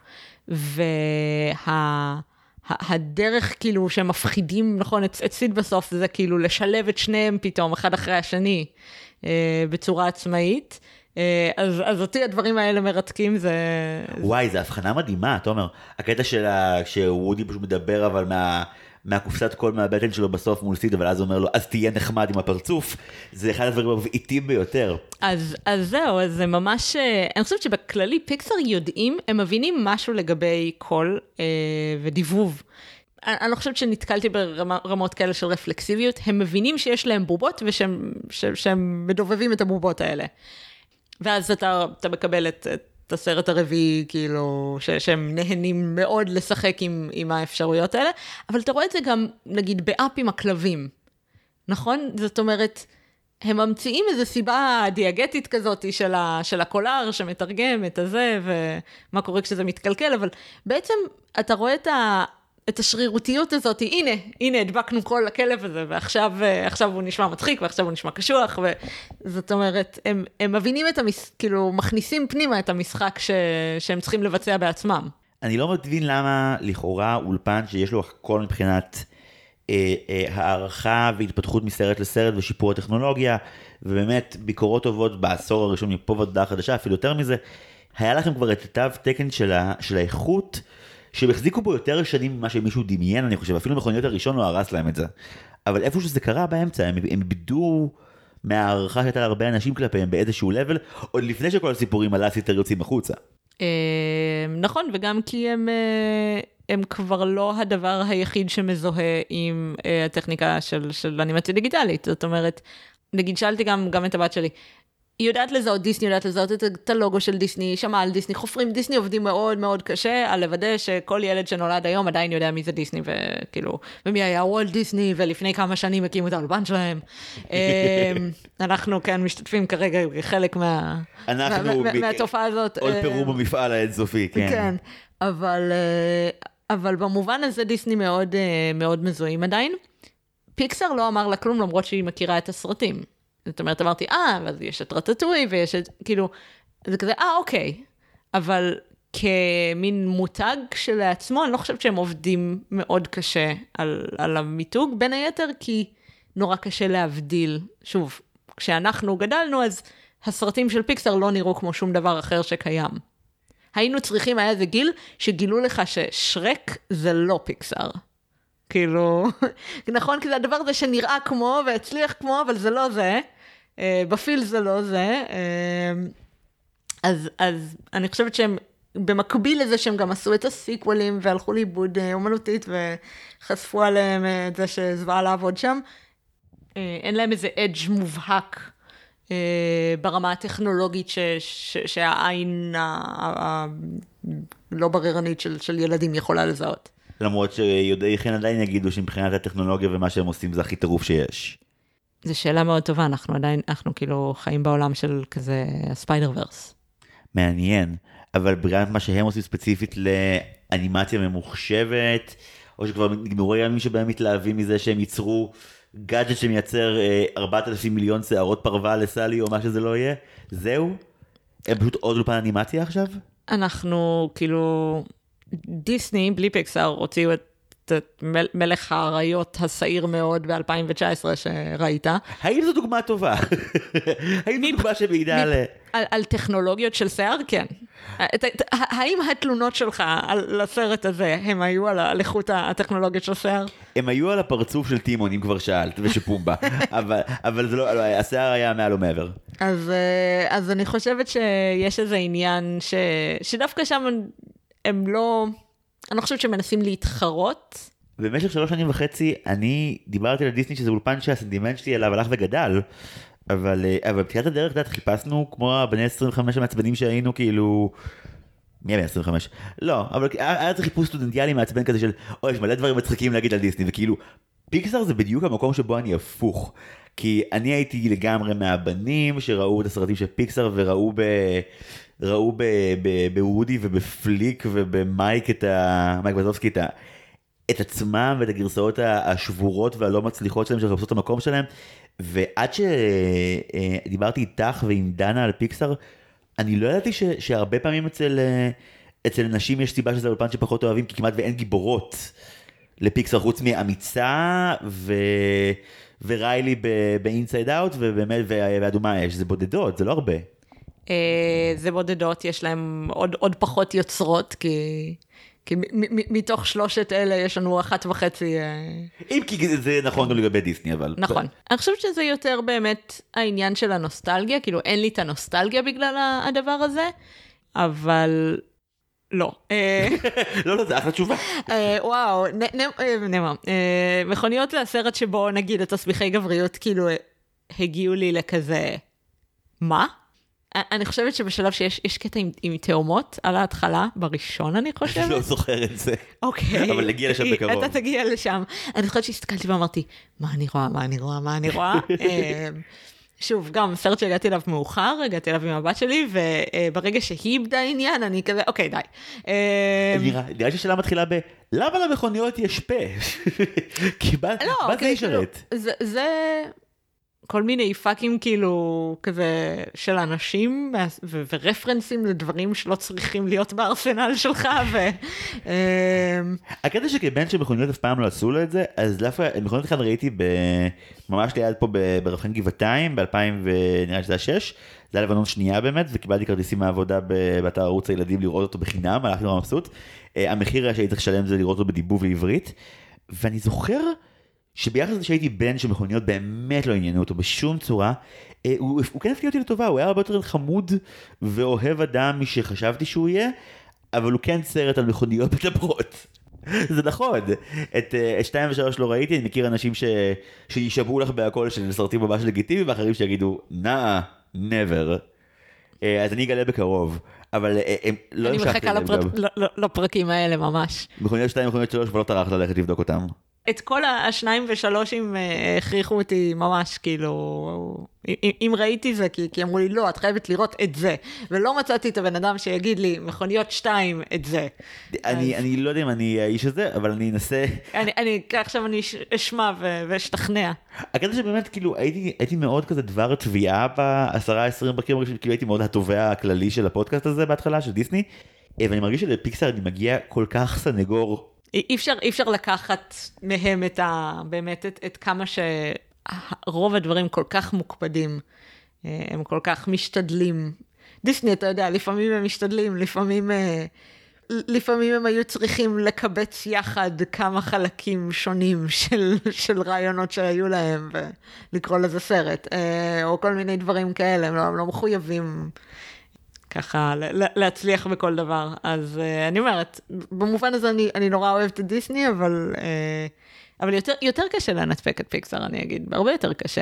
והדרך כאילו שהם מפחידים, נכון, את, את סיד בסוף, זה כאילו לשלב את שניהם פתאום, אחד אחרי השני, אה, בצורה עצמאית. אה, אז, אז אותי הדברים האלה מרתקים, זה... וואי, זה הבחנה מדהימה, תומר. הקטע שלה, שוודי פשוט מדבר, אבל מה... מהקופסת קול מהבטן שלו בסוף מול סיד, אבל אז הוא אומר לו, אז תהיה נחמד עם הפרצוף, זה אחד הדברים מבעיטים ביותר. אז, אז זהו, אז זה ממש, אני חושבת שבכללי פיקסאר יודעים, הם מבינים משהו לגבי קול אה, ודיבוב. אני, אני לא חושבת שנתקלתי ברמות כאלה של רפלקסיביות, הם מבינים שיש להם בובות, ושהם ש, שהם מדובבים את הבובות האלה. ואז אתה, אתה מקבל את... את הסרט הרביעי, כאילו, ש- שהם נהנים מאוד לשחק עם, עם האפשרויות האלה, אבל אתה רואה את זה גם, נגיד, באפ עם הכלבים, נכון? זאת אומרת, הם ממציאים איזו סיבה דיאגטית כזאת של, ה- של הקולר שמתרגם את הזה, ומה קורה כשזה מתקלקל, אבל בעצם אתה רואה את ה... את השרירותיות הזאת, הנה, הנה, הדבקנו כל לכלב הזה, ועכשיו עכשיו הוא נשמע מצחיק, ועכשיו הוא נשמע קשוח, וזאת אומרת, הם, הם מבינים את המש... כאילו, מכניסים פנימה את המשחק ש... שהם צריכים לבצע בעצמם. אני לא מבין למה לכאורה אולפן שיש לו הכל מבחינת אה, אה, הערכה והתפתחות מסרט לסרט ושיפור הטכנולוגיה, ובאמת ביקורות טובות בעשור הראשון מפה ועד חדשה, אפילו יותר מזה, היה לכם כבר את תו תקן של, ה... של האיכות, שהם החזיקו בו יותר שנים ממה שמישהו דמיין, אני חושב, אפילו מכוניות הראשון לא הרס להם את זה. אבל איפה שזה קרה באמצע, הם, הם איבדו מהערכה שהייתה הרבה אנשים כלפיהם באיזשהו לבל, עוד לפני שכל הסיפורים על הסיטר יוצאים החוצה. נכון, וגם כי הם, הם כבר לא הדבר היחיד שמזוהה עם הטכניקה של, של אנימציה דיגיטלית. זאת אומרת, נגיד, שאלתי גם, גם את הבת שלי, היא יודעת לזהות דיסני, יודעת לזהות את הלוגו של דיסני, שמע על דיסני, חופרים דיסני, עובדים מאוד מאוד קשה על לוודא שכל ילד שנולד היום עדיין יודע מי זה דיסני, וכאילו, ומי היה וולט דיסני, ולפני כמה שנים הקימו את האולפן שלהם. אנחנו כן משתתפים כרגע חלק מה... אנחנו... מהתופעה הזאת. עוד פירו במפעל האינסופי, כן. כן, אבל, אבל במובן הזה דיסני מאוד, מאוד מזוהים עדיין. פיקסאר לא אמר לה כלום, למרות שהיא מכירה את הסרטים. זאת אומרת, אמרתי, אה, אז יש את רטטוי, ויש את, כאילו, זה כזה, אה, אוקיי. אבל כמין מותג שלעצמו, אני לא חושבת שהם עובדים מאוד קשה על, על המיתוג, בין היתר, כי נורא קשה להבדיל. שוב, כשאנחנו גדלנו, אז הסרטים של פיקסאר לא נראו כמו שום דבר אחר שקיים. היינו צריכים, היה איזה גיל, שגילו לך ששרק זה לא פיקסאר. כאילו, נכון, כי זה הדבר הזה שנראה כמו והצליח כמו, אבל זה לא זה. בפיל זה לא זה. אז, אז אני חושבת שהם, במקביל לזה שהם גם עשו את הסיקוולים, והלכו לאיבוד אומנותית, וחשפו עליהם את זה שזוועה לעבוד שם, אין להם איזה אדג' מובהק, ברמה הטכנולוגית ש, ש, שהעין הלא בררנית של, של ילדים יכולה לזהות. למרות שיודעי חן עדיין יגידו שמבחינת הטכנולוגיה ומה שהם עושים זה הכי טירוף שיש. זו שאלה מאוד טובה, אנחנו עדיין, אנחנו כאילו חיים בעולם של כזה הספיידר ורס. מעניין, אבל בגלל מה שהם עושים ספציפית לאנימציה ממוחשבת, או שכבר נגמרו ימים שבהם מתלהבים מזה שהם ייצרו גאדג'ט שמייצר ארבעת אלפים מיליון שערות פרווה לסלי או מה שזה לא יהיה, זהו? הם פשוט עוד אולפן אנימציה עכשיו? אנחנו כאילו, דיסני בלי פיקסאר הוציאו את את מלך האריות השעיר מאוד ב-אלפיים תשע עשרה שראית. האם זו דוגמה טובה? האם זו דוגמה שמעידה על... על טכנולוגיות של שיער? כן. האם התלונות שלך על הסרט הזה, הם היו על איכות הטכנולוגיות של שיער? הם היו על הפרצוף של טימון, אם כבר שאלת, ושפומבה. אבל השיער היה מעל ומעבר. אז אני חושבת שיש איזה עניין שדווקא שם הם לא... אני לא חושבת שמנסים להתחרות. במשך שלוש שנים וחצי, אני דיברתי על דיסני שזה אולפן שהסנטימנט שלי עליו הלך וגדל, אבל, אבל בתחילת הדרך, דעת, חיפשנו כמו הבני עשרים וחמש המעצבנים שהיינו, כאילו... מי הבן עשרים וחמש? לא, אבל היה צריך חיפוש סטודנטיאלי מעצבן כזה של, אוי, יש מלא דברים מצחיקים להגיד על דיסני, וכאילו, פיקסאר זה בדיוק המקום שבו אני הפוך. כי אני הייתי לגמרי מהבנים שראו את הסרטים של פיקסאר וראו ב... ראו בוודי ובפליק ובמייק את ה... מייק בזובסקי את ה... את עצמם ואת הגרסאות השבורות והלא מצליחות שלהם שחפשו את המקום שלהם, ועד שדיברתי איתך ועם דנה על פיקסאר, אני לא ידעתי ש... שהרבה פעמים אצל... אצל נשים יש סיבה שזה אולפן שפחות אוהבים, כי כמעט ואין גיבורות לפיקסאר חוץ מאמיצה ו... וריילי באינסייד אאוט, ובאמת, והאדומה יש, זה בודדות, זה לא הרבה. זה בודדות, יש להם עוד, עוד פחות יוצרות, כי, כי מ, מ, מתוך שלושת אלה יש לנו אחת וחצי... אם כי זה נכון גם לגבי דיסני, אבל... נכון. אני חושבת שזה יותר באמת העניין של הנוסטלגיה, כאילו אין לי את הנוסטלגיה בגלל הדבר הזה, אבל... לא. לא, לא, זה אחלה תשובה. וואו, נאמר. מכוניות זה הסרט שבו נגיד את הסביכי גבריות, כאילו הגיעו לי לכזה... מה? אני חושבת שבשלב שיש יש קטע עם, עם תאומות על ההתחלה, בראשון אני חושבת. אני לא זוכר את זה. אוקיי. אבל נגיע לשם בקרוב. אתה תגיע לשם. אני חושבת שהסתכלתי ואמרתי, מה אני רואה, מה אני רואה, מה אני רואה. שוב, גם סרט שהגעתי אליו מאוחר, הגעתי אליו עם הבת שלי, וברגע שהיא איבדה עניין, אני כזה, אוקיי, די. נראה שהשאלה מתחילה ב, למה למכוניות יש פה? כי מה זה ישרת? זה... כל מיני פאקים כאילו כזה של אנשים ו- ורפרנסים לדברים שלא צריכים להיות בארסנל שלך ו... הקטע שכבן שמכוניות אף פעם לא עשו לו את זה, אז דווקא מכוניות אחד ראיתי ממש ליד פה ברחן גבעתיים ב-אלפיים ונראה שזה השש, זה היה לבנון שנייה באמת, וקיבלתי כרטיסים מהעבודה באתר ערוץ הילדים לראות אותו בחינם, הלכתי נורא מבסוט. המחיר היה שהייתי צריך לשלם זה לראות אותו בדיבוב לעברית, ואני זוכר שביחד לזה שהייתי בן שמכוניות באמת לא עניינו אותו בשום צורה, הוא, הוא כן הפתיע אותי לטובה, הוא היה הרבה יותר חמוד ואוהב אדם משחשבתי שהוא יהיה, אבל הוא כן סרט על מכוניות מדברות. זה נכון, את, את שתיים ושלוש לא ראיתי, אני מכיר אנשים ש, שישבעו לך בהכל של סרטים ממש לגיטימיים, ואחרים שיגידו, נאה, never. אז אני אגלה בקרוב. אבל הם לא אני מחכה לפרקים האלה ממש. מכוניות שתיים, מכוניות שלוש, ולא טרחת ללכת לבדוק אותם. את כל השניים ושלושים הכריחו אותי ממש, כאילו, אם ראיתי זה, כי, כי אמרו לי, לא, את חייבת לראות את זה, ולא מצאתי את הבן אדם שיגיד לי, מכוניות שתיים, את זה. אני, אז... אני לא יודע אם אני האיש הזה, אבל אני אנסה... אני, אני, עכשיו אני אשמע ואשתכנע. הקטע שבאמת, כאילו, הייתי, הייתי מאוד כזה דבר תביעה בעשרה עשרים פרקים, כאילו הייתי מאוד התובע הכללי של הפודקאסט הזה בהתחלה, של דיסני, ואני מרגיש שלפיקסאר אני מגיע כל כך סנגור, אי אפשר, אי אפשר לקחת מהם את ה, באמת, את, את כמה שרוב הדברים כל כך מוקפדים, הם כל כך משתדלים. דיסני, אתה יודע, לפעמים הם משתדלים, לפעמים לפעמים הם היו צריכים לקבץ יחד כמה חלקים שונים של, של רעיונות שהיו להם, ולקרוא לזה סרט, או כל מיני דברים כאלה, הם לא, הם לא מחויבים ככה להצליח בכל דבר. אז אני אומרת, במובן הזה אני, אני נורא אוהבת את דיסני, אבל, אבל יותר, יותר קשה לנתפק את פיקסאר, אני אגיד, הרבה יותר קשה.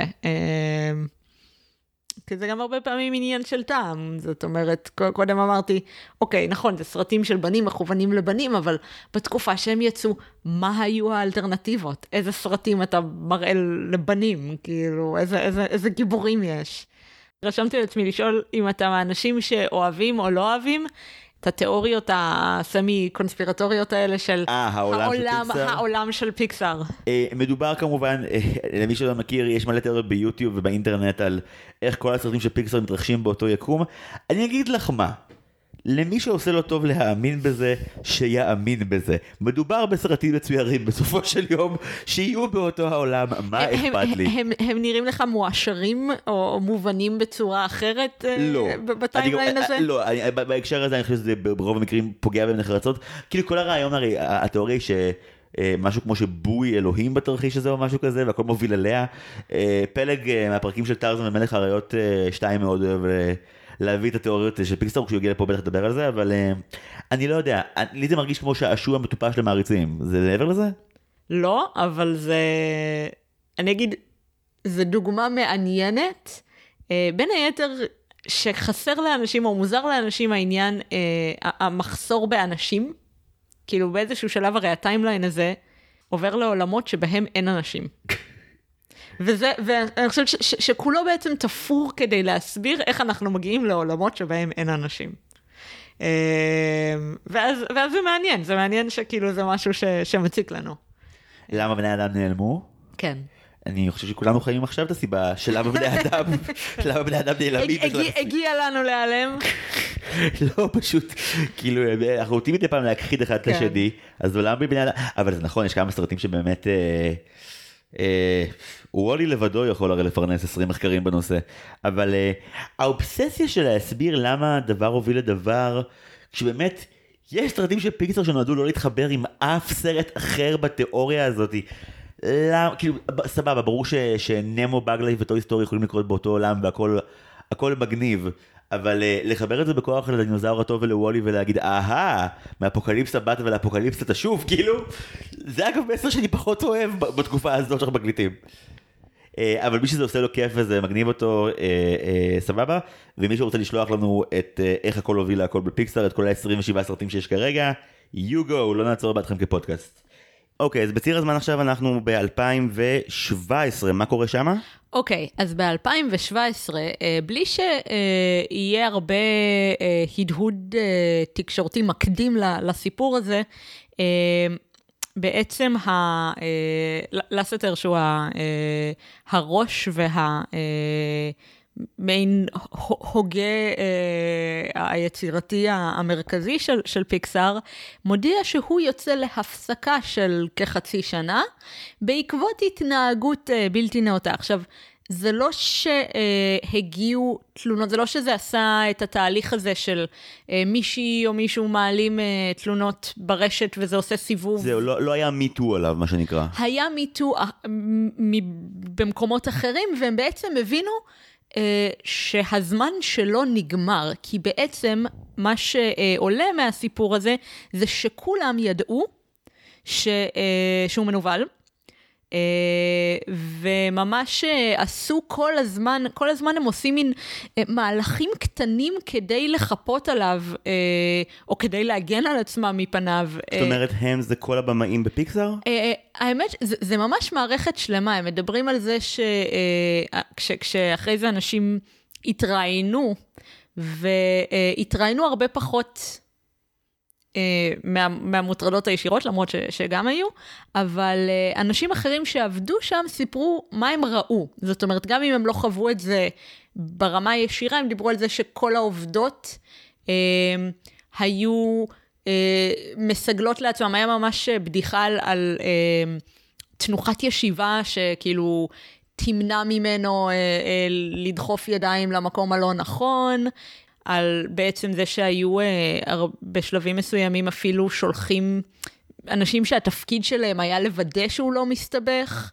כי זה גם הרבה פעמים עניין של טעם, זאת אומרת, קודם אמרתי, אוקיי, נכון, זה סרטים של בנים, מכוונים לבנים, אבל בתקופה שהם יצאו, מה היו האלטרנטיבות? איזה סרטים אתה מראה לבנים? כאילו, איזה, איזה, איזה גיבורים יש? רשמתי לעצמי לשאול אם אתה מהאנשים שאוהבים או לא אוהבים, את התיאוריות הסמי-קונספירטוריות האלה של העולם, העולם של פיקסאר. מדובר כמובן, למי שלא מכיר, יש מלא תיאוריות ביוטיוב ובאינטרנט על איך כל הסרטים של פיקסאר מתרחשים באותו יקום. אני אגיד לך מה, למי שעושה לו טוב להאמין בזה, שיאמין בזה. מדובר בסרטים מצוירים בסופו של יום, שיהיו באותו העולם, מה אכפת לי? הם, הם נראים לך מואשרים או מובנים בצורה אחרת? לא. בטיימליין הזה? לא, בהקשר הזה אני חושב שזה ברוב המקרים פוגע בנחרצות. כאילו כל הרעיון, הרי, התיאוריה היא ש... משהו כמו שבוי אלוהים בתרחיש הזה או משהו כזה, והכל מוביל עליה. פלג מהפרקים של טרזן ומלך האריות שתיים מאוד אוהב להביא את התיאוריות של פיקסאר, כשהוא הגיע לפה בטח לדבר על זה, אבל אני לא יודע, לי זה מרגיש כמו שעשוע מטופש למעריצים, זה מעבר לזה? לא, אבל זה, אני אגיד, זה דוגמה מעניינת, בין היתר שחסר לאנשים או מוזר לאנשים העניין, המחסור באנשים, כאילו באיזשהו שלב הרי הטיימליין הזה עובר לעולמות שבהם אין אנשים. וזה, ואני חושבת ש, ש, שכולו בעצם תפור כדי להסביר איך אנחנו מגיעים לעולמות שבהם אין אנשים. ואז, ואז זה מעניין, זה מעניין שכאילו זה משהו ש, שמציק לנו. למה בני אדם נעלמו? כן. אני חושב שכולנו חיים עכשיו את הסיבה של למה בני אדם, למה בני אדם נעלמים. הגיע לנו להיעלם. לא, פשוט, כאילו, אנחנו רוצים מדי פעם להכחיד אחד את השני, אז עולם בני אדם, אבל זה נכון, יש כמה סרטים שבאמת, וולי לבדו יכול הרי לפרנס עשרים מחקרים בנושא, אבל האובססיה של להסביר למה דבר הוביל לדבר, כשבאמת, יש סרטים של פיקסאר שנועדו לא להתחבר עם אף סרט אחר בתיאוריה הזאת, למה, כאילו, סבבה, ברור ש, שנמו, בגלי וטוי סטורי יכולים לקרות באותו עולם והכל הכל מגניב, אבל uh, לחבר את זה בכוח לדינוזאור הטוב ולוולי ולהגיד, אהה, מאפוקליפסה באת ולאפוקליפסה תשוב, כאילו, זה אגב מסר שאני פחות אוהב בתקופה הזאת שאנחנו מקליטים. Uh, אבל מי שזה עושה לו כיף וזה מגניב אותו, uh, uh, סבבה, ומי שרוצה לשלוח לנו את uh, איך הכל הוביל להכל בפיקסאר, את כל ה-עשרים ושבעה סרטים שיש כרגע, you go, לא נעצור בעדכם כפודקאסט. אוקיי, אז בציר הזמן עכשיו אנחנו ב-אלפיים שבע עשרה, מה קורה שמה? אוקיי, אז ב-אלפיים שבע עשרה, בלי שיהיה הרבה הדהוד תקשורתי מקדים לסיפור הזה, בעצם לסטר שהוא הראש וה... מעין הוגה אה, היצירתי המרכזי של, של פיקסאר, מודיע שהוא יוצא להפסקה של כחצי שנה, בעקבות התנהגות אה, בלתי נאותה. עכשיו, זה לא שהגיעו תלונות, זה לא שזה עשה את התהליך הזה של אה, מישהי או מישהו מעלים אה, תלונות ברשת וזה עושה סיבוב. זהו, לא, לא היה מיטו עליו, מה שנקרא. היה מיטו אה, במקומות אחרים, והם בעצם הבינו שהזמן שלו נגמר, כי בעצם מה שעולה מהסיפור הזה, זה שכולם ידעו ש... שהוא מנוול, וממש עשו כל הזמן, כל הזמן הם עושים מין מהלכים קטנים כדי לחפות עליו, או כדי להגן על עצמם מפניו. זאת אומרת, הם זה כל הבמאים בפיקסאר? האמת, זה, זה ממש מערכת שלמה, הם מדברים על זה שכשאחרי זה אנשים התראיינו, והתראיינו הרבה פחות מה, מהמוטרדות הישירות, למרות ש, שגם היו, אבל אנשים אחרים שעבדו שם סיפרו מה הם ראו. זאת אומרת, גם אם הם לא חוו את זה ברמה הישירה, הם דיברו על זה שכל העובדות אה, היו אה, מסגלות לעצמם. היה ממש בדיחה על, על אה, תנוחת ישיבה שכאילו תמנע ממנו אה, אה, לדחוף ידיים למקום הלא נכון, על בעצם זה שהיו בשלבים מסוימים אפילו שולחים אנשים שהתפקיד שלהם היה לוודא שהוא לא מסתבך,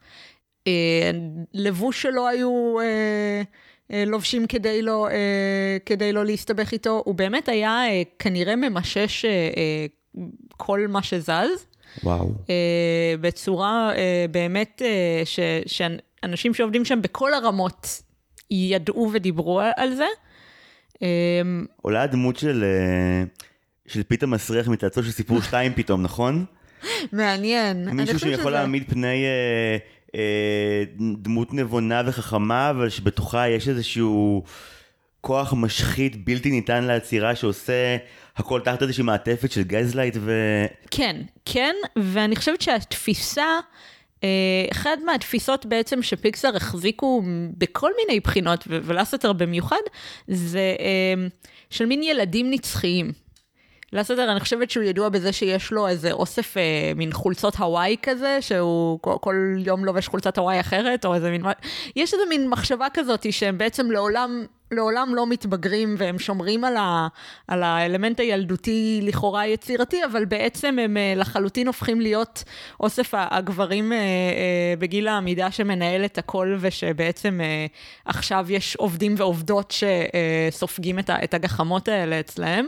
לבוש שלו היו לובשים כדי לא, כדי לא להסתבך איתו, הוא באמת היה כנראה ממשש כל מה שזז. וואו. בצורה באמת ש, שאנשים שעובדים שם בכל הרמות ידעו ודיברו על זה. עולה הדמות של, של פיתה מסריח מתעצו של סיפור שתיים פתאום, נכון? מעניין. מישהו שיכול להעמיד פני אה, אה, דמות נבונה וחכמה, אבל שבתוכה יש איזשהו כוח משחית בלתי ניתן לעצירה, שעושה הכל תחת איזושהי מעטפת של גזלייט ו... כן, כן, ואני חושבת שהתפיסה, אחד מהתפיסות בעצם שפיקסאר החזיקו בכל מיני בחינות, ולאסטר במיוחד, זה של מין ילדים נצחיים. לאסטר, אני חושבת שהוא ידוע בזה שיש לו איזה אוסף מין חולצות הוואי כזה, שהוא כל יום לובש חולצת הוואי אחרת, או איזה מין... יש איזה מין מחשבה כזאת שהם בעצם לעולם... לעולם לא מתבגרים, והם שומרים על, ה, על האלמנט הילדותי לכאורה יצירתי, אבל בעצם הם לחלוטין הופכים להיות אוסף הגברים בגיל העמידה שמנהל את הכל, ושבעצם עכשיו יש עובדים ועובדות שסופגים את הגחמות האלה אצלהם.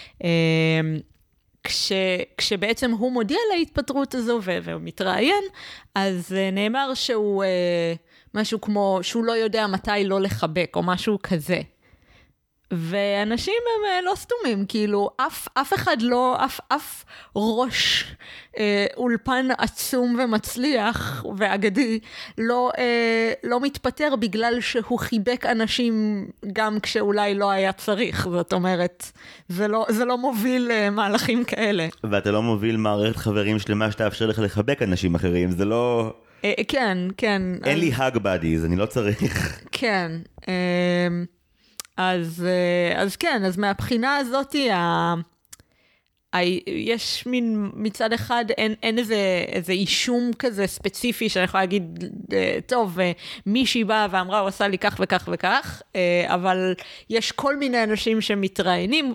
כש, כשבעצם הוא מודיע להתפטרות הזו ומתראיין, אז נאמר שהוא... משהו כמו שהוא לא יודע מתי לא לחבק, או משהו כזה. ואנשים הם לא סתומים, כאילו, אף, אף אחד לא, אף, אף ראש אה, אולפן עצום ומצליח ואגדי, לא, אה, לא מתפטר בגלל שהוא חיבק אנשים גם כשאולי לא היה צריך. זאת אומרת, זה לא, זה לא מוביל אה, מהלכים כאלה. ואתה לא מוביל מערכת חברים שלמה שתאפשר לך לחבק אנשים אחרים, זה לא... כן, כן. אין לי hug buddies, אני לא צריך. כן. אז, אז כן, אז מהבחינה הזאת, ה... יש מין, מצד אחד, אין, אין איזה, איזה אישום כזה ספציפי, שאני יכולה להגיד, טוב, מישהי באה ואמרה, הוא עשה לי כך וכך וכך, אבל יש כל מיני אנשים שמתראיינים,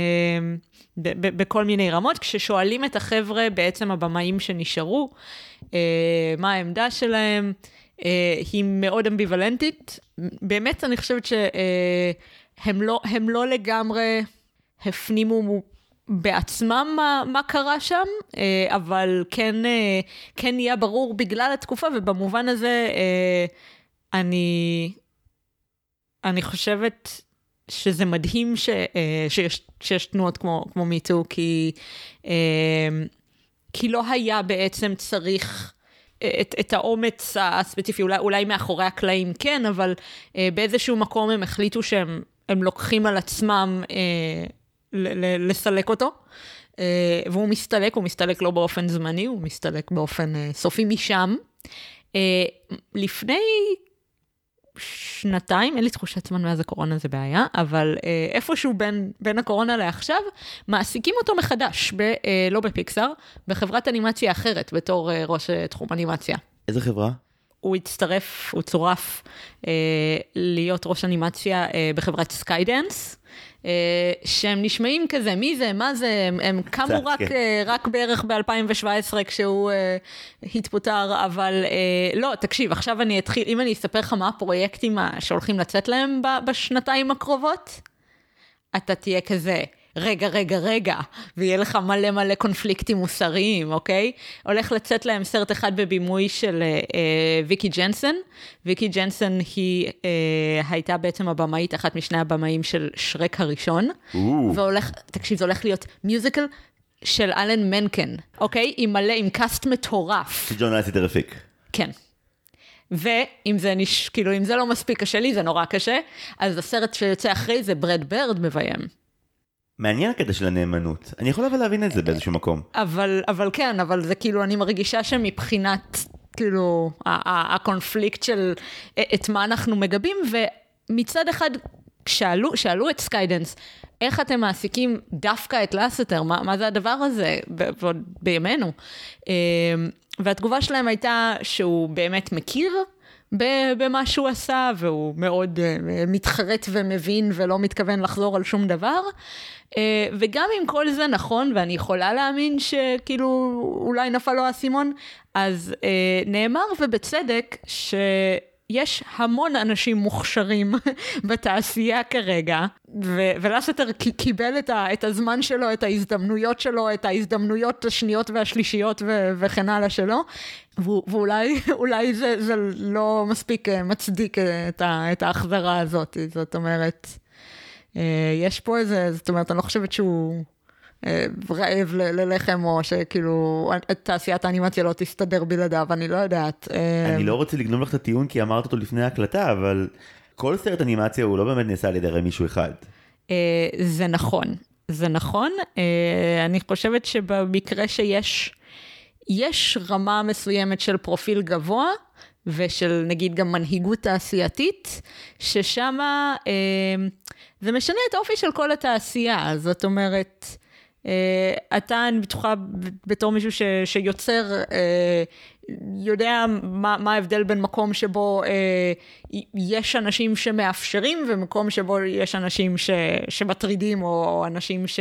בכל מיני רמות, כששואלים את החבר'ה, בעצם הבמאים שנשארו, מה העמדה שלהם, היא מאוד אמביוולנטית. באמת אני חושבת שהם לא, הם לא לגמרי הפנימו בעצמם מה, מה קרה שם, אבל כן, כן נהיה ברור בגלל התקופה, ובמובן הזה אני, אני חושבת שזה מדהים ש, שיש, שיש תנועות כמו, כמו מיטו, כי, כי לא היה בעצם צריך את, את האומץ הספציפי, אולי, אולי מאחורי הקלעים כן, אבל באיזשהו מקום הם החליטו שהם הם לוקחים על עצמם ל- ל- לסלק אותו, והוא מסתלק, הוא מסתלק לא באופן זמני, הוא מסתלק באופן סופי משם. לפני שנתיים, אין לי תחושת זמן מאז הקורונה, זה בעיה, אבל איפשהו בין, בין הקורונה לעכשיו, מעסיקים אותו מחדש, ב, לא בפיקסאר, בחברת אנימציה אחרת, בתור ראש תחום אנימציה. איזה חברה? הוא הצטרף, הוא צורף אה, להיות ראש אנימציה אה, בחברת סקיידנס, אה, שהם נשמעים כזה, מי זה, מה זה, הם, הם קמו רק, אה, רק בערך ב-אלפיים שבע עשרה כשהוא אה, התפוטר, אבל אה, לא, תקשיב, עכשיו אני אתחיל, אם אני אספר לך מה הפרויקטים שהולכים לצאת להם בשנתיים הקרובות, אתה תהיה כזה... רגע, רגע, רגע, ויהיה לך מלא מלא קונפליקטים מוסריים, אוקיי? הולך לצאת להם סרט אחד בבימוי של אה, ויקי ג'נסן. ויקי ג'נסן היא אה, הייתה בעצם הבמאית, אחת משני הבמאים של שרק הראשון. והולך, תקשיב, זה הולך להיות מיוזיקל של אלן מנקן, אוקיי? עם מלא, עם קאסט מטורף. ג'ון לסטר הפיק. כן. ואם זה, נש... כאילו, אם זה לא מספיק קשה לי, זה נורא קשה, אז הסרט שיוצא אחרי זה ברד ברד מביים. מעניין הקטע של הנאמנות. אני יכול אבל להבין את זה באיזשהו מקום. אבל, אבל כן, אבל זה כאילו, אני מרגישה שמבחינת, כאילו, הקונפליקט של את מה אנחנו מגבים, ומצד אחד, שאלו, שאלו את סקיידנס, איך אתם מעסיקים דווקא את לסטר? מה, מה זה הדבר הזה בימינו? והתגובה שלהם הייתה שהוא באמת מכיר, במה שהוא עשה, והוא מאוד מתחרט ומבין ולא מתכוון לחזור על שום דבר. וגם אם כל זה נכון, ואני יכולה להאמין שכאילו אולי נפל לו האסימון, אז נאמר ובצדק שיש המון אנשים מוכשרים בתעשייה כרגע, ולסטר קיבל את, ה, את הזמן שלו, את ההזדמנויות שלו, את ההזדמנויות השניות והשלישיות ו, וכן הלאה שלו, ואולי אולי זה, זה לא מספיק מצדיק את, ה, את ההחזרה הזאת. זאת אומרת, יש פה איזה, זאת אומרת, אני לא חושבת שהוא רעב ללחם, או שכאילו תעשיית האנימציה לא תסתדר בלעדיו, אני לא יודעת. אני לא רוצה לגנוב לך את הטיעון, כי אמרת אותו לפני ההקלטה, אבל כל סרט אנימציה הוא לא באמת נעשה על ידי מישהו אחד. זה נכון, זה נכון. אני חושבת שבמקרה שיש, יש רמה מסוימת של פרופיל גבוה, ושל נגיד גם מנהיגות תעשייתית, ששמה זה משנה את האופי של כל התעשייה. זאת אומרת, אתה, אני בטוחה בתור מישהו ש, שיוצר, יודע מה, מה ההבדל בין מקום שבו יש אנשים שמאפשרים, ומקום שבו יש אנשים ש, שמטרידים, או אנשים ש...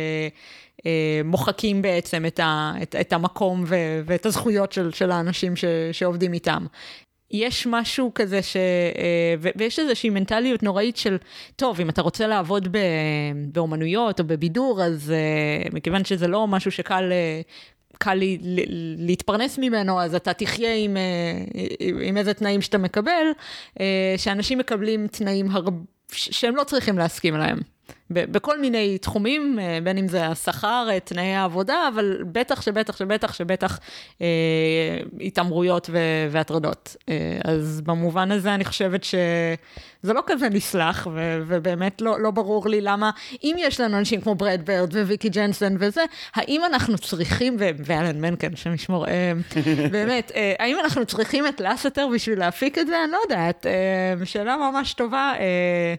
מוחקים בעצם את, ה, את, את המקום ו, ואת הזכויות של, של האנשים ש, שעובדים איתם. יש משהו כזה ש... ו, ויש איזושהי מנטליות נוראית של, טוב, אם אתה רוצה לעבוד ב, באומנויות או בבידור, אז מכיוון שזה לא משהו שקל... קל לי, להתפרנס ממנו, אז אתה תחיה עם, עם איזה תנאים שאתה מקבל, שאנשים מקבלים תנאים הרב, שהם לא צריכים להסכים להם. בכל מיני תחומים, בין אם זה השכר, תנאי העבודה, אבל בטח שבטח שבטח שבטח אה, התאמרויות ו- והטרדות. אה, אז במובן הזה אני חושבת שזה לא כזה נסלח, ו- ובאמת לא, לא ברור לי למה, אם יש לנו אנשים כמו ברד ברד וויקי ג'נסון וזה, האם אנחנו צריכים, ו- ואלן מנקן שמשמור, אה, באמת, אה, האם אנחנו צריכים את לסטר בשביל להפיק את זה? אני לא יודעת. אה, שאלה ממש טובה, אה,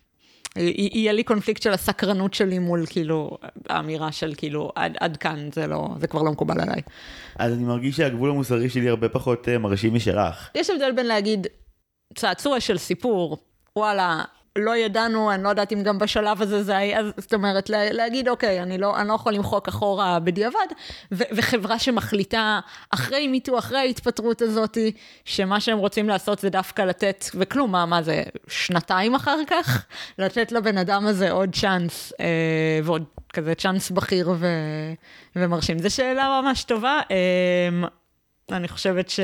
יהיה לי קונפליקט של הסקרנות שלי מול כאילו האמירה של כאילו עד, עד כאן זה לא, זה כבר לא מקובל עליי. אז אני מרגיש שהגבול המוסרי שלי הרבה פחות מרשים משלך. יש הבדל בין להגיד צעצוע של סיפור, וואלה, לא ידענו, אני לא יודעת אם גם בשלב הזה זה היה, זאת אומרת, להגיד, אוקיי, אני לא, אני לא יכול למחוק אחורה בדיעבד, ו- וחברה שמחליטה אחרי מיטו, אחרי ההתפטרות הזאת, שמה שהם רוצים לעשות זה דווקא לתת, וכלום, מה, מה זה, שנתיים אחר כך? לתת לבן אדם הזה עוד צ'אנס, אה, ועוד כזה צ'אנס בכיר ו- ומרשים. זו שאלה ממש טובה. אה, אני חושבת ש-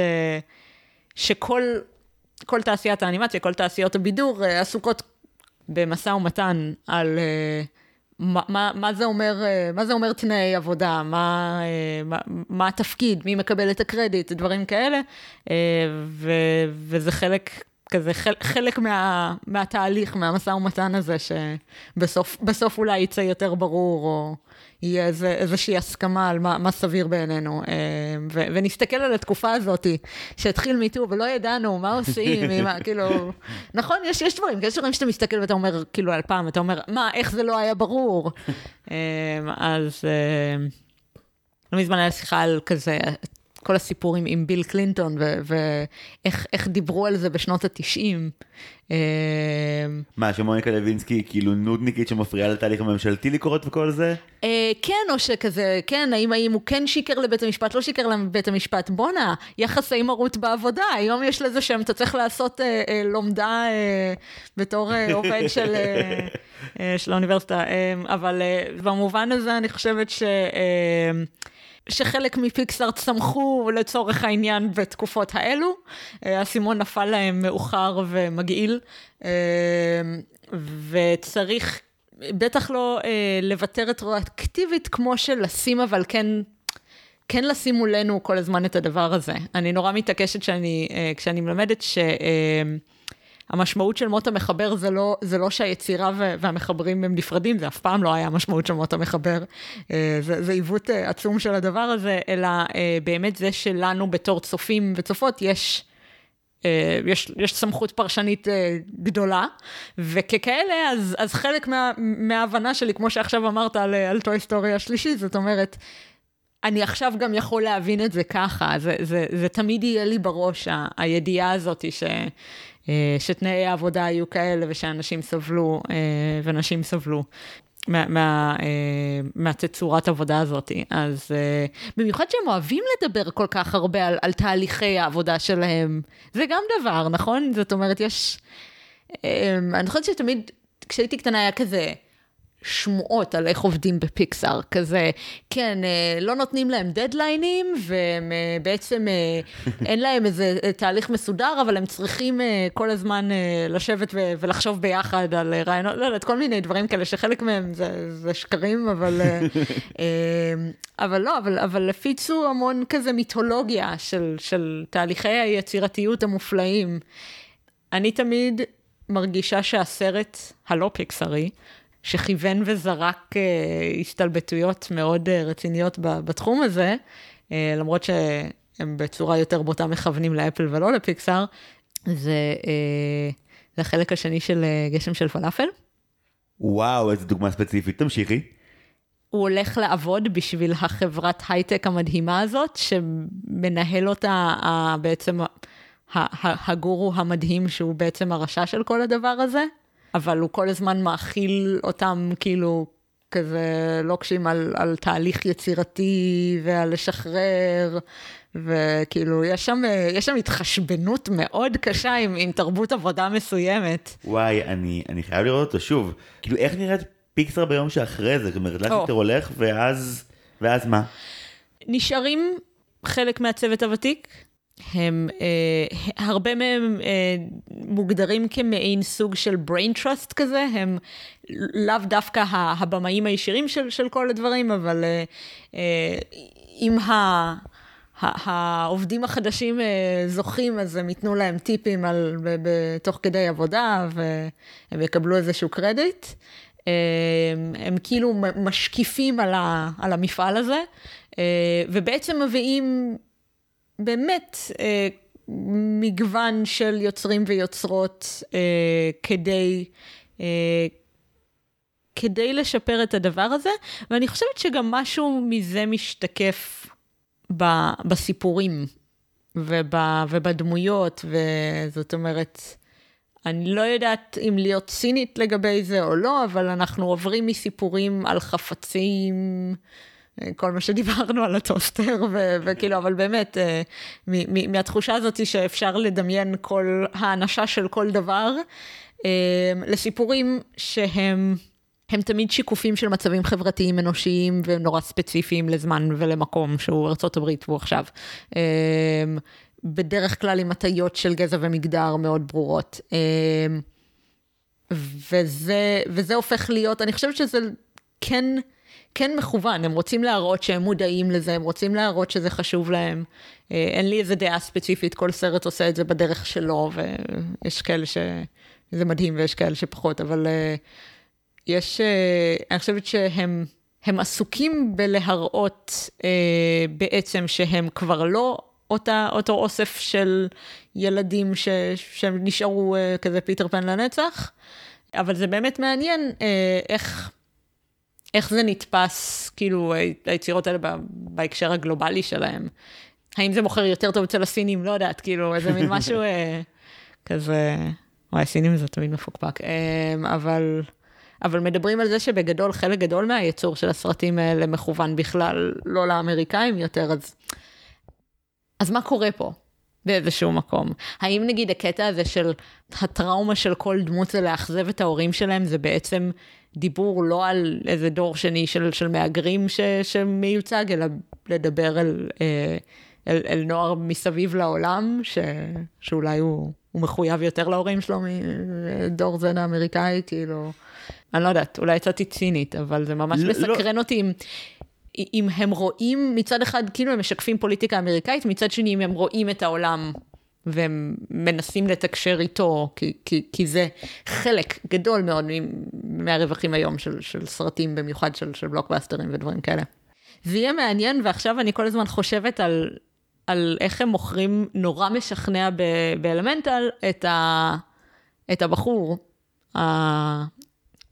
שכל... כל תעשיית האנימציה, כל תעשיות הבידור, עסוקות במשא ומתן על uh, מה, מה, מה זה אומר, uh, מה זה אומר תנאי עבודה, מה, uh, מה, מה התפקיד, מי מקבל את הקרדיט, דברים כאלה, uh, ו, וזה חלק כזה, חלק, חלק מה, מהתהליך, מהמשא ומתן הזה, שבסוף בסוף אולי יצא יותר ברור, או יהיה איזה, איזושהי הסכמה על מה, מה סביר בעינינו, ו, ונסתכל על התקופה הזאת, שהתחיל מיטו, ולא ידענו מה עושים, מה, כאילו, נכון, יש, יש דברים, יש דברים שאתה מסתכל ואתה אומר, כאילו, על פעם, אתה אומר, מה, איך זה לא היה ברור? אז, לא מזמן היה שיחה על כזה, כל הסיפורים עם ביל קלינטון, ואיך איך דיברו על זה בשנות ה-תשעים. מה, שמוניקה לוינסקי כאילו נודניקית שמפריעה לתהליך הממשלתי לקורות וכל זה? כן, או שכזה, כן, האם, האם הוא כן שיקר לבית המשפט, לא שיקר לבית המשפט, בונה, יחסי מרות בעבודה, היום יש לזה שם, אתה צריך לעשות אה, אה, לומדה אה, בתור אה, עובד של, אה, אה, של האוניברסיטה, אה, אבל אה, במובן הזה אני חושבת ש... אה, שחלק מפיקסאר צמחו לצורך העניין בתקופות האלו, הסימון נפל להם מאוחר ומגעיל, וצריך בטח לא לוותר רטרואקטיבית כמו של לשים, אבל כן, כן לשים מולנו כל הזמן את הדבר הזה. אני נורא מתעקשת שאני, כשאני מלמדת ש... המשמעות של מות המחבר זה לא, זה לא שהיצירה והמחברים הם נפרדים, זה אף פעם לא היה המשמעות של מות המחבר, זה, זה עיוות עצום של הדבר הזה, אלא באמת זה שלנו בתור צופים וצופות יש, יש, יש סמכות פרשנית גדולה, וככאלה, אז, אז חלק מה, מההבנה שלי, כמו שעכשיו אמרת על, על טוי סטורי השלישי, זאת אומרת, אני עכשיו גם יכול להבין את זה ככה, זה, זה, זה תמיד יהיה לי בראש, ה, הידיעה הזאת ש, שתנאי העבודה היו כאלה, ושאנשים סבלו, ונשים סבלו. מה, מה, מהתצורת עבודה הזאת. אז במיוחד שהם אוהבים לדבר כל כך הרבה על, על תהליכי העבודה שלהם, זה גם דבר, נכון? זאת אומרת, יש... אני חושבת שתמיד, כשהייתי קטנה היה כזה שמועות על איך עובדים בפיקסאר, כזה, כן, לא נותנים להם דדליינים, והם בעצם אין להם איזה תהליך מסודר, אבל הם צריכים כל הזמן לשבת ולחשוב ביחד על רעיונות, לא יודעת, כל מיני דברים כאלה, שחלק מהם זה, זה שקרים, אבל, אבל לא, אבל, אבל הפיצו המון כזה מיתולוגיה של, של תהליכי היצירתיות המופלאים. אני תמיד מרגישה שהסרט הלא פיקסארי, שכיוון וזרק uh, השתלבטויות מאוד uh, רציניות בתחום הזה, uh, למרות שהם בצורה יותר בוטה מכוונים לאפל ולא לפיקסאר, זה, uh, זה החלק השני של uh, גשם של פלאפל. וואו, איזו דוגמה ספציפית, תמשיכי. הוא הולך לעבוד בשביל החברת הייטק המדהימה הזאת, שמנהל אותה uh, בעצם הגורו המדהים, שהוא בעצם הרשע של כל הדבר הזה. אבל הוא כל הזמן מאכיל אותם כאילו כזה לוקשים על, על תהליך יצירתי ועל לשחרר, וכאילו יש שם, יש שם התחשבנות מאוד קשה עם, עם תרבות עבודה מסוימת. וואי, אני, אני חייב לראות אותו שוב. כאילו איך נראית פיקסאר ביום שאחרי זה? זאת אומרת, לאט יותר הולך ואז, ואז מה? נשארים חלק מהצוות הוותיק, הם, אה, הרבה מהם אה, מוגדרים כמעין סוג של brain trust כזה, הם לאו דווקא הבמאים הישירים של, של כל הדברים, אבל אה, אה, אם ה, ה, העובדים החדשים אה, זוכים, אז הם ייתנו להם טיפים על, ב, ב, תוך כדי עבודה, והם יקבלו איזשהו קרדיט. אה, הם כאילו משקיפים על, ה, על המפעל הזה, אה, ובעצם מביאים באמת אה, מגוון של יוצרים ויוצרות אה, כדי, אה, כדי לשפר את הדבר הזה, ואני חושבת שגם משהו מזה משתקף ב, בסיפורים וב, ובדמויות, וזאת אומרת, אני לא יודעת אם להיות צינית לגבי זה או לא, אבל אנחנו עוברים מסיפורים על חפצים, כל מה שדיברנו על הטוסטר, ו- וכאילו, אבל באמת, מ- מ- מהתחושה הזאת שאפשר לדמיין כל האנשה של כל דבר, לסיפורים שהם הם תמיד שיקופים של מצבים חברתיים אנושיים, ונורא ספציפיים לזמן ולמקום, שהוא ארצות הברית והוא עכשיו. בדרך כלל עם הטיות של גזע ומגדר מאוד ברורות. וזה, וזה הופך להיות, אני חושבת שזה כן... כן מכוון, הם רוצים להראות שהם מודעים לזה, הם רוצים להראות שזה חשוב להם. אין לי איזה דעה ספציפית, כל סרט עושה את זה בדרך שלו, ויש כאלה שזה מדהים ויש כאלה שפחות, אבל יש, אני חושבת שהם הם עסוקים בלהראות בעצם שהם כבר לא אותה, אותו אוסף של ילדים ש, שהם נשארו כזה פיטר פן לנצח, אבל זה באמת מעניין איך... איך זה נתפס, כאילו, היצירות האלה בהקשר הגלובלי שלהם. האם זה מוכר יותר טוב אצל הסינים? לא יודעת, כאילו, איזה מין משהו אה, כזה, וואי, הסינים זה תמיד מפוקפק. אה, אבל, אבל מדברים על זה שבגדול, חלק גדול מהייצור של הסרטים האלה מכוון בכלל, לא לאמריקאים יותר, אז, אז מה קורה פה? באיזשהו מקום. האם נגיד הקטע הזה של הטראומה של כל דמות זה לאכזב את ההורים שלהם, זה בעצם דיבור לא על איזה דור שני של, של מאגרים ש, שמיוצג, אלא לדבר אל, אל, אל נוער מסביב לעולם, ש, שאולי הוא, הוא מחויב יותר להורים שלו מדור זן האמריקאי, כאילו, אני לא יודעת, אולי יצאתי צינית, אבל זה ממש לא, מסקרן לא. אותי אם... אם הם רואים, מצד אחד, כאילו הם משקפים פוליטיקה אמריקאית, מצד שני, אם הם רואים את העולם, והם מנסים לתקשר איתו, כי, כי, כי זה חלק גדול מאוד מהרווחים היום של, של סרטים, במיוחד של, של בלוקבאסטרים ודברים כאלה. זה יהיה מעניין, ועכשיו אני כל הזמן חושבת על, על איך הם מוכרים נורא משכנע ב- באלמנטל, את, ה, את הבחור, ה,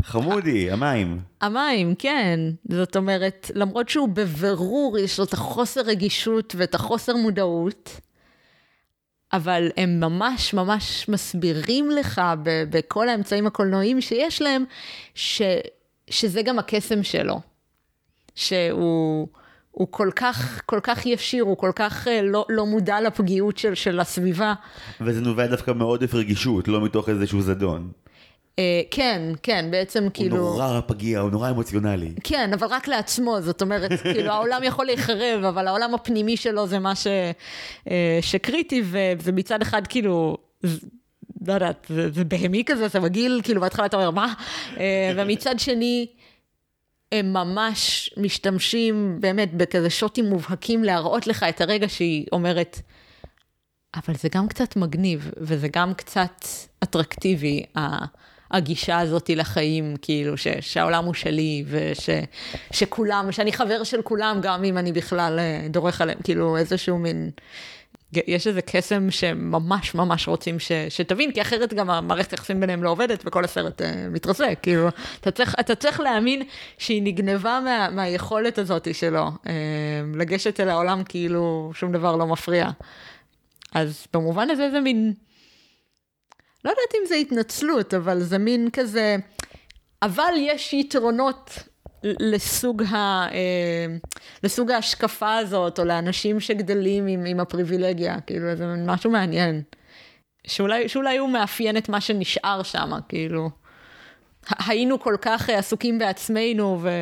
חמודי, המים. המים, כן. זאת אומרת, למרות שהוא בבירור, יש לו את החוסר רגישות ואת החוסר מודעות, אבל הם ממש ממש מסבירים לך ב- בכל האמצעים הקולנועיים שיש להם, ש- שזה גם הקסם שלו. שהוא הוא כל כך, כל כך ישיר, הוא כל כך לא, לא מודע לפגיעות של, של הסביבה. וזה נובע דווקא מעודף רגישות, לא מתוך איזשהו זדון. כן, כן, בעצם כאילו... הוא נורא פגיע, הוא נורא אמוציונלי. כן, אבל רק לעצמו, זאת אומרת, כאילו העולם יכול להיחרב, אבל העולם הפנימי שלו זה מה ש... שקריטי, וזה מצד אחד כאילו... לא יודעת, זה, זה בהמי כזה, זה מגיל, כאילו בהתחלה אתה אומר, מה? ומצד שני, הם ממש משתמשים באמת בכזה שוטים מובהקים להראות לך את הרגע שהיא אומרת, אבל זה גם קצת מגניב, וזה גם קצת אטרקטיבי, הגישה הזאת לחיים, כאילו, ש, שהעולם הוא שלי, וש, שכולם, שאני חבר של כולם, גם אם אני בכלל דורך עליהם, כאילו, איזשהו מין, יש איזה קסם שממש ממש רוצים ש, שתבין, כי אחרת גם המערכת היחסים ביניהם לא עובדת, וכל הסרט uh, מתרסק, כאילו, אתה צריך, אתה צריך להאמין שהיא נגנבה מה, מהיכולת הזאת שלו, uh, לגשת אל העולם כאילו שום דבר לא מפריע. אז במובן הזה זה מין, לא יודעת אם זה התנצלות, אבל זה מין כזה, אבל יש יתרונות לסוג, ה, אה, לסוג ההשקפה הזאת, או לאנשים שגדלים עם, עם הפריבילגיה, כאילו זה משהו מעניין, שאולי, שאולי הוא מאפיין את מה שנשאר שם, כאילו, היינו כל כך עסוקים בעצמנו, ו...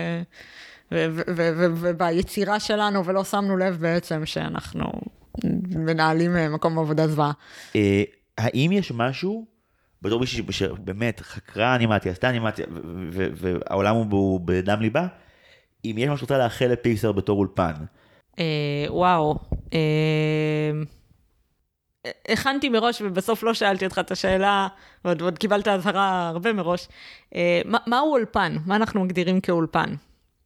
וביצירה שלנו, ולא שמנו לב בעצם שאנחנו מנהלים מקום עבודה זוועה. האם יש משהו, בתור מישהו שבאמת חקרה אנימציה, עשתה אנימציה, והעולם הוא בדם ליבה, אם יש משהו שרוצה לאחל לפיקסאר בתור אולפן? וואו. הכנתי מראש, ובסוף לא שאלתי אותך את השאלה, ועוד קיבלת הזהרה הרבה מראש. מהו אולפן? מה אנחנו מגדירים כאולפן?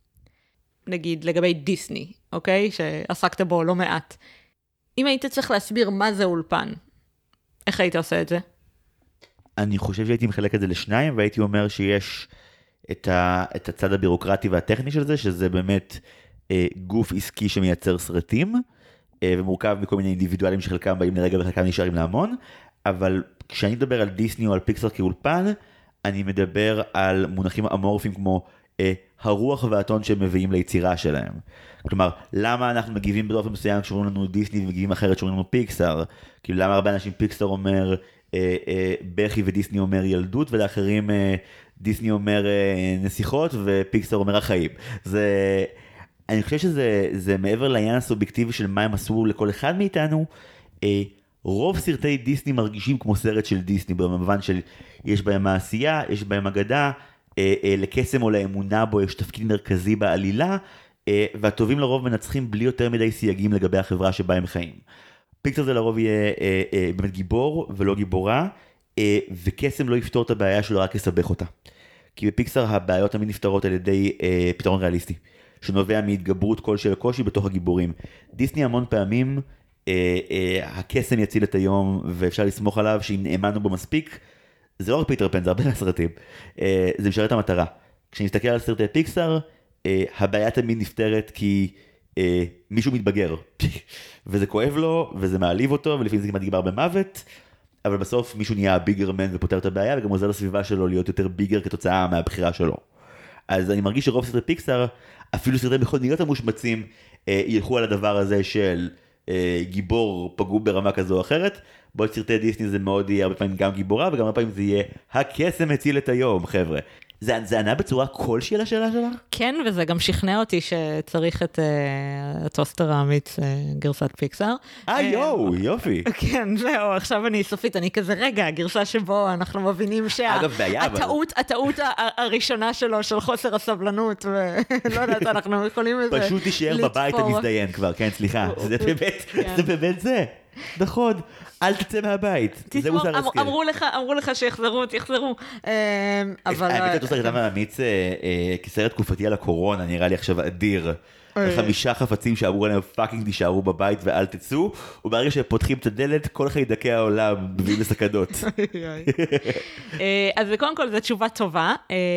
נגיד, לגבי דיסני, אוקיי? שעסקת בו לא מעט. אם היית צריך להסביר מה זה אולפן, איך היית עושה את זה? אני חושב שהייתי מחלק את זה לשניים, והייתי אומר שיש את, ה, את הצד הבירוקרטי והטכני של זה, שזה באמת אה, גוף עסקי שמייצר סרטים, אה, ומורכב מכל מיני אינדיבידואלים שחלקם באים לרגע וחלקם נשארים להמון, אבל כשאני מדבר על דיסני או על פיקסאר כאולפן, אני מדבר על מונחים אמורפיים כמו אה, הרוח והטון שהם מביאים ליצירה שלהם. כלומר, למה אנחנו מגיבים באופן מסוים כשאומרים לנו דיסני ומגיבים אחרת שאומרים לנו פיקסאר? כאילו, למה הרבה אנשים פיקסאר אומר אה, אה, בכי ודיסני אומר ילדות, ולאחרים אה, דיסני אומר אה, נסיכות ופיקסאר אומר החיים. זה, אני חושב שזה זה מעבר לעניין הסובייקטיבי של מה הם עשו לכל אחד מאיתנו. אה, רוב סרטי דיסני מרגישים כמו סרט של דיסני, במובן של יש בהם מעשייה, יש בהם אגדה, אה, אה, לקסם או לאמונה בו יש תפקיד מרכזי בעלילה, והטובים לרוב מנצחים בלי יותר מדי סייגים לגבי החברה שבה הם חיים. פיקסאר זה לרוב יהיה אה, אה, באמת גיבור ולא גיבורה, אה, וקסם לא יפתור את הבעיה שלו, רק יסבך אותה. כי בפיקסאר הבעיות תמיד נפתרות על ידי אה, פתרון ריאליסטי, שנובע מהתגברות כלשהי לקושי בתוך הגיבורים. דיסני המון פעמים, אה, אה, הקסם יציל את היום, ואפשר לסמוך עליו שאם נאמנו בו מספיק, זה לא רק פיטר פן, זה הרבה מהסרטים. אה, זה משרת המטרה. כשנסתכל על סרטי פיקסאר, Uh, הבעיה תמיד נפתרת כי uh, מישהו מתבגר, וזה כואב לו, וזה מעליב אותו, ולפעמים זה כמעט נגמר במוות, אבל בסוף מישהו נהיה הביגר מן ופותר את הבעיה, וגם עוזר לסביבה שלו להיות יותר ביגר כתוצאה מהבחירה שלו. אז אני מרגיש שרוב סרטי פיקסאר, אפילו סרטי מכוניות המושמצים, uh, ילכו על הדבר הזה של uh, גיבור פגום ברמה כזו או אחרת, בעוד סרטי דיסני זה מאוד יהיה הרבה פעמים גם גיבורה, וגם הרבה פעמים זה יהיה הקסם הציל את היום, חבר'ה. זה, זה ענה בצורה כלשהי לשאלה שלך? כן, וזה גם שכנע אותי שצריך את uh, הטוסטר האמיץ, uh, גרסת פיקסאר. אה, יואו, יופי. כן, זהו, עכשיו אני סופית, אני כזה רגע, גרסה שבו אנחנו מבינים שהטעות, הטעות הראשונה שלו של חוסר הסבלנות, ולא יודעת, אנחנו יכולים איזה... פשוט תישאר בבית המזדיין כבר, כן, סליחה, זה באמת, זה באמת זה. נכון, אל תצא מהבית. זה מוסר השכל. אמרו לך, אמרו לך שיחזרו, תחזרו. אבל... האמת, את עושה כתב מאמיץ כסרט תקופתי על הקורונה, נראה לי עכשיו אדיר. חמישה חפצים שאמרו עליהם פאקינג תישארו בבית ואל תצאו, וברגע שפותחים את הדלת, כל חיידקי העולם מביאים לסכנות. אז קודם כל, זו תשובה טובה.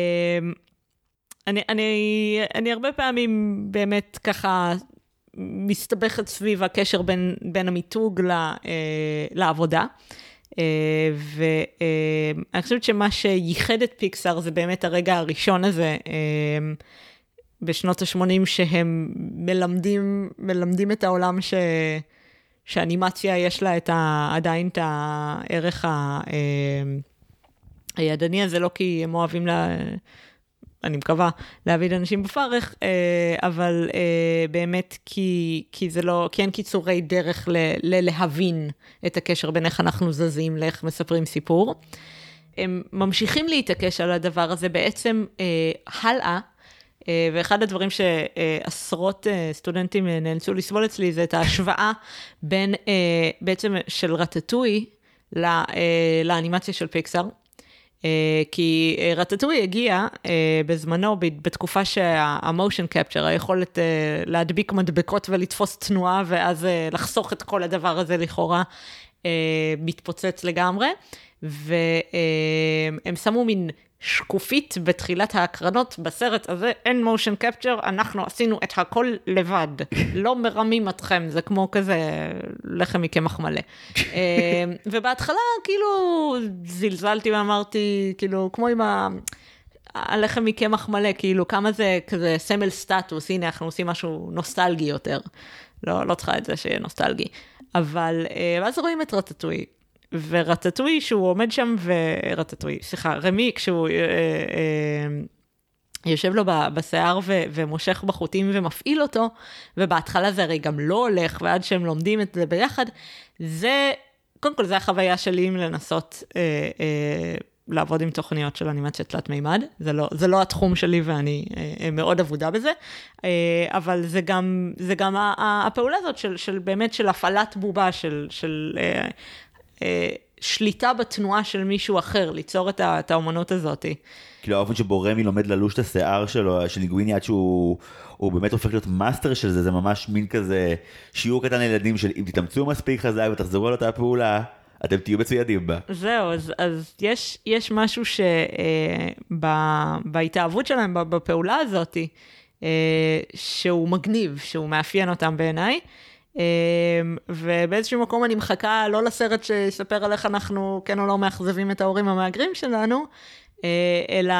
אני, אני, אני הרבה פעמים באמת ככה מסתבכת סביב הקשר בין, בין המיתוג ל, אה, לעבודה, אה, ואני חושבת שמה שייחד את פיקסאר זה באמת הרגע הראשון הזה, אה, בשנות ה-שמונים שהם מלמדים, מלמדים את העולם ש, שאנימציה יש לה את ה, עדיין את הערך ה, אה, הידני הזה, לא כי הם אוהבים לה... אני מקווה להביא אנשים בפרך, אבל באמת כי, כי זה לא, כי אין קיצורי דרך ל, ל, להבין את הקשר בין איך אנחנו זזים, לאיך מספרים סיפור. הם ממשיכים להתעקש על הדבר הזה בעצם הלאה, ואחד הדברים שעשרות סטודנטים נאלצו לסבול אצלי, זה את ההשוואה בין בעצם של רטטוי לאנימציה של פיקסאר. כי רטטוי הגיע בזמנו, בתקופה שהמושן קפצ'ר, היכולת להדביק מדבקות ולתפוס תנועה, ואז לחסוך את כל הדבר הזה לכאורה, מתפוצץ לגמרי, והם שמו מין שקופית בתחילת ההקרנות בסרט הזה, אין מושן קפצ'ר, אנחנו עשינו את הכל לבד, לא מרמים אתכם, זה כמו כזה לחם מקמח מלא. ובהתחלה כאילו זלזלתי ואמרתי, כאילו כמו עם ה... הלחם מקמח מלא, כאילו כמה זה כזה סמל סטטוס, הנה אנחנו עושים משהו נוסטלגי יותר, לא, לא צריכה את זה שיהיה נוסטלגי, אבל ואז רואים את רטטוי, ורטטוי שהוא עומד שם, ורטטוי, סליחה, רמי, כשהוא אה, אה, יושב לו בשיער ו, ומושך בחוטים ומפעיל אותו, ובהתחלה זה הרי גם לא הולך, ועד שהם לומדים את זה ביחד, זה, קודם כל זה החוויה שלי עם לנסות אה, אה, לעבוד עם תוכניות של אנימציה תלת מימד, זה לא, זה לא התחום שלי ואני אה, מאוד עבודה בזה, אה, אבל זה גם, זה גם הפעולה הזאת של, של באמת של הפעלת בובה, של, של אה, שליטה בתנועה של מישהו אחר, ליצור את האומנות הזאת. כאילו האופן שבו רמי לומד ללוש את השיער שלו, של ניגוויני, עד שהוא באמת הופך להיות מאסטר של זה, זה ממש מין כזה שיעור קטן לילדים של אם תתאמצו מספיק חזק ותחזרו על אותה פעולה, אתם תהיו מצוידים בה. זהו, אז, אז יש, יש משהו שבהתאהבות שלהם, בפעולה הזאת, שהוא מגניב, שהוא מאפיין אותם בעיניי, ובאיזשהו מקום אני מחכה לא לסרט שיספר על איך אנחנו כן או לא מאכזבים את ההורים המאגרים שלנו, אלא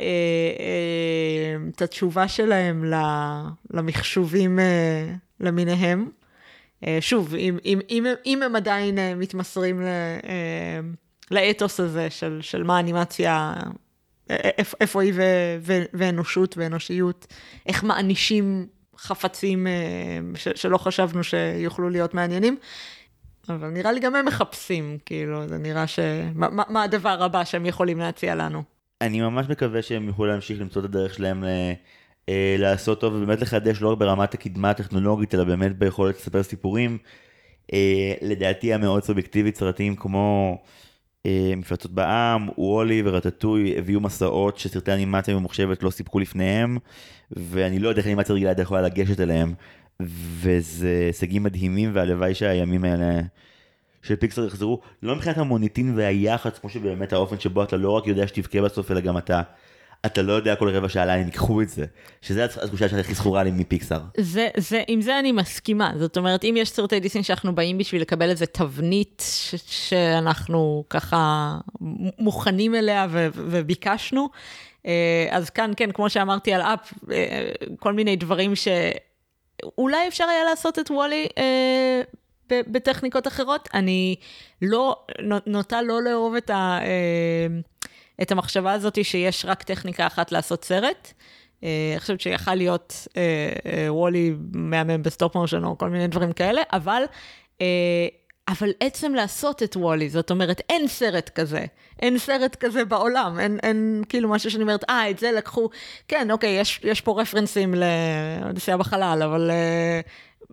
את התשובה שלהם למחשובים למיניהם. שוב, אם, אם, אם, אם הם עדיין מתמסרים לאתוס הזה של, של מה אנימציה, איפה היא ואנושות ואנושיות, איך מענישים חפצים ש- שלא חשבנו שיוכלו להיות מעניינים, אבל נראה לי גם הם מחפשים, כאילו, זה נראה ש... מה, מה הדבר הבא שהם יכולים להציע לנו? אני ממש מקווה שהם יוכלו להמשיך למצוא את הדרך שלהם ל... לעשות טוב, ובאמת לחדש לא רק ברמת הקדמה הטכנולוגית, אלא באמת ביכולת לספר סיפורים. לדעתי המאוד סובייקטיבית, סרטים כמו מפלצות בעם, וולי ורטטוי, הביאו מסעות שסרטי אנימציה ממוחשבת לא סיפקו לפניהם, ואני לא יודע איך אנימציה רגילה יכולה לגשת אליהם, וזה הישגים מדהימים, והלוואי שהימים האלה של פיקסאר יחזרו, לא מבחינת המוניטין והיחץ, כמו שבאמת האופן שבו אתה לא רק יודע שתבכה בסוף, אלא גם אתה, אתה לא יודע כל רבע שעה לאן הם ייקחו את זה, שזה התחושה שהכי זכורה לי מפיקסאר. זה, זה, עם זה אני מסכימה, זאת אומרת, אם יש סרטי דיסני שאנחנו באים בשביל לקבל איזה תבנית ש- שאנחנו ככה מוכנים אליה ו- וביקשנו, אז כאן, כן, כמו שאמרתי על אפ, כל מיני דברים שאולי אפשר היה לעשות את וולי בטכניקות אחרות, אני לא, נוטה לא לאהוב את ה... את המחשבה הזאת שיש רק טכניקה אחת לעשות סרט. אני חושבת שיכל להיות וולי מהמם בסטופ מושן או כל מיני דברים כאלה, אבל, אבל עצם לעשות את וולי, זאת אומרת, אין סרט כזה, אין סרט כזה בעולם, אין, אין כאילו משהו שאני אומרת, אה, את זה לקחו, כן, אוקיי, יש, יש פה רפרנסים לאודיסאה בחלל, אבל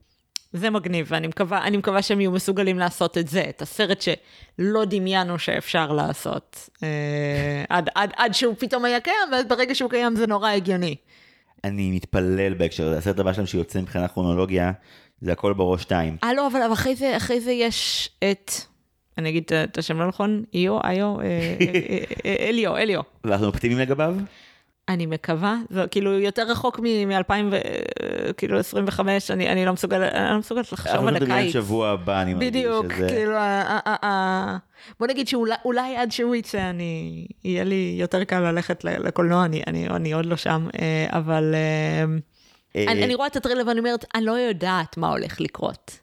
זה מגניב, ואני מקווה, אני מקווה שהם יהיו מסוגלים לעשות את זה, את הסרט שלא דמיינו שאפשר לעשות, אה, עד, עד, עד שהוא פתאום היה קיים, וברגע שהוא קיים זה נורא הגיוני. אני מתפלל בהקשר הזה, הסרט הבא שלהם שיוצא מבחינה כרונולוגיה, זה הכל בראש שתיים. אה, לא, אבל אחרי זה, אחרי זה יש את, אני אגיד את השם לא נכון, איו, איו, אליו, אליו. ואנחנו אופטימיים לגביו? אני מקווה, זה כאילו יותר רחוק מ-אלפיים עשרים וחמש, אני, אני לא מסוגל, אני לא מסוגלת לחשוב על הקיץ. שבוע הבא, אני מרגיש שזה... בדיוק, כאילו, בוא נגיד שאולי עד שהוא יצא, אני, יהיה לי יותר קל ללכת לקולנוע, אני, אני, אני עוד לא שם, אבל אני, אני רואה את הטריילר ואני אומרת, אני לא יודעת מה הולך לקרות.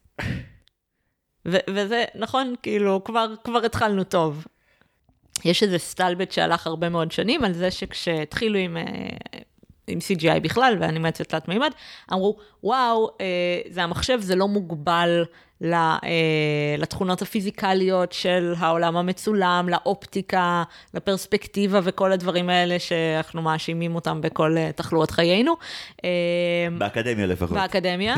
וזה, נכון, כאילו, כבר, כבר התחלנו טוב. יש איזה סטלבט שהלך הרבה מאוד שנים, על זה שכשהתחילו עם, עם סי ג'י איי בכלל, ואנימציה תלת מימד, אמרו, וואו, זה המחשב, זה לא מוגבל לתכונות הפיזיקליות של העולם המצולם, לאופטיקה, לפרספקטיבה וכל הדברים האלה שאנחנו מאשימים אותם בכל תחלואות חיינו. באקדמיה לפחות. באקדמיה.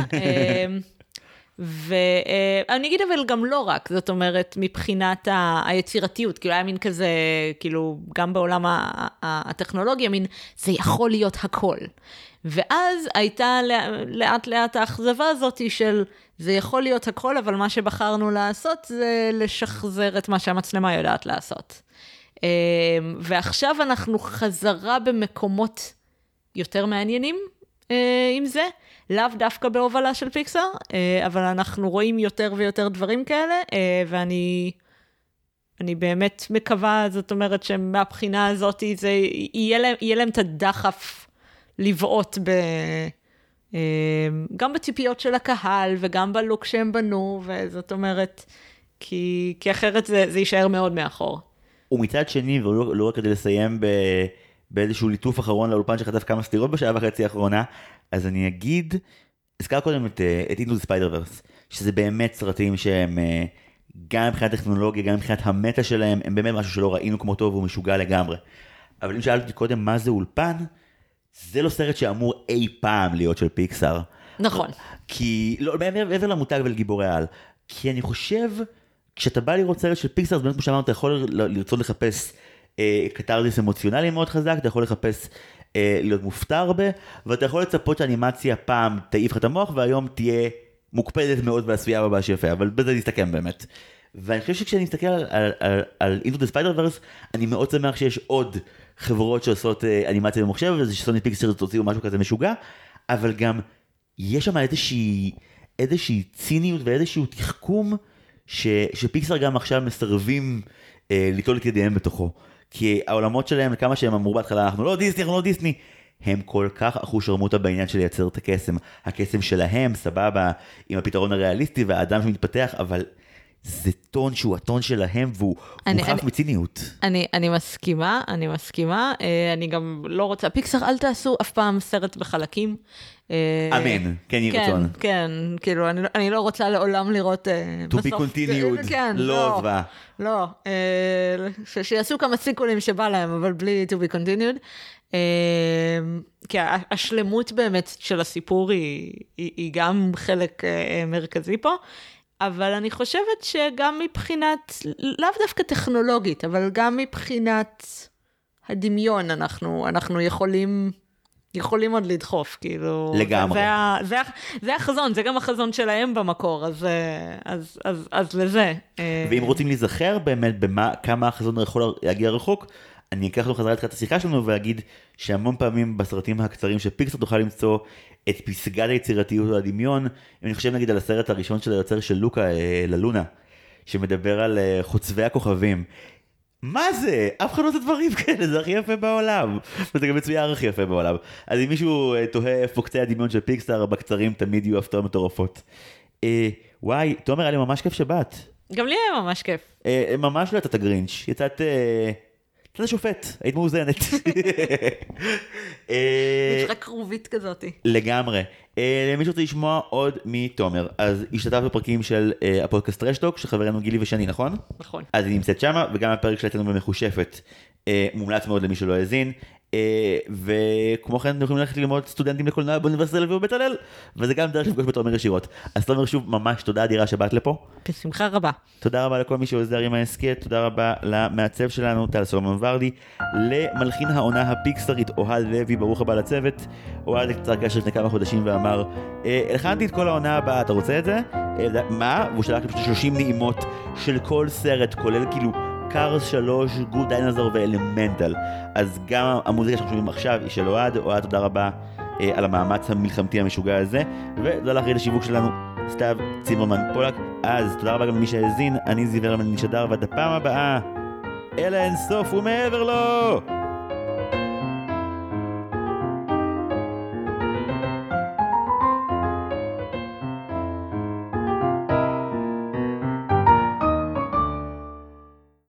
ואני אגיד אבל גם לא רק, זאת אומרת, מבחינת היצירתיות, כאילו היה מין כזה, כאילו גם בעולם הטכנולוגיה, מין זה יכול להיות הכל. ואז הייתה לאט לאט האכזבה הזאת של זה יכול להיות הכל, אבל מה שבחרנו לעשות זה לשחזר את מה שהמצלמה יודעת לעשות. ועכשיו אנחנו חזרה במקומות יותר מעניינים עם זה, לאו דווקא בהובלה של פיקסאר, אבל אנחנו רואים יותר ויותר דברים כאלה, ואני אני באמת מקווה, זאת אומרת שמהבחינה הזאת, זה יהיה להם, יהיה להם את הדחף לבעוט ב, גם בציפיות של הקהל, וגם בלוק שהם בנו, וזאת אומרת, כי, כי אחרת זה, זה יישאר מאוד מאחור. ומצד שני, ולא לא רק כדי לסיים ב... באיזשהו ליטוף אחרון לאולפן שחטף כמה סתירות בשעה וחצי האחרונה, אז אני אגיד, הזכר קודם את, את Into the Spider-Verse, שזה באמת סרטים שהם, גם מבחינת טכנולוגיה, גם מבחינת המטה שלהם, הם באמת משהו שלא ראינו כמו טוב, והוא משוגע לגמרי. אבל אם שאלתי קודם מה זה אולפן, זה לא סרט שאמור אי פעם להיות של פיקסאר. נכון. כי, לא, מעבר למותג ולגיבורי העל, כי אני חושב, כשאתה בא לראות סרט של פיקסאר, זה באמת כמו שאמרנו, אתה יכול לרצות לחפש קטרזיס אמוציונלי מאוד חזק, אתה יכול לחפש להיות מופתע הרבה, ואתה יכול לצפות שהאנימציה פעם תעיף לך את המוח, והיום תהיה מוקפדת מאוד בעשייה הבאה שיפה, אבל בזה נסתכם באמת. ואני חושב שכשאני מסתכל על, על, על, על Into the Spider-Verse, אני מאוד שמח שיש עוד חברות שעושות אנימציה במחשב, וזה שסוני פיקסאר תוציאו משהו כזה משוגע, אבל גם יש שם איזושהי, איזושהי ציניות ואיזשהו תחכום, ש, שפיקסאר גם עכשיו מסרבים אה, ליטול את ידיהם בתוכו. כי העולמות שלהם, כמה שהם אמרו בהתחלה, אנחנו לא דיסני, אנחנו לא דיסני, הם כל כך אחו שרמוטה בעניין של לייצר את הקסם. הקסם שלהם, סבבה, עם הפתרון הריאליסטי והאדם שמתפתח, אבל זה טון שהוא הטון שלהם, והוא אני, חף אני, מציניות. אני, אני מסכימה, אני מסכימה, אני גם לא רוצה, פיקסאר, אל תעשו אף פעם סרט בחלקים. אמן, כן יהי רצון. כן, כן, כאילו, אני, אני לא רוצה לעולם לראות to בסוף. To be continued, כן, לא עזבה. לא, ש, שיעשו כמה סיקולים שבא להם, אבל בלי to be continued. כי השלמות באמת של הסיפור היא, היא, היא גם חלק מרכזי פה. אבל אני חושבת שגם מבחינת, לאו דווקא טכנולוגית, אבל גם מבחינת הדמיון, אנחנו, אנחנו יכולים, יכולים עוד לדחוף, כאילו. לגמרי. זה, זה, זה החזון, זה גם החזון שלהם במקור, אז, אז, אז, אז לזה. ואם רוצים להיזכר באמת במה, כמה החזון יכול להגיע רחוק, אני אקח לו חזרה לתחילת השיחה שלנו ואגיד שהמון פעמים בסרטים הקצרים של פיקסאר תוכל למצוא את פסגת היצירתיות או הדמיון. אם אני חושב נגיד על הסרט הראשון של היוצר של לוקה, ללונה, שמדבר על חוצבי הכוכבים. מה זה? אף אחד לא עושה דברים כאלה, זה הכי יפה בעולם. וזה גם מצויר הכי יפה בעולם. אז אם מישהו תוהה איפה קצה הדמיון של פיקסאר, בקצרים תמיד יהיו הפתעות מטורפות. אה, וואי, תומר, היה לי ממש כיף שבאת. גם לי היה ממש כיף. אה, ממש לא יצאת הגרינץ', יצאת... אה... אתה שופט, היית מאוזנת. יש רק קרובית כזאת. לגמרי. למי שרוצה לשמוע עוד מתומר, אז השתתף בפרקים של הפודקאסט טרשטוק, של חברנו גילי ושני, נכון? נכון. אז היא נמצאת שמה, וגם הפרק שלנו במחושפת, מומלץ מאוד למי שלא האזין. וכמו כן אתם יכולים ללכת ללמוד סטודנטים לקולנוע באוניברסיטת תל אביב ובית הלל, וזה גם דרך לפגוש בתומר ישירות. אז תומר, שוב ממש תודה אדירה שבאת לפה. בשמחה רבה. תודה רבה לכל מי שעוזר עם ההסכת, תודה רבה למעצב שלנו טל סולומון ורדי, למלחין העונה הפיקסטרית אוהד לוי, ברוך הבא לצוות. אוהד קצר קשר לפני כמה חודשים ואמר, הלחנתי את כל העונה הבאה, אתה רוצה את זה? מה? והוא שלח לי שלושים נעימות של כל סרט, כולל כאילו קארס שלוש, גוד דיינזור ואלמנטל. אז גם המוזיקה שאנחנו שומעים עכשיו היא של אוהד. אוהד, תודה רבה אה, על המאמץ המלחמתי המשוגע הזה, ותודה לאחראית השיווק שלנו סתיו צימרמן פולק. אז תודה רבה גם למי שהאזין, אני זיו הרמן נשדר, ועד הפעם הבאה אל האינסוף ומעבר לו.